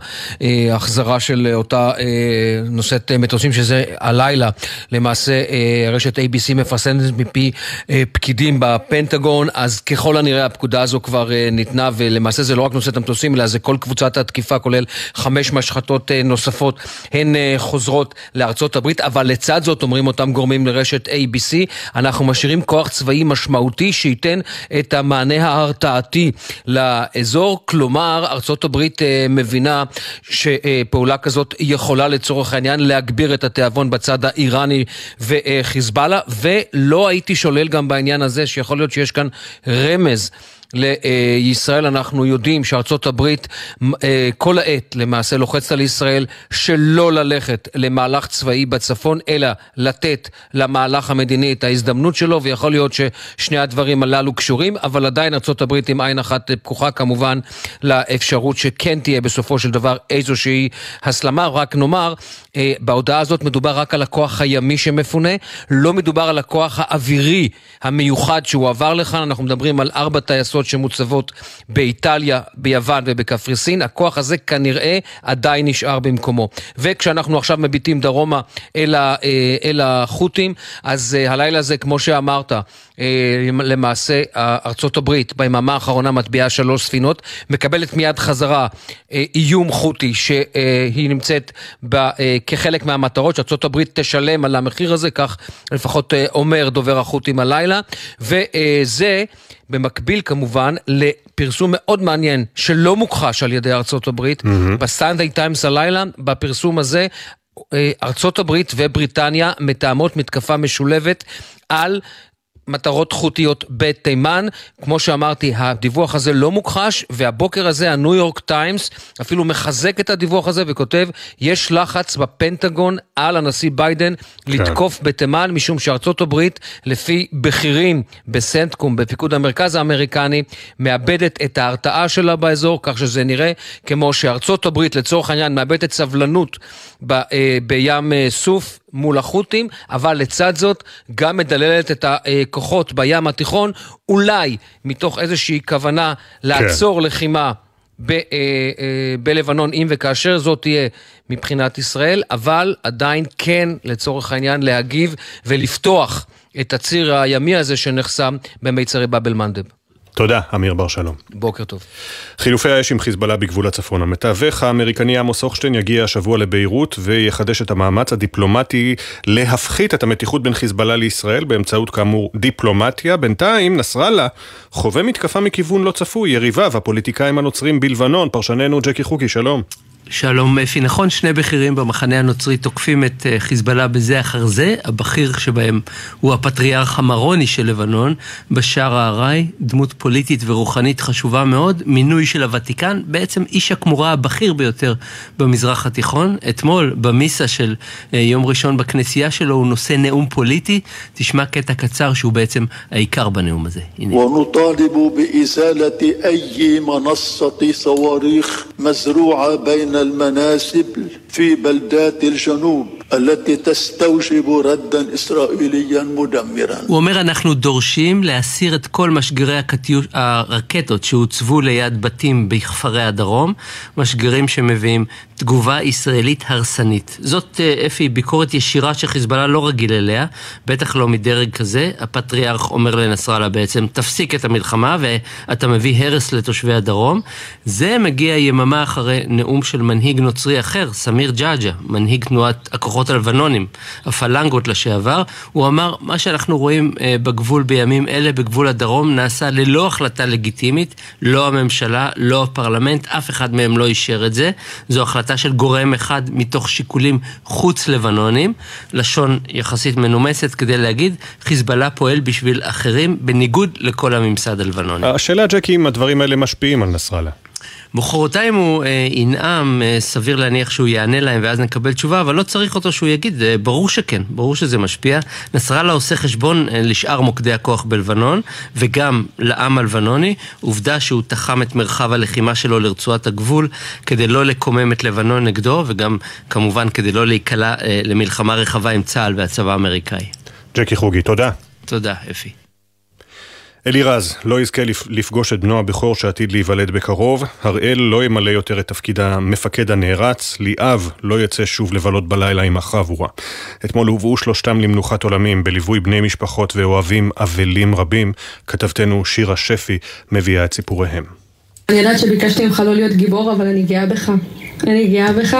ההחזרה של אותה נושאת מטוסים שזה הלילה, למעשה רשת ABC מפרסמת מפי פקידים בפנטגון, אז ככל הנראה הפקודה הזו כבר ניתנה, ולמעשה זה לא רק נושאת המטוסים, אלא זה כל קבוצת התקיפה, כולל 5 משחטות נוספות, הן חוזרות לארצות הברית, אבל לצד זאת אומרים אותם גורמים לרשת ABC, אנחנו משאירים כוח צבאי משמעותי שייתן את המענה ההרתעתי לאזור, כלומר ארצות הברית מבינה שפעולה כזאת יכולה לצורך העניין להגביר את התיאבון בצד האיראני וחיזבאללה, ולא הייתי שולל גם בעניין הזה שיכול להיות שיש כאן רמז לישראל. אנחנו יודעים שארצות הברית כל העת למעשה לוחצת על ישראל שלא ללכת למהלך צבאי בצפון, אלא לתת למהלך המדיני את ההזדמנות שלו, ויכול להיות ששני הדברים הללו קשורים, אבל עדיין ארצות הברית עם עין אחת פקוחה כמובן לאפשרות שכן תהיה בסופו של דבר איזושהי הסלמה. רק נאמר, בהודעה הזאת מדובר רק על הכוח הימי שמפונה, לא מדובר על הכוח האווירי המיוחד שהוא עבר לכאן, אנחנו מדברים על 4 טייסות שמוצבות באיטליה, ביוון ובקפריסין, הכוח הזה כנראה עדיין נשאר במקומו. וכשאנחנו עכשיו מביטים דרומה אל החות'ים, אז הלילה הזה כמו שאמרת, למעשה ארצות הברית ביממה האחרונה מטביעה 3 ספינות, מקבלת מיד חזרה איום חותי שהיא נמצאת כחלק מהמטרות שארצות הברית תשלם על המחיר הזה, כך לפחות אומר דובר החות'ים הלילה, וזה במקביל כמובן לפרסום מאוד מעניין שלא מוכחש על ידי ארצות הברית, בסנדיי טיימס הלילה, בפרסום הזה ארצות הברית ובריטניה מתאמות מתקפה משולבת על מטרות חותיות בתימן. כמו שאמרתי, הדיווח הזה לא מוכחש, והבוקר הזה הניו יורק טיימס אפילו מחזק את הדיווח הזה וכותב, יש לחץ בפנטגון על הנשיא ביידן לתקוף בתימן, משום שארצות הברית לפי בכירים בסנטקום, בפיקוד המרכז האמריקני, מאבדת את ההרתעה שלה באזור, כך שזה נראה כמו שארצות הברית לצורך העניין מאבדת סבלנות בים סוף מול החות'ים, אבל לצד זאת גם מדללת את הכוחות בים התיכון, אולי מתוך איזושהי כוונה לעצור לחימה בלבנון, אם וכאשר זאת תהיה מבחינת ישראל, אבל עדיין כן לצורך העניין להגיב ולפתוח את הציר הימי הזה שנחסם במיצרי באב אל-מנדב. תודה, אמיר בר שלום. בוקר טוב. חילופי האש עם חיזבאללה בגבול הצפון. המתווך האמריקני עמוס הוכשטיין יגיע השבוע לביירות ויחדש את המאמץ הדיפלומטי להפחית את המתיחות בין חיזבאללה לישראל באמצעות כאמור דיפלומטיה. בינתיים נסראללה חווה מתקפה מכיוון לא צפוי, יריביו הפוליטיקאים הנוצרים בלבנון. פרשננו ג'קי חוקי, שלום. שלום אפי, נכון, 2 בכירים במחנה הנוצרי תוקפים את חיזבאללה בזה אחר זה, הבכיר שבהם הוא הפטריארך המרוני של לבנון, בשאר העראי, דמות פוליטית ורוחנית חשובה מאוד, מינוי של הוותיקן, בעצם איש הכמורה הבכיר ביותר במזרח התיכון. אתמול במיסה של יום ראשון בכנסייה שלו הוא נושא נאום פוליטי, תשמע קטע קצר שהוא בעצם העיקר בנאום הזה. ונطالب بإزالة أي منصة صواريخ مزروعة بين المناسب في بلدات الجنوب التي تستوجب ردا إسرائيليا مدمرا. הוא אומר, אנחנו דורשים להסיר את כל משגרי הרקטות שהוצבו ליד בתים בכפרי הדרום, משגרים שמביאים תגובה ישראלית הרסנית. זאת אפי ביקורת ישירה שחיזבאללה לא רגיל אליה, בטח לא מדרג כזה. הפטריארך אומר לנסראללה בעצם, תפסיק את המלחמה ואתה מביא הרס לתושבי הדרום. זה מגיע יממה אחרי נאום של מנהיג נוצרי אחר, סמיר ג'אג'ה, מנהיג תנועת הכוחות הלבנונים, הפלנגות לשעבר. הוא אמר, מה שאנחנו רואים בגבול בימים אלה, בגבול הדרום, נעשה ללא החלטה לגיטימית, לא הממשלה, לא הפרלמנט, אף אחד מהם לא אישר את זה. זו החלטה של גורם אחד מתוך שיקולים חוץ לבנונים, לשון יחסית מנומסת כדי להגיד, חיזבאללה פועל בשביל אחרים, בניגוד לכל הממסד הלבנוני. השאלה ג'קי, אם הדברים האלה משפיעים על נסראללה. מחרתיים הוא ינאם, סביר להניח שהוא יענה להם ואז נקבל תשובה, אבל לא צריך אותו שהוא יגיד, ברור שכן, ברור שזה משפיע. נסראללה עושה חשבון לשאר מוקדי הכוח בלבנון וגם לעם הלבנוני, עובדה שהוא תחם את מרחב הלחימה שלו לרצועת הגבול כדי לא לקומם את לבנון נגדו, וגם כמובן כדי לא להיקלע למלחמה רחבה עם צה"ל והצבא האמריקאי. ג'קי חוגי, תודה. תודה, אפי. אלירז לא יזכה לפגוש את בנו הבכור שעתיד להיוולד בקרוב, הראל לא ימלא יותר את תפקיד המפקד הנערץ, ליאב לא יצא שוב לבלות בלילה עם החבורה. אתמול הובאו שלושתם למנוחת עולמים בליווי בני משפחות ואוהבים אבלים רבים. כתבתנו שירה שפי מביאה את סיפוריהם. אני יודעת שביקשתי ממך לא להיות גיבור, אבל אני גאה בך. אני גאה בך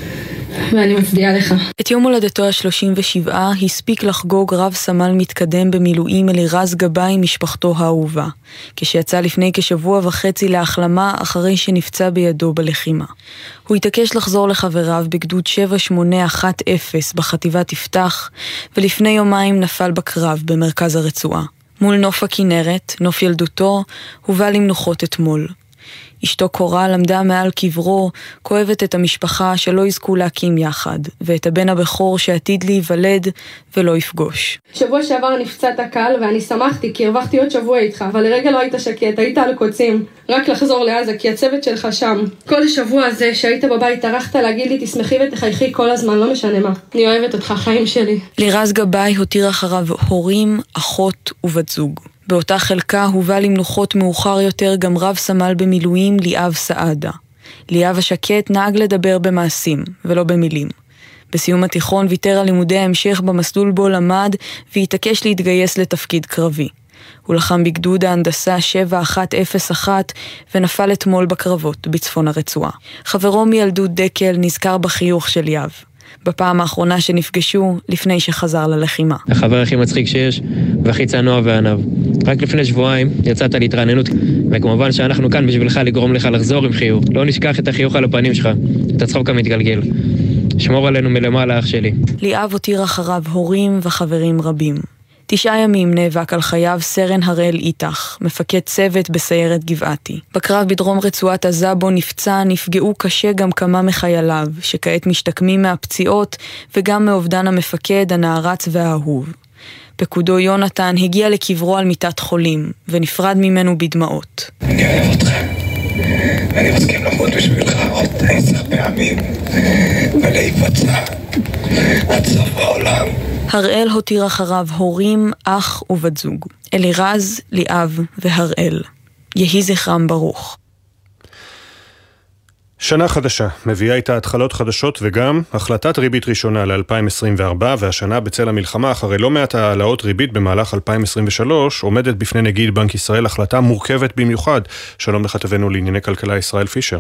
ואני מצדיעה לך. את יום הולדתו ה-37 הספיק לחגוג רב סמל מתקדם במילואים אלירז גבאי משפחתו האהובה, כשיצא לפני כשבוע וחצי להחלמה אחרי שנפצע בידו בלחימה. הוא התעקש לחזור לחבריו בגדוד 7810 בחטיבת יפתח, ולפני יומיים נפל בקרב במרכז הרצועה. מול נוף הכנרת, נוף ילדותו, הובא למנוחות אתמול. אשתו קורה למדה מעל קברו, כואבת את המשפחה שלא יזכו להקים יחד, ואת הבן הבכור שעתיד להיוולד ולא יפגוש. שבוע שעבר נפצעת קל ואני שמחתי כי הרווחתי עוד שבוע איתך, אבל לרגע לא היית שקט, היית על קוצים. רק לחזור לעזה כי הצוות שלך שם. כל השבוע הזה שהיית בבית טרחת להגיד לי תשמחי ותחייכי כל הזמן, לא משנה מה. אני אוהבת אותך, חיים שלי. אלירז גבאי הותיר אחריו הורים, אחות ובת זוג. באותה חלקה הובא למנוחות מאוחר יותר גם רב סמל במילואים ליאב סעדה. ליאב השקט נהג לדבר במעשים ולא במילים. בסיום התיכון ויתר על לימודי ההמשך במסלול בו למד והתעקש להתגייס לתפקיד קרבי. הוא לחם בגדוד ההנדסה 7101 ונפל אתמול בקרבות בצפון הרצועה. חברו מילדות דקל נזכר בחיוך של ליאב. בפעם האחרונה שנפגשו לפני שחזר ללחימה. החבר הכי מצחיק שיש והכי צנוע וענב. רק לפני שבועיים יצאת להתרעננות, וכמובן שאנחנו כאן בשבילך לגרום לך לחזור עם חיוך. לא נשכח את החיוך על הפנים שלך, את הצחוק המתגלגל. שמור עלינו מלמעלה, אח שלי. ליאב הותיר אחריו הורים וחברים רבים. 9 ימים נאבק על חייו סרן הראל איתך, מפקד צוות בסיירת גבעתי. בקרב בדרום רצועת עזה בו נפצע, נפגעו קשה גם כמה מחייליו, שכעת משתקמים מהפציעות וגם מאובדן המפקד, הנערץ והאהוב. פקודו יונתן הגיע לקברו על מיטת חולים, ונפרד ממנו בדמעות. אני אוהב אותך, ואני מסכים למות בשבילך עוד 10 פעמים, ולהיפצע עד סוף העולם. הראל הותיר אחריו הורים, אח ובת זוג. אלירז, ליאב והראל. יהי זכרם ברוך. שנה חדשה, מביאה איתה התחלות חדשות וגם החלטת ריבית ראשונה ל-2024, והשנה בצל המלחמה, אחרי לא מעט העלאות ריבית במהלך 2023, עומדת בפני נגיד בנק ישראל החלטה מורכבת במיוחד. שלום לכתבנו לענייני כלכלה ישראל פישר.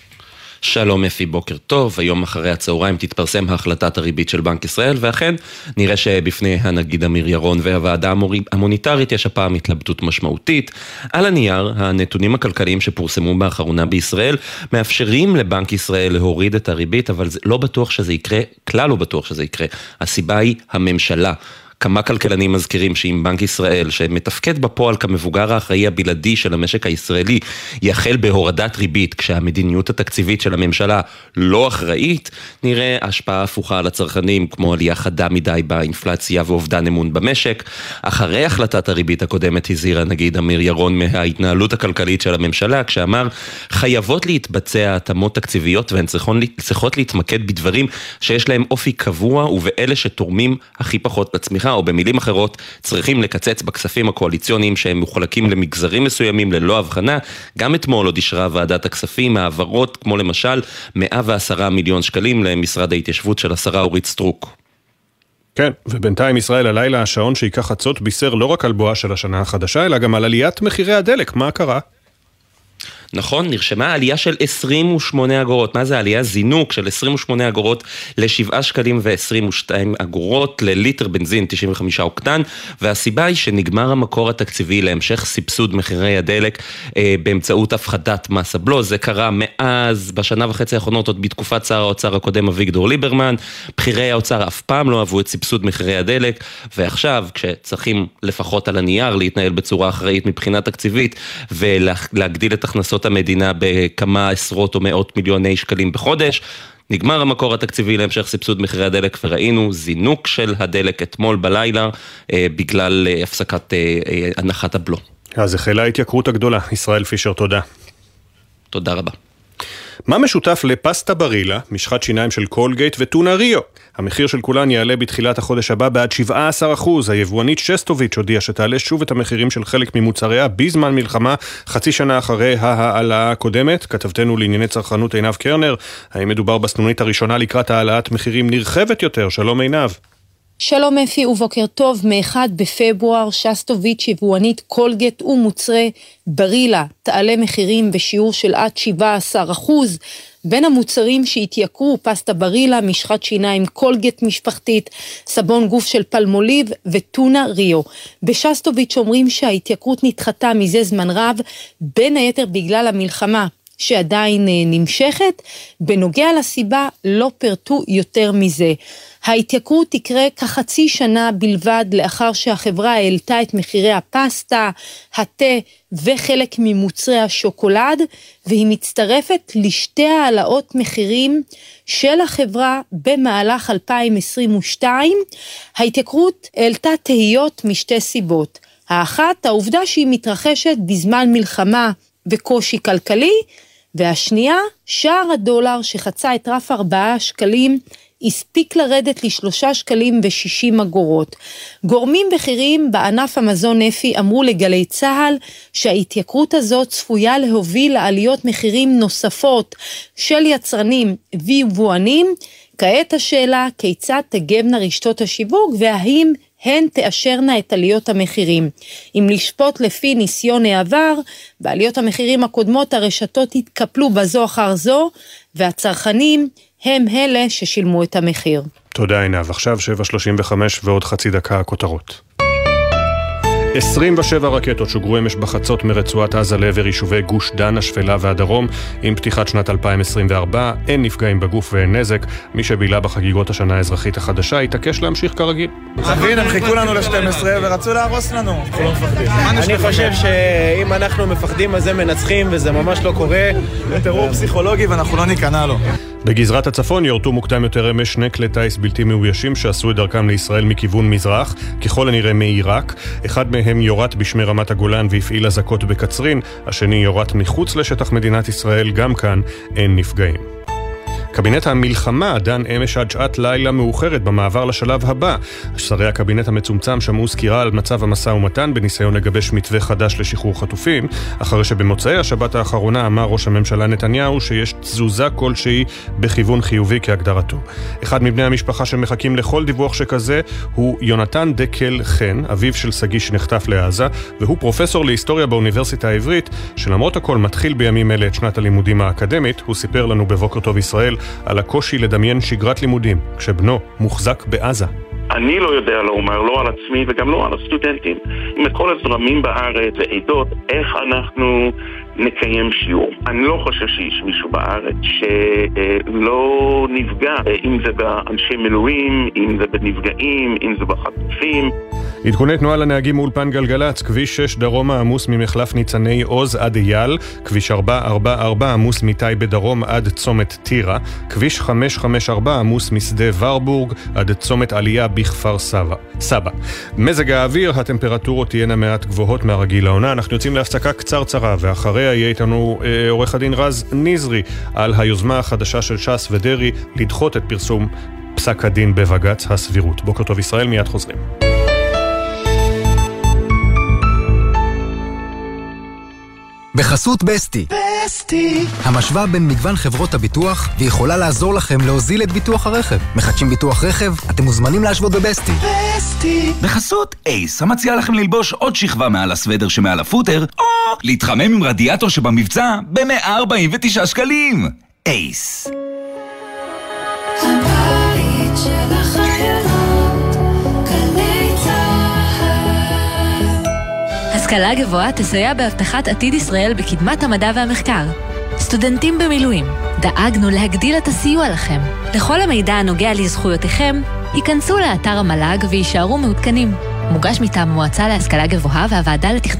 שלום אפי, בוקר טוב. היום אחרי הצהריים תתפרסם החלטת הריבית של בנק ישראל, ואכן נראה שבפני הנגיד אמיר ירון והוועדה המוניטרית יש הפעם התלבטות משמעותית. על הנייר, הנתונים הכלכליים שפורסמו באחרונה בישראל מאפשרים לבנק ישראל להוריד את הריבית, אבל לא בטוח שזה יקרה, כלל לא בטוח שזה יקרה. הסיבה היא הממשלה. כמה כלכלנים מזכירים שאם בנק ישראל, שמתפקד בפועל כמבוגר האחראי הבלעדי של המשק הישראלי, יחל בהורדת ריבית כשהמדיניות התקציבית של הממשלה לא אחראית, נראה השפעה הפוכה על הצרכנים, כמו עלייה חדה מדי באינפלציה ואובדן אמון במשק. אחרי החלטת הריבית הקודמת הזהירה נגיד אמיר ירון מההתנהלות הכלכלית של הממשלה, כשאמר חייבות להתבצע התאמות תקציביות והן צריכות להתמקד בדברים שיש להם אופי קבוע ובאלה שתורמים הכי פחות לצמיחה, או במילים אחרות, צריכים לקצץ בכספים הקואליציוניים שהם מחולקים למגזרים מסוימים ללא הבחנה. גם אתמול עוד אישרה ועדת הכספים העברות, כמו למשל 110 מיליון שקלים למשרד ההתיישבות של השרה אורית סטרוק. כן, ובינתיים ישראל הלילה השעון שיקח חצות בישר לא רק על בואה של השנה החדשה, אלא גם על עליית מחירי הדלק. מה קרה? נכון, נרשמה עלייה של 28 אגורות. מה זה עלייה? זינוק של 28 אגורות ל7 שקלים ו22 אגורות לליטר בנזין 95 אוקטן, והסיבה היא שנגמר המקור התקציבי להמשך סבסוד מחירי הדלק באמצעות הפחתת מס הבלו. זה קרה מאז, בשנה וחצי האחרונות, עוד בתקופת שר האוצר הקודם אביגדור ליברמן. בכירי האוצר אף פעם לא אהבו את סבסוד מחירי הדלק, ועכשיו כשצריכים לפחות על הנייר להתנהל בצורה אחראית מבחינה תקציבית ולהגדיל את הכנסות המדינה בכמה עשרות או מאות מיליוני שקלים בחודש, נגמר המקור התקציבי להמשך סבסוד מחירי הדלק, וראינו זינוק של הדלק אתמול בלילה בגלל הפסקת הנחת הבלו. אז החלה ההתייקרות הגדולה. ישראל פישר, תודה. תודה רבה. מה משותף לפסטה ברילה, משחת שיניים של קולגייט וטונה ריו? המחיר של כולן יעלה בתחילת החודש הבא בעד 17%. היבואנית שסטוביץ' הודיעה שתעלה שוב את המחירים של חלק ממוצריה בזמן מלחמה, חצי שנה אחרי העלאה הקודמת. כתבתנו לענייני צרכנות עינב קרנר, האם מדובר בסנונית הראשונה לקראת העלאת מחירים נרחבת יותר? שלום עינב. שלום אפי ובוקר טוב. מ-1 בפברואר שסטוביץ' יבואנית קולגייט ומוצרי ברילה תעלה מחירים בשיעור של עד 17%. בין המוצרים שהתייקרו פסטה ברילה, משחת שיניים קולגייט משפחתית, סבון גוף של פלמוליב וטונה ריו. בשסטוביץ' אומרים שההתייקרות נדחתה מזה זמן רב, בין היתר בגלל המלחמה שעדיין נמשכת. בנוגע לסיבה לא פרטו יותר מזה. ההתייקרות תקרה כחצי שנה בלבד לאחר שהחברה העלתה את מחירי הפסטה, התה וחלק ממוצרי השוקולד, והיא מצטרפת לשתי העלאות מחירים של החברה במהלך 2022. ההתייקרות העלתה תהיות משתי סיבות. האחת, העובדה שהיא מתרחשת בזמן מלחמה וקושי כלכלי, והשנייה, שער הדולר שחצה את רף 4 שקלים, הספיק לרדת ל3 שקלים ו60 אגורות. גורמים בכירים בענף המזון אפי אמרו לגלי צהל שההתייקרות הזאת צפויה להוביל לעליות מחירים נוספות של יצרנים ויבואנים. כעת השאלה כיצד תגבנה רשתות השיווק והאם הן תאשרנה את עליות המחירים. אם לשפוט לפי ניסיון העבר, בעליות המחירים הקודמות הרשתות התקפלו בזו אחר זו, והצרכנים הם אלה ששילמו את המחיר. תודה עינב. עכשיו 7:35 ועוד חצי דקה הכותרות. 27 רקטות שוגרו אמש בחצות מרצועת עזה לעבר יישובי גוש דן, השפלה והדרום. עם פתיחת שנת 2024 אין נפגעים בגוף ואין נזק. מי שבילה בחגיגות השנה האזרחית החדשה התעקש להמשיך כרגיל. תבין, הם חיכו לנו ל-12 ורצו להרוס לנו. אנחנו לא מפחדים. אני חושב שאם אנחנו מפחדים אז הם מנצחים, וזה ממש לא קורה. זה טרור פסיכולוגי ואנחנו לא ניכנע לו. בגזרת הצפון יורטו מוקדם יותר אמש 2 כלי טייס בלתי מאוישים שעשו את דרכם לישראל מכיוון מזרח, ככל הנראה מעיראק. אחד מהם יורט בשמי רמת הגולן והפעיל אזעקות בקצרין, השני יורט מחוץ לשטח מדינת ישראל, גם כאן אין נפגעים. קבינט המלחמה דן אמש עד שעת לילה מאוחרת במעבר לשלב הבא. שרי הקבינט המצומצם שמעו סקירה על מצב המשא ומתן בניסיון לגבש מתווה חדש לשחרור חטופים, אחרי שבמוצאי השבת האחרונה אמר ראש הממשלה נתניהו שיש תזוזה כלשהי בכיוון חיובי כהגדרתו. אחד מבני המשפחה שמחכים לכל דיווח שכזה הוא יונתן דקל חן, אביו של סגי שנחטף לעזה, והוא פרופסור להיסטוריה באוניברסיטה העברית, שלמרות הכל מתחיל בימים אלה את שנת הלימודים האקדמית. הוא סיפר לנו בבוקר טוב ישראל על הקושי לדמיין שגרת לימודים כשבנו מוחזק בעזה. אני לא יודע לומר, לא על עצמי וגם לא על הסטודנטים, עם כל הזרמים בארץ ועדות, איך אנחנו נקיים שיעור. אני לא חושב שיש מישהו בארץ שלא נפגע, אם זה באנשי מילואים, אם זה בנפגעים, אם זה בחטופים. עדכוני תנועה לנהגים מאולפן גלגלץ, כביש 6 דרומה עמוס ממחלף ניצני עוז עד אייל, כביש 444 עמוס מטייבה בדרום עד צומת טירה, כביש 554 עמוס משדה ורבורג עד צומת עלייה בכפר סבא. מזג האוויר, הטמפרטורות תהיינה מעט גבוהות מהרגיל לעונה. אנחנו יוצאים להפסקה קצרצרה, ואחריה יהיה איתנו עורך הדין רז נזרי על היוזמה החדשה של ש"ס ודרעי לדחות את פרסום פסק הדין בבג"ץ הסבירות. בוקר טוב ישראל, מיד חוזרים. בחסות בסטי. המשוואה בין מגוון חברות הביטוח ויכולה לעזור לכם להוזיל את ביטוח הרכב. מחדשים ביטוח רכב? אתם מוזמנים להשוות בבסטי. בחסות אייס, המציע לכם ללבוש עוד שכבה מעל הסוודר שמעל הפוטר, או להתחמם עם רדיאטור שבמבצע ב-149 שקלים. אייס. הבית של החיילות, גלי צהל. השכלה גבוהה תסייע בהבטחת עתיד ישראל בקדמת המדע והמחקר. סטודנטים במילואים, דאגנו להגדיל את הסיוע לכם. לכל המידע הנוגע לזכויותיכם, ייכנסו לאתר המל"ג ויישארו מעודכנים. מוגש מטעם המועצה להשכלה גבוהה והוועדה לתכנון ולתקצוב.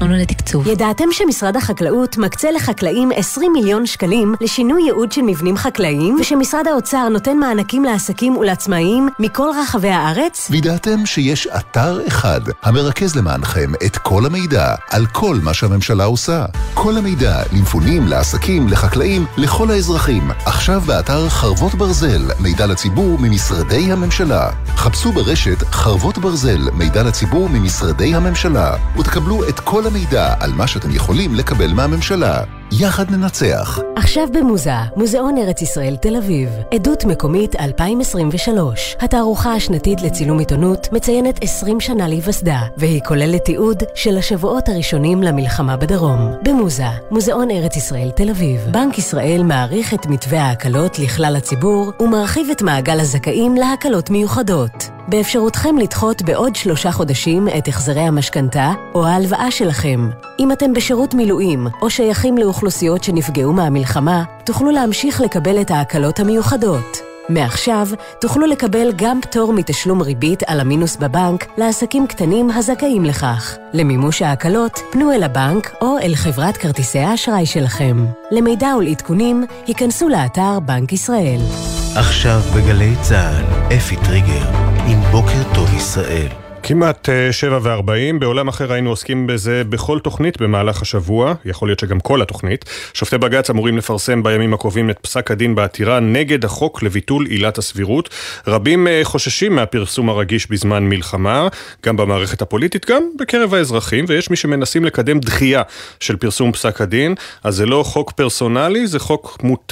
תקצוב. ידעתם שמשרד החקלאות מקצה לחקלאים 20 מיליון שקלים לשינוי ייעוד של מבנים חקלאיים, ושמשרד האוצר נותן מענקים לעסקים ולעצמאים מכל רחבי הארץ? וידעתם שיש אתר אחד המרכז למענכם את כל המידע על כל מה שהממשלה עושה. כל המידע למפונים, לעסקים, לחקלאים, לכל האזרחים. עכשיו באתר חרבות ברזל, מידע לציבור ממשרדי הממשלה. חפשו ברשת חרבות ברזל, מידע לציבור ממשרדי הממשלה, ותקבלו את כל המידע על מה שאתם יכולים לקבל מהממשלה. יחד ננצח. עכשיו במוזה, מוזיאון ארץ ישראל תל אביב. עדות מקומית 2023. התערוכה השנתית לצילום עיתונות מציינת 20 שנה להיווסדה, והיא כוללת תיעוד של השבועות הראשונים למלחמה בדרום. במוזה, מוזיאון ארץ ישראל תל אביב. בנק ישראל מעריך את מתווה ההקלות לכלל הציבור ומרחיב את מעגל הזכאים להקלות מיוחדות. באפשרותכם לדחות בעוד 3 חודשים את החזרי המשכנתה או ההלוואה שלכם. אם אתם בשירות מילואים או שייכים לאוכלוסיות שנפגעו מהמלחמה, תוכלו להמשיך לקבל את ההקלות המיוחדות. מעכשיו תוכלו לקבל גם פטור מתשלום ריבית על המינוס בבנק לעסקים קטנים הזכאים לכך. למימוש ההקלות, פנו אל הבנק או אל חברת כרטיסי האשראי שלכם. למידע ולעדכונים, היכנסו לאתר בנק ישראל. עכשיו בגלי צה"ל, אפי טריגר, עם בוקר טוב ישראל. כמעט 7:40, בעולם אחר היינו עוסקים בזה בכל תוכנית במהלך השבוע, יכול להיות שגם כל התוכנית. שופטי בג"ץ אמורים לפרסם בימים הקרובים את פסק הדין בעתירה נגד החוק לביטול עילת הסבירות. רבים חוששים מהפרסום הרגיש בזמן מלחמה, גם במערכת הפוליטית, גם בקרב האזרחים, ויש מי שמנסים לקדם דחייה של פרסום פסק הדין. אז זה לא חוק פרסונלי, זה חוק מוטה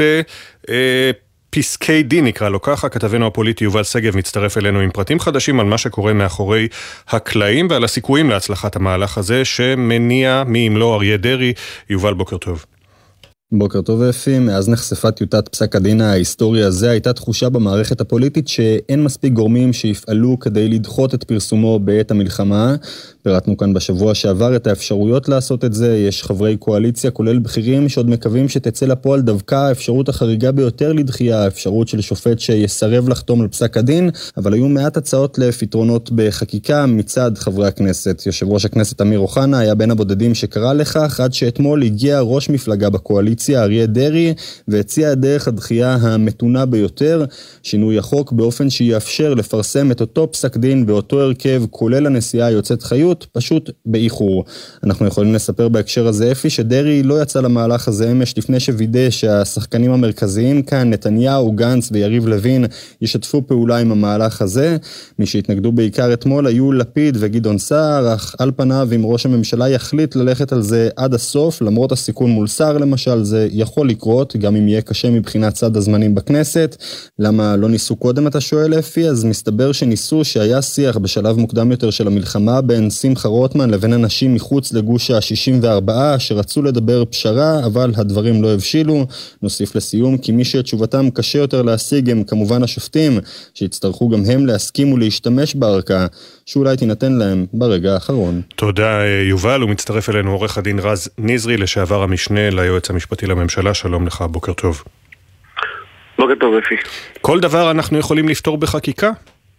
פסקי דין נקרא לו ככה. כתבנו הפוליטי יובל סגב מצטרף אלינו עם פרטים חדשים על מה שקורה מאחורי הקלעים ועל הסיכויים להצלחת המהלך הזה שמניע מי אם לא אריה דרעי. יובל, בוקר טוב. בוקר טוב אפי, מאז נחשפה טיוטת פסק הדין ההיסטורי הזה, הייתה תחושה במערכת הפוליטית שאין מספיק גורמים שיפעלו כדי לדחות את פרסומו בעת המלחמה. פירטנו כאן בשבוע שעבר את האפשרויות לעשות את זה. יש חברי קואליציה, כולל בכירים, שעוד מקווים שתצא לפועל דווקא האפשרות החריגה ביותר לדחייה, האפשרות של שופט שיסרב לחתום על פסק הדין, אבל היו מעט הצעות לפתרונות בחקיקה מצד חברי הכנסת. יושב ראש הכנסת אמיר אוחנה היה בין הבודדים שקרא לכך, עד שאתמול הגיע ראש מפלגה בקואליציה, אריה דרעי, והציע דרך הדחייה המתונה ביותר, שינוי החוק באופן שיאפשר לפרסם את אותו פסק דין באותו הרכב, כולל הנשיאה יוצאת חיות, פשוט באיחור. אנחנו יכולים לספר בהקשר הזה אפי שדרעי לא יצא למהלך הזה אמש לפני שווידא שהשחקנים המרכזיים כאן, נתניהו, גנץ ויריב לוין, ישתפו פעולה עם המהלך הזה. מי שהתנגדו בעיקר אתמול היו לפיד וגדעון סער, אך על פניו אם ראש הממשלה יחליט ללכת על זה עד הסוף, למרות הסיכון מול סער למשל, זה יכול לקרות, גם אם יהיה קשה מבחינת צד הזמנים בכנסת. למה לא ניסו קודם, אתה שואל אפי? אז מסתבר שניסו, שהיה שיח בשלב מוקדם יותר של המלחמה בין שמחה רוטמן לבין אנשים מחוץ לגוש ה-64 שרצו לדבר פשרה, אבל הדברים לא הבשילו. נוסיף לסיום כי מי שתשובתם קשה יותר להשיג הם כמובן השופטים, שיצטרכו גם הם להסכים ולהשתמש בערכה שאולי תינתן להם ברגע האחרון. תודה יובל, הוא מצטרף אלינו עורך הדין רז נזרי, לשעבר המשנה ליועץ המשפטי לממשלה. שלום לך, בוקר טוב. בוקר טוב אפי. כל דבר אנחנו יכולים לפתור בחקיקה?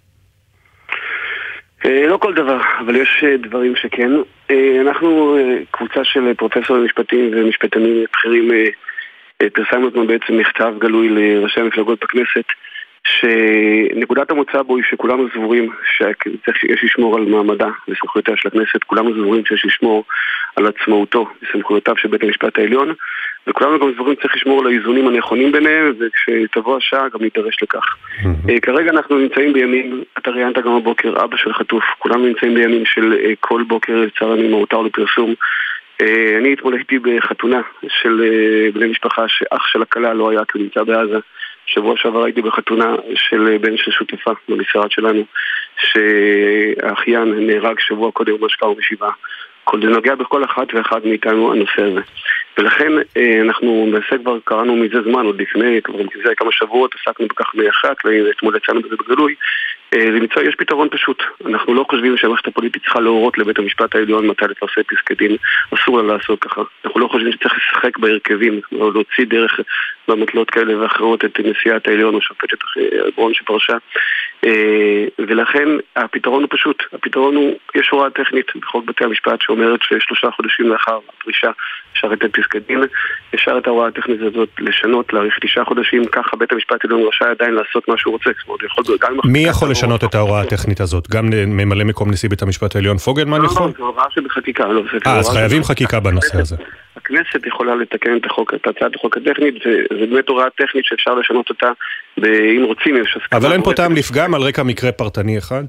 לא כל דבר, אבל יש דברים שכן. אנחנו קבוצה של פרופסורים משפטיים ומשפטנים בכירים, פרסמנו אותנו בעצם מכתב גלוי לראשי המפלגות בכנסת, שנקודת המוצא בו היא שכולנו סבורים שיש לשמור על מעמדה וסמכויותיה של הכנסת, כולנו סבורים שיש לשמור על עצמאותו וסמכויותיו של בית המשפט העליון, וכולנו גם סבורים צריך לשמור על האיזונים הנכונים ביניהם, וכשתבוא השעה גם נידרש לכך. כרגע אנחנו נמצאים בימים, אתה ראיינת גם הבוקר, אבא של חטוף, כולנו נמצאים בימים של כל בוקר לצערני מהותר לפרסום. אני אתמול הייתי בחתונה של בני משפחה שאח של הכלה לא היה כי הוא נמצא בעזה. שבוע שעבר הייתי בחתונה של בן של שותפה במשרד שלנו, שהאחיין נהרג שבוע קודם משקר בשבעה. זה נוגע בכל אחת ואחד מאיתנו הנושא הזה. ולכן אנחנו למעשה כבר קראנו מזה זמן, עוד לפני, כבר מזה כמה שבועות, עסקנו בכך מאחרי הקלעים, אתמול יצאנו בזה בגלוי, למצוא יש פתרון פשוט. אנחנו לא חושבים שהמערכת הפוליטית צריכה להורות לבית המשפט העליון מתי לפרסם פסקי דין, אסור לה לעשות ככה. אנחנו לא חושבים שצריך לשחק בהרכבים, או להוציא דרך במטלות כאלה ואחרות את נשיאת העליון או שופטת ברון שפרשה. ולכן הפתרון הוא פשוט, הפתרון הוא, יש הוראה טכנית בחוק בתי המשפט שאומרת ש3 חודשים לאחר הפרישה אפשר לתת פסקי דין, אפשר את ההוראה הטכנית הזאת לשנות, להאריך 9 חודשים, ככה בית המשפט העליון רשאי עדיין לעשות מה שהוא רוצה. מי יכול לשנות את ההוראה הטכנית הזאת? גם ממלא מקום נשיא בית המשפט העליון פוגלמן יכול? זו הוראה שבחקיקה. אז חייבים חקיקה בנושא הזה. הכנסת יכולה לתקן את הצעת החוק הטכנית, וזה באמת הוראה טכנית שאפשר לשנות אותה אם רוצים. אבל אין פה טעם לפגם על רקע מקרה פרטני אחד?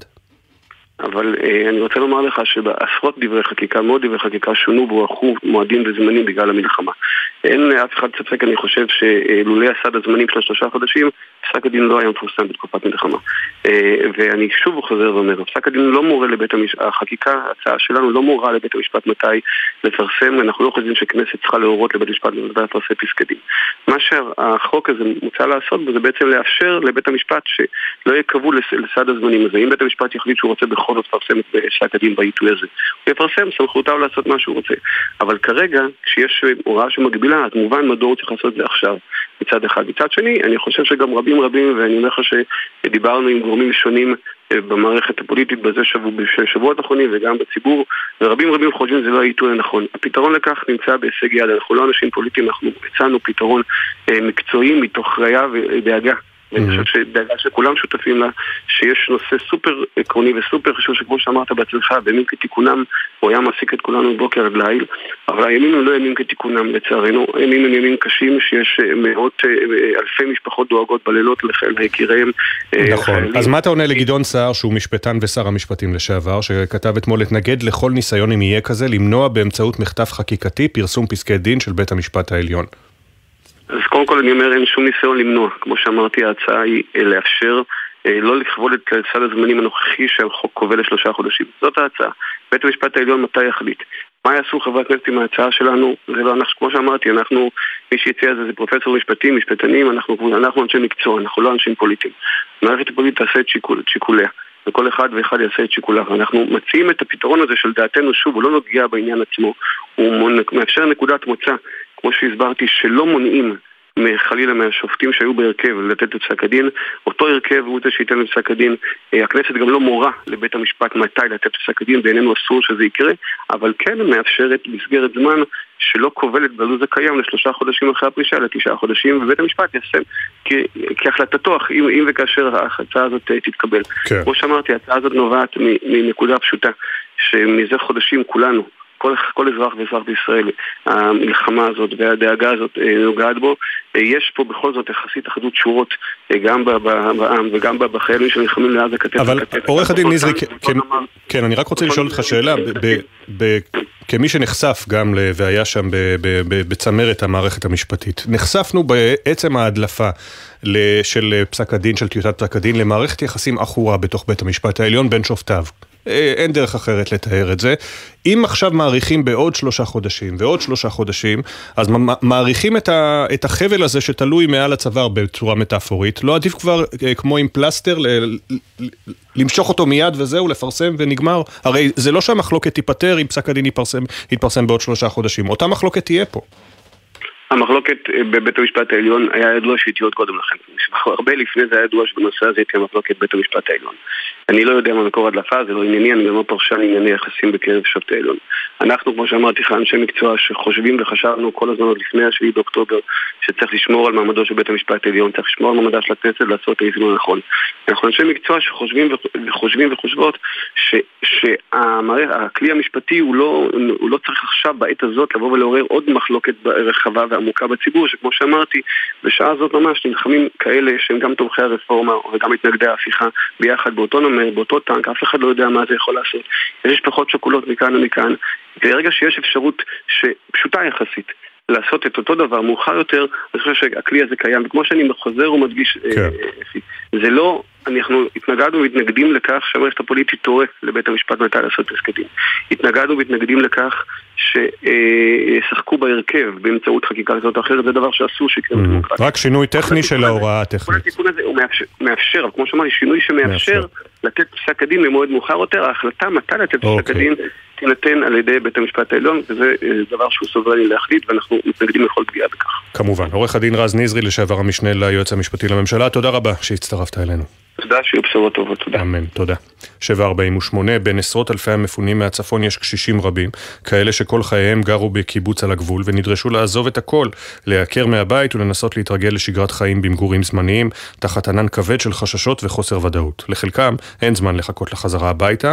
אבל אני רוצה לומר לך שבעשרות דברי חקיקה, מאוד דברי חקיקה שונו והוארכו מועדים וזמנים בגלל המלחמה. אין אף אחד ספק, אני חושב שלולא הסד הזמנים של 3 חודשים, פסק הדין לא היה מפורסם בתקופת מלחמה. ואני שוב חוזר ואומר, פסק הדין לא מורה לבית המשפט, החקיקה, ההצעה שלנו לא מורה לבית המשפט מתי לפרסם, אנחנו לא חושבים שכנסת צריכה להורות לבית המשפט לפרסם פסק הדין. מה שהחוק הזה מוצע לעשות, זה בעצם לאפשר לבית המשפט שלא יקבעו לסד הזמנים הזה. אם בית המשפט יחליט שהוא רוצה בכל זאת לפרסם את פסק הדין בעיתוי הזה, הוא יפרסם, סמכותיו לעשות מה שהוא רוצה. אבל כרגע, כשיש הוראה שמגבילה, אז מובן מדוע הוא צריך לעשות את זה עכשיו, מצד אחד. מצד שני, אני חושב שגם רבים, ואני אומר לך שדיברנו עם גורמים שונים במערכת הפוליטית בשבועות האחרונים וגם בציבור, ורבים חושבים שזה לא העיתוי הנכון. הפתרון לכך נמצא בהישג יד. אנחנו לא אנשים פוליטיים, אנחנו הצענו פתרון מקצועי מתוך ראייה ודאגה. ואני חושב שדאגה שכולם שותפים לה, שיש נושא סופר עקרוני וסופר חשוב שכמו שאמרת בעצמך, בימים כתיקונם הוא היה מעסיק את כולנו בוקר עד ליל, אבל הימים הם לא ימים כתיקונם לצערנו, הימים הם ימים קשים שיש מאות אלפי משפחות דואגות בלילות ליקיריהם. נכון, אז מה אתה עונה לגדעון סער שהוא משפטן ושר המשפטים לשעבר, שכתב אתמול להתנגד לכל ניסיון אם יהיה כזה, למנוע באמצעות מחטף חקיקתי פרסום פסקי דין של בית המשפט העליון? אז קודם כל אני אומר, אין שום ניסיון למנוע. כמו שאמרתי, ההצעה היא לאפשר לא לכבול את סד הזמנים הנוכחי שהחוק קובע ל3 חודשים. זאת ההצעה. בית המשפט העליון מתי יחליט. מה יעשו חברי הכנסת עם ההצעה שלנו? זה לא אנחנו, כמו שאמרתי, אנחנו, מי שהציע זה פרופסור משפטנים, אנחנו אנשי מקצוע, אנחנו לא אנשים פוליטיים. המערכת הפוליטית תעשה את שיקוליה. וכל אחד ואחד יעשה את שיקוליו. אנחנו מציעים את הפתרון הזה של דעתנו, שוב, הוא לא נוגע בעניין עצמו. הוא מאפשר נקודת מוצא, כמו שהסברתי, שלא מונעים חלילה מהשופטים שהיו בהרכב לתת את פסק הדין. אותו הרכב הוא זה שייתן לפסק הדין. הכנסת גם לא מורה לבית המשפט מתי לתת פסק הדין, בעינינו אסור שזה יקרה, אבל כן מאפשרת מסגרת זמן שלא כובלת בלוז הקיים ל3 חודשים אחרי הפרישה, ל9 חודשים, ובית המשפט יעשה כהחלטתו, אם וכאשר ההצעה הזאת תתקבל. כן. כמו שאמרתי, ההצעה הזאת נובעת מנקודה פשוטה, שמזה חודשים כולנו, כל אזרח ואזרח בישראל, המלחמה הזאת והדאגה הזאת נוגעת בו. יש פה בכל זאת יחסית אחדות שורות גם בעם וגם בחיילים שנלחמים לעזה כתף. אבל עורך הדין נזרי, כן, אני רק רוצה לשאול אותך שאלה, כמי שנחשף גם והיה שם בצמרת המערכת המשפטית, נחשפנו בעצם ההדלפה של פסק הדין, של טיוטת פסק הדין, למערכת יחסים אחורה בתוך בית המשפט העליון בין שופטיו. אין דרך אחרת לתאר את זה. אם עכשיו מעריכים בעוד 3 חודשים ועוד 3 חודשים, אז מעריכים את החבל הזה שתלוי מעל הצוואר בצורה מטאפורית. לא עדיף כבר כמו עם פלסטר למשוך אותו מיד וזהו, לפרסם ונגמר. הרי זה לא שהמחלוקת תיפטר אם פסק הדין יתפרסם בעוד 3 חודשים. אותה מחלוקת תהיה פה. המחלוקת בבית המשפט העליון היה ידוע שהיא תהיה עוד קודם לכן. הרבה לפני זה היה ידוע שבנושא הזה תהיה מחלוקת בית המשפט העליון. אני לא יודע מה מקור הדלפה, זה לא ענייני, אני גם לא פרשן ענייני יחסים בקרב שופטי העליון. אנחנו, כמו שאמרתי לך, אנשי מקצוע שחושבים וחשבנו כל הזמן עוד לפני 7 באוקטובר שצריך לשמור על מעמדו של בית המשפט העליון, צריך לשמור על מעמדה של הכנסת לעשות את האיזון הנכון. אנחנו אנשי מקצוע שחושבים וחושבות שהכלי המשפטי הוא לא צריך עכשיו בעת הזאת לבוא ולעורר עוד מחלוקת רחבה ועמוקה בציבור, שכמו שאמרתי, בשעה הזאת ממש נלחמים כאלה שהם גם תומכי הרפורמה וגם מתנגדי ההפיכה ביחד באותו נמר, באותו טנק, אף אחד לא יודע מה זה יכול לעשות. יש משפחות שכולות מכאן ומכאן, וברגע שיש אפשרות שפשוטה יחסית לעשות את אותו דבר מאוחר יותר, אני חושב שהכלי הזה קיים, וכמו שאני חוזר ומדגיש, זה לא, אנחנו התנגדנו ומתנגדים לכך שהמערכת הפוליטית תורה לבית המשפט מתי לעשות פסקי דין. התנגדנו ומתנגדים לכך ששחקו בהרכב באמצעות חקיקה כזאת או אחרת, זה דבר שאסור שיקרה בדמוקרטיה. רק שינוי טכני של ההוראה הטכנית. כל התיקון הזה הוא מאפשר, כמו שאמרתי, שינוי שמאפשר לתת פסק הדין במועד מאוחר יותר, ההחלטה מתי לתת פסק הדין תינתן על ידי בית המשפט העליון, וזה דבר שהוא סוברני להחליט, ואנחנו מתנגדים לכל פגיעה בכך. כמובן. עורך הדין רז נזרי, לשעבר המשנה ליועץ המשפטי לממשלה, תודה רבה שהצטרפת אלינו. תודה, שיהיו בשורות טובות, תודה. אמן, תודה. 7:48, בין עשרות אלפי המפונים מהצפון יש קשישים רבים, כאלה שכל חייהם גרו בקיבוץ על הגבול ונדרשו לעזוב את הכל, להיעקר מהבית ולנסות להתרגל לשגרת חיים במגורים זמניים, תחת ענן כבד של חששות וחוסר ודאות. לחלקם אין זמן לחכות לחזרה הביתה,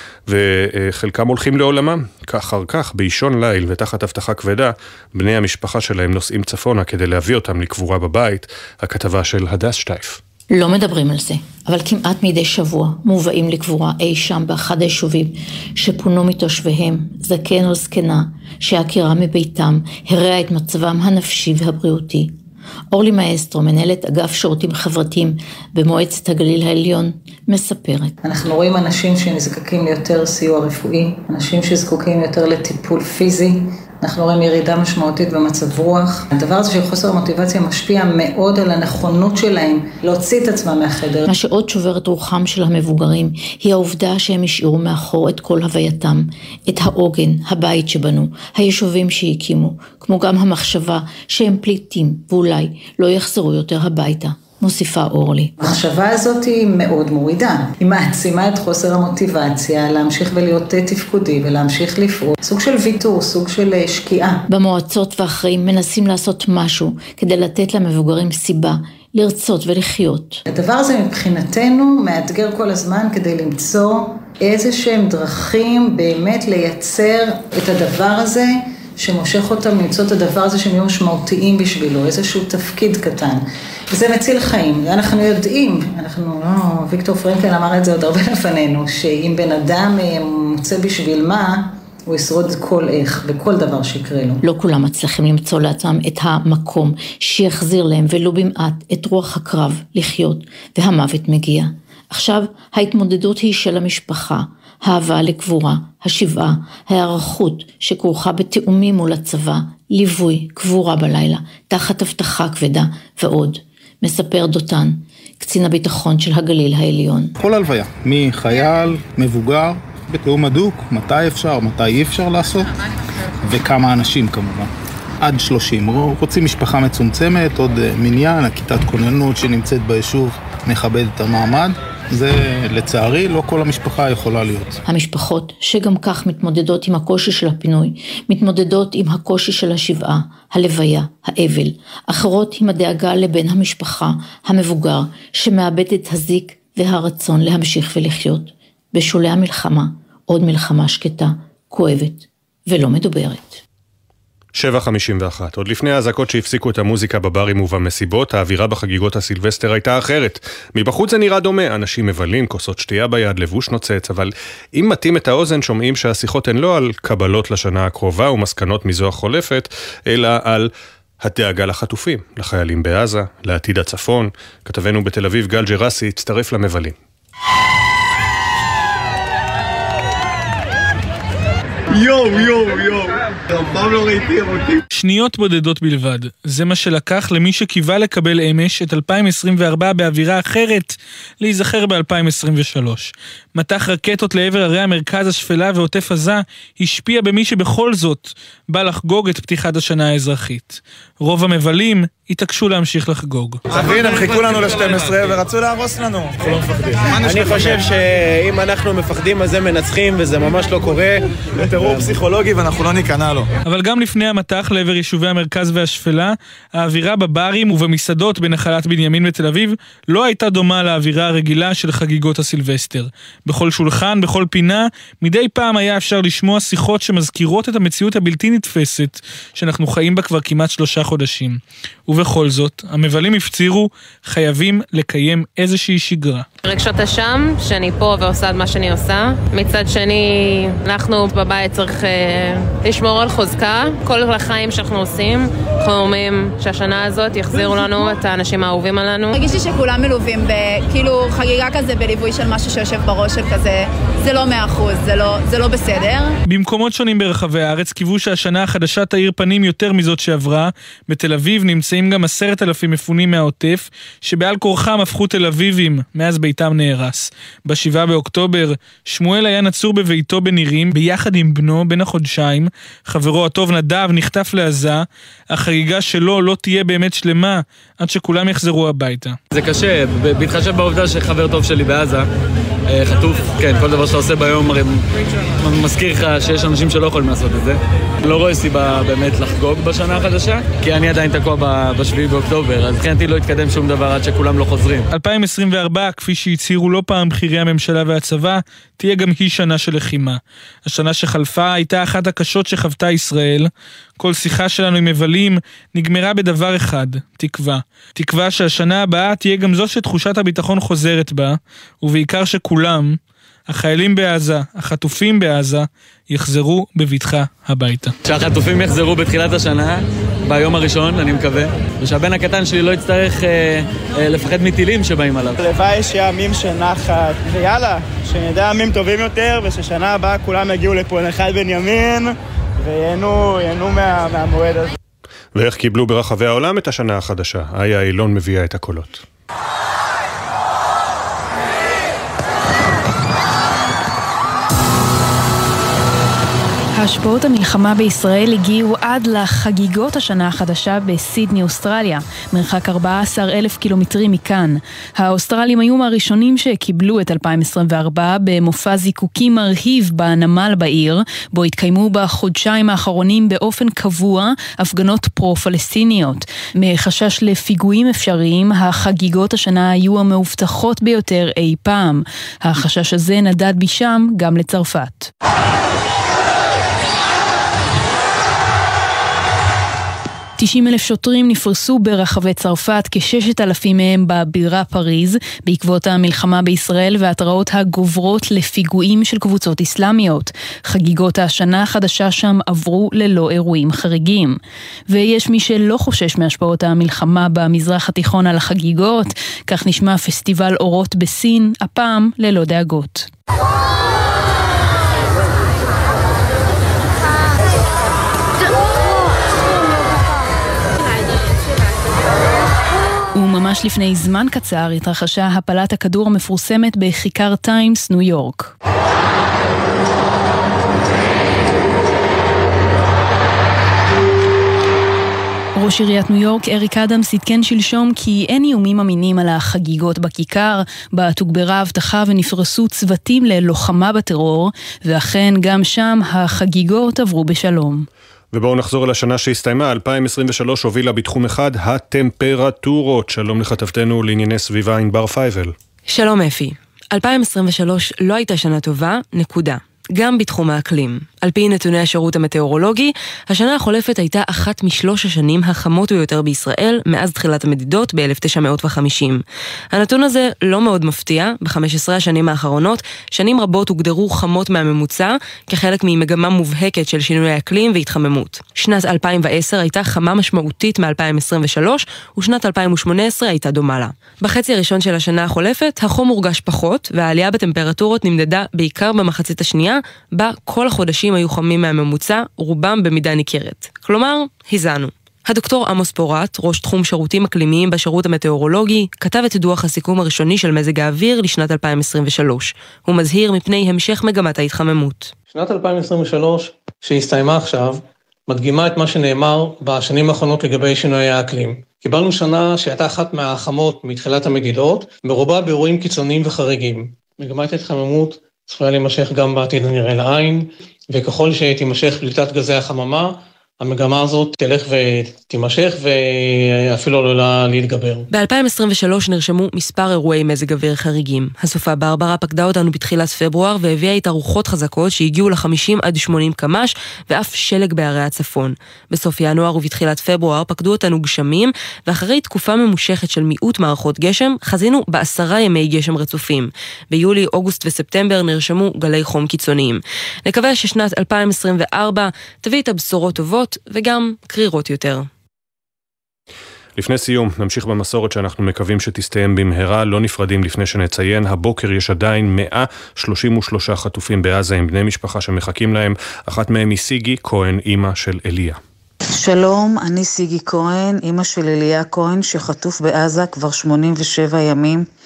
וחלקם הולכים לעולמם. אחר כך, באישון ליל ותחת הבטחה כבדה, בני המשפחה שלהם נוסעים צפונה כדי להביא אותם לקבורה בבית. הכתבה של הדס שטייף. לא מדברים על זה, אבל כמעט מדי שבוע מובאים לקבורה אי שם באחד היישובים שפונו מתושביהם, זקן או זקנה, שהעקירה מביתם הראה את מצבם הנפשי והבריאותי. אורלי מאסטרו, מנהלת אגף שירותים חברתיים במועצת הגליל העליון, מספרת. אנחנו רואים אנשים שנזקקים ליותר סיוע רפואי, אנשים שזקוקים יותר לטיפול פיזי, אנחנו רואים ירידה משמעותית במצב רוח. הדבר הזה של חוסר המוטיבציה משפיע מאוד על הנכונות שלהם להוציא את עצמם מהחדר. מה שעוד שובר את רוחם של המבוגרים היא העובדה שהם השאירו מאחור את כל הווייתם, את העוגן, הבית שבנו, היישובים שהקימו, כמו גם המחשבה שהם פליטים ואולי לא יחזרו יותר הביתה. מוסיפה אורלי. המחשבה הזאת היא מאוד מורידה. היא מעצימה את חוסר המוטיבציה להמשיך ולהיות תפקודי ולהמשיך לפעול. סוג של ויתור, סוג של שקיעה. במועצות ואחרים מנסים לעשות משהו כדי לתת למבוגרים סיבה לרצות ולחיות. הדבר הזה מבחינתנו מאתגר כל הזמן כדי למצוא איזשהם דרכים באמת לייצר את הדבר הזה שמושך אותם למצוא את הדבר הזה שהם יהיו משמעותיים בשבילו, איזשהו תפקיד קטן. וזה מציל חיים, אנחנו יודעים, ויקטור פרנקל אמר את זה עוד הרבה לפנינו, שאם בן אדם מוצא בשביל מה, הוא ישרוד כל איך, בכל דבר שיקרה לו. לא כולם מצליחים למצוא לעצמם את המקום שיחזיר להם ולא במעט את רוח הקרב לחיות, והמוות מגיע. עכשיו ההתמודדות היא של המשפחה, האהבה לקבורה, השבעה, ההערכות שכרוכה בתאומים מול הצבא, ליווי, קבורה בלילה, תחת הבטחה כבדה ועוד. מספר דותן, קצין הביטחון של הגליל העליון. כל הלוויה, מחייל, מבוגר, בתאום הדוק, מתי אפשר, מתי אי אפשר לעשות, וכמה אנשים כמובן. עד 30, רוצים משפחה מצומצמת, עוד מניין, הכיתת כוננות שנמצאת ביישוב, מכבד את המעמד. זה לצערי לא כל המשפחה יכולה להיות. המשפחות שגם כך מתמודדות עם הקושי של הפינוי, מתמודדות עם הקושי של השבעה, הלוויה, האבל, אחרות עם הדאגה לבן המשפחה, המבוגר, שמאבד את הזיק והרצון להמשיך ולחיות. בשולי המלחמה, עוד מלחמה שקטה, כואבת ולא מדוברת. 7:51. עוד לפני האזעקות שהפסיקו את המוזיקה בברים ובמסיבות, האווירה בחגיגות הסילבסטר הייתה אחרת. מבחוץ זה נראה דומה, אנשים מבלים, כוסות שתייה ביד, לבוש נוצץ, אבל אם מתאים את האוזן שומעים שהשיחות הן לא על קבלות לשנה הקרובה ומסקנות מזו החולפת, אלא על הדאגה לחטופים, לחיילים בעזה, לעתיד הצפון. כתבנו בתל אביב גל ג'רסי הצטרף למבלים. יואו, פעם לא ראיתי אותי. שניות בודדות בלבד, זה מה שלקח למי שקיווה לקבל אמש את 2024 באווירה אחרת, להיזכר ב-2023. מתח רקטות לעבר ערי המרכז, השפלה ועוטף עזה השפיע במי שבכל זאת בא לחגוג את פתיחת השנה האזרחית. רוב המבלים התעקשו להמשיך לחגוג. תבין, הם חיכו לנו ל-12 ורצו להרוס לנו. אנחנו לא מפחדים. אני חושב שאם אנחנו מפחדים אז הם מנצחים וזה ממש לא קורה. זה טרור פסיכולוגי ואנחנו לא ניכנע לו. אבל גם לפני המתח לעבר יישובי המרכז והשפלה, האווירה בברים ובמסעדות בנחלת בנימין בתל אביב לא הייתה דומה לאווירה הרגילה של חגיגות הסילבסטר. בכל שולחן, בכל פינה, מדי פעם היה אפשר לשמוע שיחות שמזכירות את המציאות הבלתי נתפסת שאנחנו חיים בה כבר כמעט 3 חודשים. ובכל זאת, המבלים הפצירו, חייבים לקיים איזושהי שגרה. רגשות אשם, שאני פה ועושה מה שאני עושה. מצד שני, אנחנו בבית צריך לשמור על חוזקה. כל החיים שאנחנו עושים, אנחנו אומרים שהשנה הזאת יחזירו לנו את האנשים האהובים עלינו. הרגישי שכולם מלווים כאילו חגיגה כזה בליווי של משהו שיושב בראש של כזה, זה לא 100%, זה לא בסדר. במקומות שונים ברחבי הארץ קיוו שהשנה החדשה תאיר פנים יותר מזאת שעברה. בתל אביב נמצאים גם 10,000 מפונים מהעוטף, שבעל כורחם הפכו תל אביבים מאז בית ביתם נהרס. ב7 באוקטובר, שמואל היה נצור בביתו בנירים, ביחד עם בנו בן החודשיים. חברו הטוב נדב נחטף לעזה. החגיגה שלו לא תהיה באמת שלמה, עד שכולם יחזרו הביתה. זה קשה, בהתחשב בעובדה שחבר טוב שלי בעזה, חטוף, כן, כל דבר שאתה עושה ביום מזכיר לך שיש אנשים שלא יכולים לעשות את זה. לא רואה סיבה באמת לחגוג בשנה החדשה, כי אני עדיין תקוע ב7 באוקטובר, אז מבחינתי לא התקדם שום דבר עד שכולם לא חוזרים. 2024, כפי שהצהירו לא פעם בכירי הממשלה והצבא, תהיה גם היא שנה של לחימה. השנה שחלפה הייתה אחת הקשות שחוותה ישראל. כל שיחה שלנו עם מבלים נגמרה בדבר אחד, תקווה. תקווה שהשנה הבאה תהיה גם זו שתחושת הביטחון חוזרת בה, ובעיקר שכולם, החיילים בעזה, החטופים בעזה, יחזרו בבטחה הביתה. שהחטופים יחזרו בתחילת השנה, ביום הראשון, אני מקווה, ושהבן הקטן שלי לא יצטרך לפחד מטילים שבאים עליו. לוואי שימים של נחת, ויאללה, שנדע ימים טובים יותר, וששנה הבאה כולם יגיעו לפה נחל בנימין, ויהנו מהמועד הזה. ואיך קיבלו ברחבי העולם את השנה החדשה? איה אילון מביאה את הקולות. השפעות המלחמה בישראל הגיעו עד לחגיגות השנה החדשה בסידני, אוסטרליה, מרחק 14,000 קילומטרים מכאן. האוסטרלים היו מהראשונים שקיבלו את 2024 במופע זיקוקים מרהיב בנמל בעיר, בו התקיימו בחודשיים האחרונים באופן קבוע הפגנות פרו-פלסטיניות. מחשש לפיגועים אפשריים, החגיגות השנה היו המאובטחות ביותר אי פעם. החשש הזה נדד בשם גם לצרפת. 90,000 שוטרים נפרסו ברחבי צרפת, כ6,000 מהם בבירה פריז, בעקבות המלחמה בישראל וההתראות הגוברות לפיגועים של קבוצות אסלאמיות. חגיגות השנה החדשה שם עברו ללא אירועים חריגים. ויש מי שלא חושש מהשפעות המלחמה במזרח התיכון על החגיגות, כך נשמע פסטיבל אורות בסין, הפעם ללא דאגות. וממש לפני זמן קצר התרחשה הפלת הכדור המפורסמת בכיכר טיימס, ניו יורק. ראש עיריית ניו יורק אריק אדמס עדכן שלשום כי אין איומים אמינים על החגיגות בכיכר, בה תוגברה הבטחה ונפרסו צוותים ללוחמה בטרור, ואכן גם שם החגיגות עברו בשלום. ובואו נחזור אל השנה שהסתיימה. 2023 הובילה בתחום אחד, הטמפרטורות. שלום לכתבתנו לענייני סביבה ענבר פייבל. שלום אפי. 2023 לא הייתה שנה טובה, נקודה. גם בתחום האקלים. על פי נתוני השירות המטאורולוגי, השנה החולפת הייתה אחת משלוש השנים החמות ביותר בישראל מאז תחילת המדידות ב-1950. הנתון הזה לא מאוד מפתיע. ב-15 השנים האחרונות, שנים רבות הוגדרו חמות מהממוצע, כחלק ממגמה מובהקת של שינוי אקלים והתחממות. שנת 2010 הייתה חמה משמעותית מ-2023, ושנת 2018 הייתה דומה לה. בחצי הראשון של השנה החולפת, החום הורגש פחות, והעלייה בטמפרטורות נמדדה בעיקר במחצית השנייה, בה כל החודשים היו חמים מהממוצע, רובם במידה ניכרת. כלומר, הזענו. הדוקטור עמוס פורט, ראש תחום שירותים אקלימיים בשירות המטאורולוגי, כתב את דוח הסיכום הראשוני של מזג האוויר לשנת 2023. הוא מזהיר מפני המשך מגמת ההתחממות. שנת 2023, שהסתיימה עכשיו, מדגימה את מה שנאמר בשנים האחרונות לגבי שינויי האקלים. קיבלנו שנה שהייתה אחת מהחמות מתחילת המדידות, מרובה באירועים קיצוניים וחריגים. מגמת ההתחממות צפויה להימשך גם בעתיד הנראה לעין, וככל שתימשך פליטת גזי החממה, המגמה הזאת תלך ותימשך ואפילו עלולה להתגבר. ב-2023 נרשמו מספר אירועי מזג אוויר חריגים. הסופה ברברה פקדה אותנו בתחילת פברואר והביאה איתה רוחות חזקות שהגיעו ל-50 עד 80 קמ"ש ואף שלג בערי הצפון. בסוף ינואר ובתחילת פברואר פקדו אותנו גשמים, ואחרי תקופה ממושכת של מיעוט מערכות גשם, חזינו ב10 ימי גשם רצופים. ביולי, אוגוסט וספטמבר נרשמו גלי חום קיצוניים. נקווה ששנת 2024 תביא את הבשורות טובות וגם קרירות יותר. לפני סיום, נמשיך במסורת שאנחנו מקווים שתסתיים במהרה. לא נפרדים לפני שנציין, הבוקר יש עדיין 133 חטופים בעזה עם בני משפחה שמחכים להם. אחת מהם היא סיגי כהן, אמא של אליה. שלום, אני סיגי כהן, אמא של אליה כהן שחטוף בעזה כבר 87 ימים.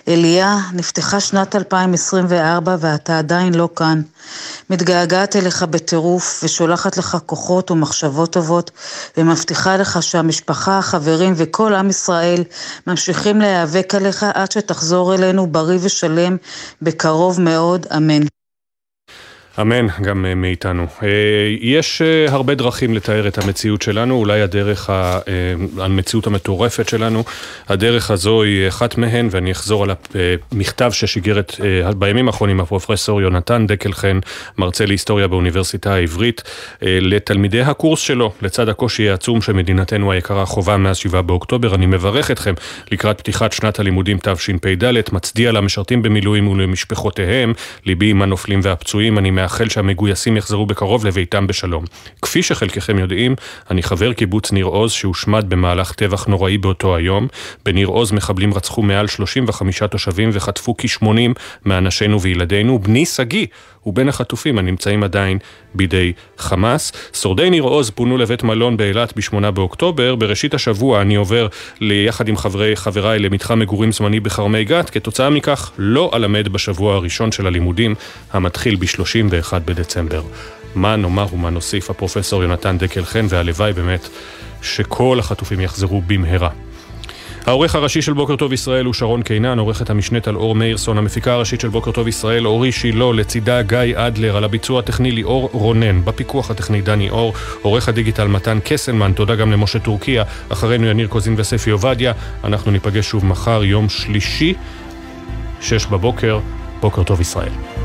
אליה, נפתחה שנת 2024 ואתה עדיין לא כאן. מתגעגעת אליך בטירוף ושולחת לך כוחות ומחשבות טובות ומבטיחה לך שהמשפחה, החברים וכל עם ישראל ממשיכים להיאבק עליך עד שתחזור אלינו בריא ושלם בקרוב מאוד, אמן. אמן, גם מאיתנו. יש הרבה דרכים לתאר את המציאות שלנו, אולי המציאות המטורפת שלנו. הדרך הזו היא אחת מהן, ואני אחזור על המכתב ששיגרת בימים האחרונים הפרופסור יונתן דקלחן, מרצה להיסטוריה באוניברסיטה העברית, לתלמידי הקורס שלו, לצד הקושי העצום שמדינתנו היקרה חובה מאז 7 באוקטובר. אני מברך אתכם לקראת פתיחת שנת הלימודים תשפ"ד, מצדיע למשרתים במילואים ולמשפחותיהם, ליבי עם הנופלים והפצועים. אני מאחל שהמגויסים יחזרו בקרוב לביתם בשלום. כפי שחלקכם יודעים, אני חבר קיבוץ ניר עוז שהושמד במהלך טבח נוראי באותו היום. בניר עוז מחבלים רצחו מעל 35 תושבים וחטפו כ-80 מאנשינו וילדינו. בני סגי ובין החטופים הנמצאים עדיין בידי חמאס. שורדי ניר עוז פונו לבית מלון באילת ב-8 באוקטובר. בראשית השבוע אני עובר ליחד עם חבריי למתחם מגורים זמני בחרמי גת. כתוצאה מכך לא אלמד בשבוע הראשון של הלימודים המתחיל ב-31 בדצמבר. מה נאמר ומה נוסיף הפרופסור יונתן דקלחן, והלוואי באמת שכל החטופים יחזרו במהרה. העורך הראשי של בוקר טוב ישראל הוא שרון קינן, עורכת המשנית על אור מאירסון, המפיקה הראשית של בוקר טוב ישראל אורי שילה, לצידה גיא אדלר, על הביצוע הטכני ליאור רונן, בפיקוח הטכני דני אור, עורך הדיגיטל מתן קסנמן. תודה גם למשה טורקיה, אחרינו יניר קוזין וספי עובדיה. אנחנו ניפגש שוב מחר יום שלישי 6 בבוקר. בוקר טוב ישראל.